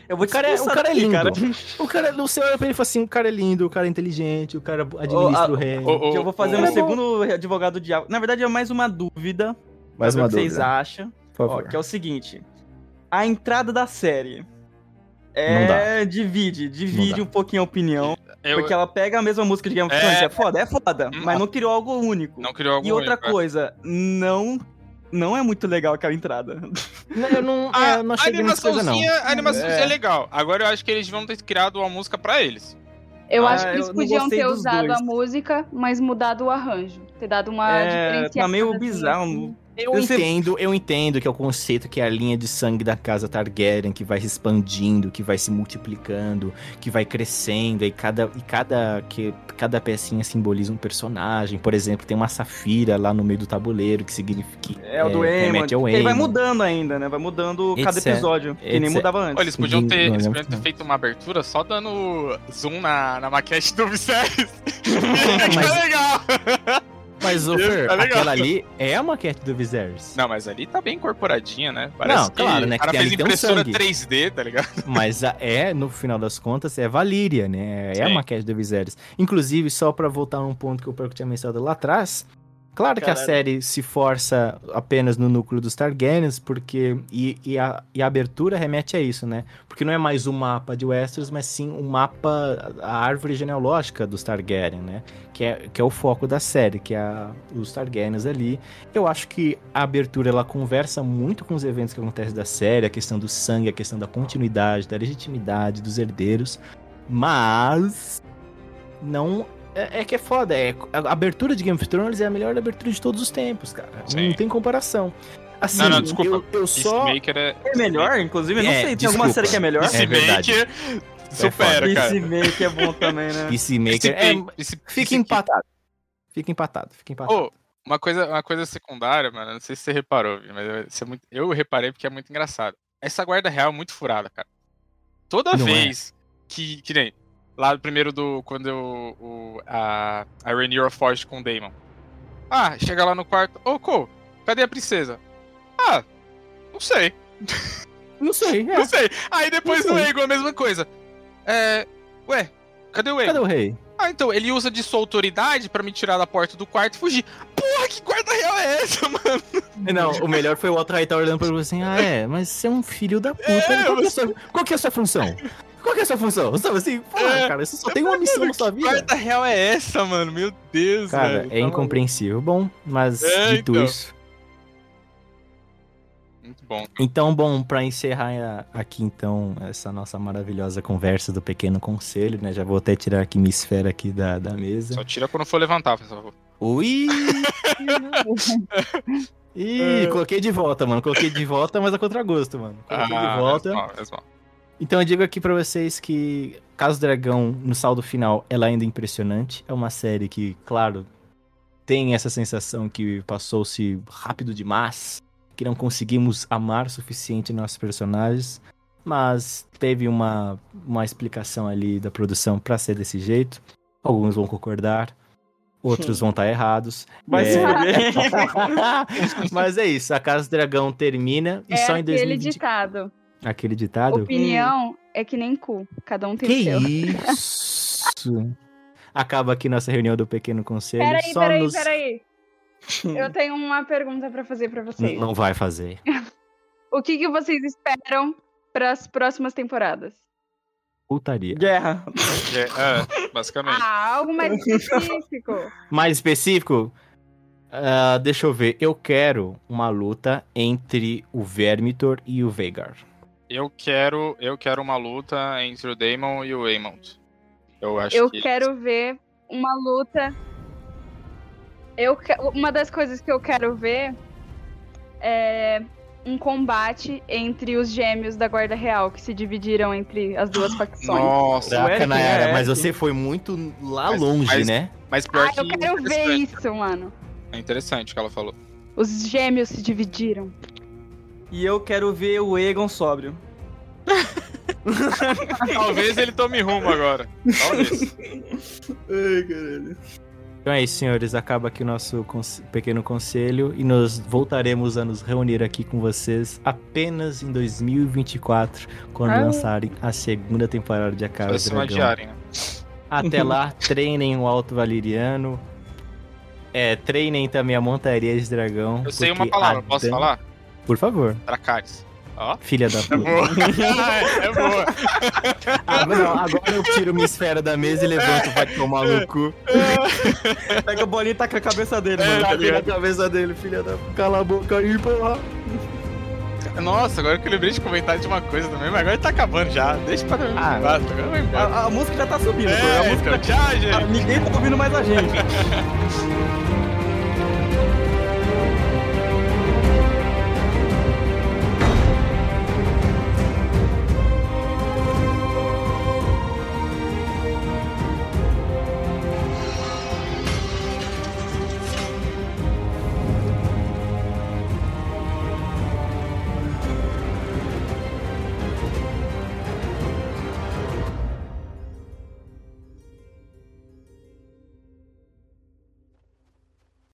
Eu vou O cara, é, o cara é daqui, lindo. cara. O cara, você olha pra ele e fala assim, o cara é lindo, o cara é inteligente, o cara administra Ô, o reino. ô, ô, Eu vou fazer ô, um ô. segundo advogado do diabo. Na verdade, é mais uma dúvida. Mais pra ver uma o que vocês dúvida, acham. por Ó, favor. que é o seguinte. A entrada da série. Não dá. É. Divide, divide dá. um pouquinho a opinião. Eu- Porque ela pega a mesma música de Game of É. Thrones. É foda, é foda. Hum, Mas não criou algo único. Não criou algum E outra único, é. coisa, não. Não é muito legal aquela entrada. Não, eu não, A, é, eu não a achei grande coisa, não. animaçãozinha, a animaçãozinha É. é legal. Agora eu acho que eles deviam ter criado uma música pra eles. Eu Ah, acho que eles eu não podiam gostei ter dos usado dois. a música, mas mudado o arranjo. Ter dado uma É, diferenciação. tá meio bizarro. assim. Eu Você- entendo, eu entendo que é o conceito que é a linha de sangue da casa Targaryen, que vai se expandindo, que vai se multiplicando, que vai crescendo, e cada, e cada, que, cada pecinha simboliza um personagem. Por exemplo, tem uma safira lá no meio do tabuleiro, que significa que É o do Aemon. remete ao Ele vai Aemon. mudando ainda, né? Vai mudando cada Etc. episódio. Que nem Etc. mudava antes. Olha, eles podiam ter, Não, eles não, podiam ter não. feito uma abertura só dando zoom na, na maquete do Viserys. Mas- que é legal. Mas, ô, Isso, Fer, tá legal. aquela ali é a maquete do Viserys. Não, mas ali tá bem incorporadinha, né? Parece Não, claro, né, O cara que fez ali tem um impressora sangue. três D, tá ligado? Mas a- é, no final das contas, é Valíria, né? É a Sim. maquete do Viserys. Inclusive, só pra voltar num ponto que o Perco tinha mencionado lá atrás, claro que a Caralho. série se força apenas no núcleo dos Targaryens, porque... E, e, a, e a abertura remete a isso, né? Porque não é mais um mapa de Westeros, mas sim um mapa, a árvore genealógica dos Targaryen, né? Que é, que é o foco da série, que é a, os Targaryens ali. Eu acho que a abertura, ela conversa muito com os eventos que acontecem da série, a questão do sangue, a questão da continuidade, da legitimidade, dos herdeiros, mas não... É, é que é foda, é, a abertura de Game of Thrones é a melhor abertura de todos os tempos, cara. Sim. Não tem comparação. Assim, Não, não, desculpa. eu, eu só... Peacemaker é... É melhor, inclusive? Eu não É, sei. Tem desculpa. alguma série que é melhor? É verdade. Peacemaker supera, cara. Peacemaker é bom também, né? Peacemaker é, Peacemaker- esse- fica esse- empatado. Fica empatado, fica empatado. Ô, uma coisa, uma coisa secundária, mano, não sei se você reparou, Vi, mas isso é muito, eu reparei porque é muito engraçado. Essa guarda real é muito furada, cara. Toda Não vez que, que nem lá do primeiro do quando eu, o, a, a Rhaenyra foge com o Daemon. Ah, chega lá no quarto, ô, Cole, cadê a princesa? Ah, não sei, Não sei, é. não sei. Aí depois Não do sei. Aegon, a mesma coisa. É, ué, cadê o Aegon? Cadê o rei? Ah, então, ele usa de sua autoridade pra me tirar da porta do quarto e fugir. Porra, que guarda real é essa, mano? Não, o melhor foi o Walter Hightower tá olhando pra ele assim, ah, é, mas você é um filho da puta. É, qual, que é a você- sua, qual que é a sua função? Qual que é a sua função? Sabe assim, pô, É. cara, você só tem uma missão na sua Que vida. guarda real é essa, mano? Meu Deus, Cara, velho. é incompreensível. Bom, mas É, dito então. isso... Muito bom. Então, bom, pra encerrar a- aqui, então, essa nossa maravilhosa conversa do Pequeno Conselho, né? Já vou até tirar aqui minha esfera aqui da, da mesa. Só tira quando for levantar, por favor. Ui! Ih, coloquei de volta, mano. Coloquei de volta, mas a contragosto, mano. Coloquei de volta. é mal, é mal. Então eu digo aqui pra vocês que Casa do Dragão, no saldo final, ela ainda é impressionante. É uma série que, claro, tem essa sensação que passou-se rápido demais, que não conseguimos amar o suficiente nossos personagens, mas teve uma, uma explicação ali da produção pra ser desse jeito. Alguns vão concordar, outros vão estar errados. Vai se É. fuder. Mas é isso, a Casa do Dragão termina e É só em aquele dois mil e vinte... ditado. Aquele ditado? Opinião é que nem cu. Cada um tem Que o seu. isso? Acaba aqui nossa reunião do Pequeno Conselho. Peraí, só peraí, nos... peraí. Eu tenho uma pergunta pra fazer pra vocês. N- Não vai fazer. O que, que vocês esperam pras próximas temporadas? Putaria. Guerra. É, é, basicamente. Ah, algo mais específico. Mais específico? Ah, deixa eu ver. Eu quero uma luta entre o Vermitor e o Vhagar. Eu quero, eu quero uma luta entre o Daemon e o Aemond. Eu acho Eu que... quero ver uma luta. Eu que- Uma das coisas que eu quero ver é um combate entre os gêmeos da Guarda Real, que se dividiram entre as duas facções. Nossa, O Eric, Caraca, Nayara, né, mas Eric? você foi muito lá Mas- longe, mas- né? mas pior Ah, que eu quero ver interessante. isso, mano. É interessante o que ela falou. Os gêmeos se dividiram. E eu quero ver o Aegon sóbrio. Talvez ele tome rumo agora. Talvez. Ai, caralho. Então é isso, senhores. Acaba aqui o nosso cons- pequeno conselho e nós voltaremos a nos reunir aqui com vocês apenas em dois mil e vinte e quatro, quando Ah. lançarem a segunda temporada de A Cara Vai do ser uma Dragão. diária, né? Até lá, treinem o Alto Valeriano. É, treinem também a Montaria de Dragão. Eu sei uma porque palavra, a posso Dan- falar? Por favor, Dracarys. Ó. filha da É puta. boa. é boa. Ah, não, agora eu tiro minha esfera da mesa e levanto, vai tomar no cu. Pega a bolinha e taca a cabeça dele, É, mano. tá Taca na ligado? cabeça dele, filha da... Cala a boca aí, porra. Nossa, agora que eu lembrei de comentar de uma coisa também, mas agora tá acabando já. Deixa pra mim. Ah, Basta, agora vai embora. A, a música já tá subindo, pô. A É, música então, tchau, gente. Ninguém tá ouvindo mais a gente.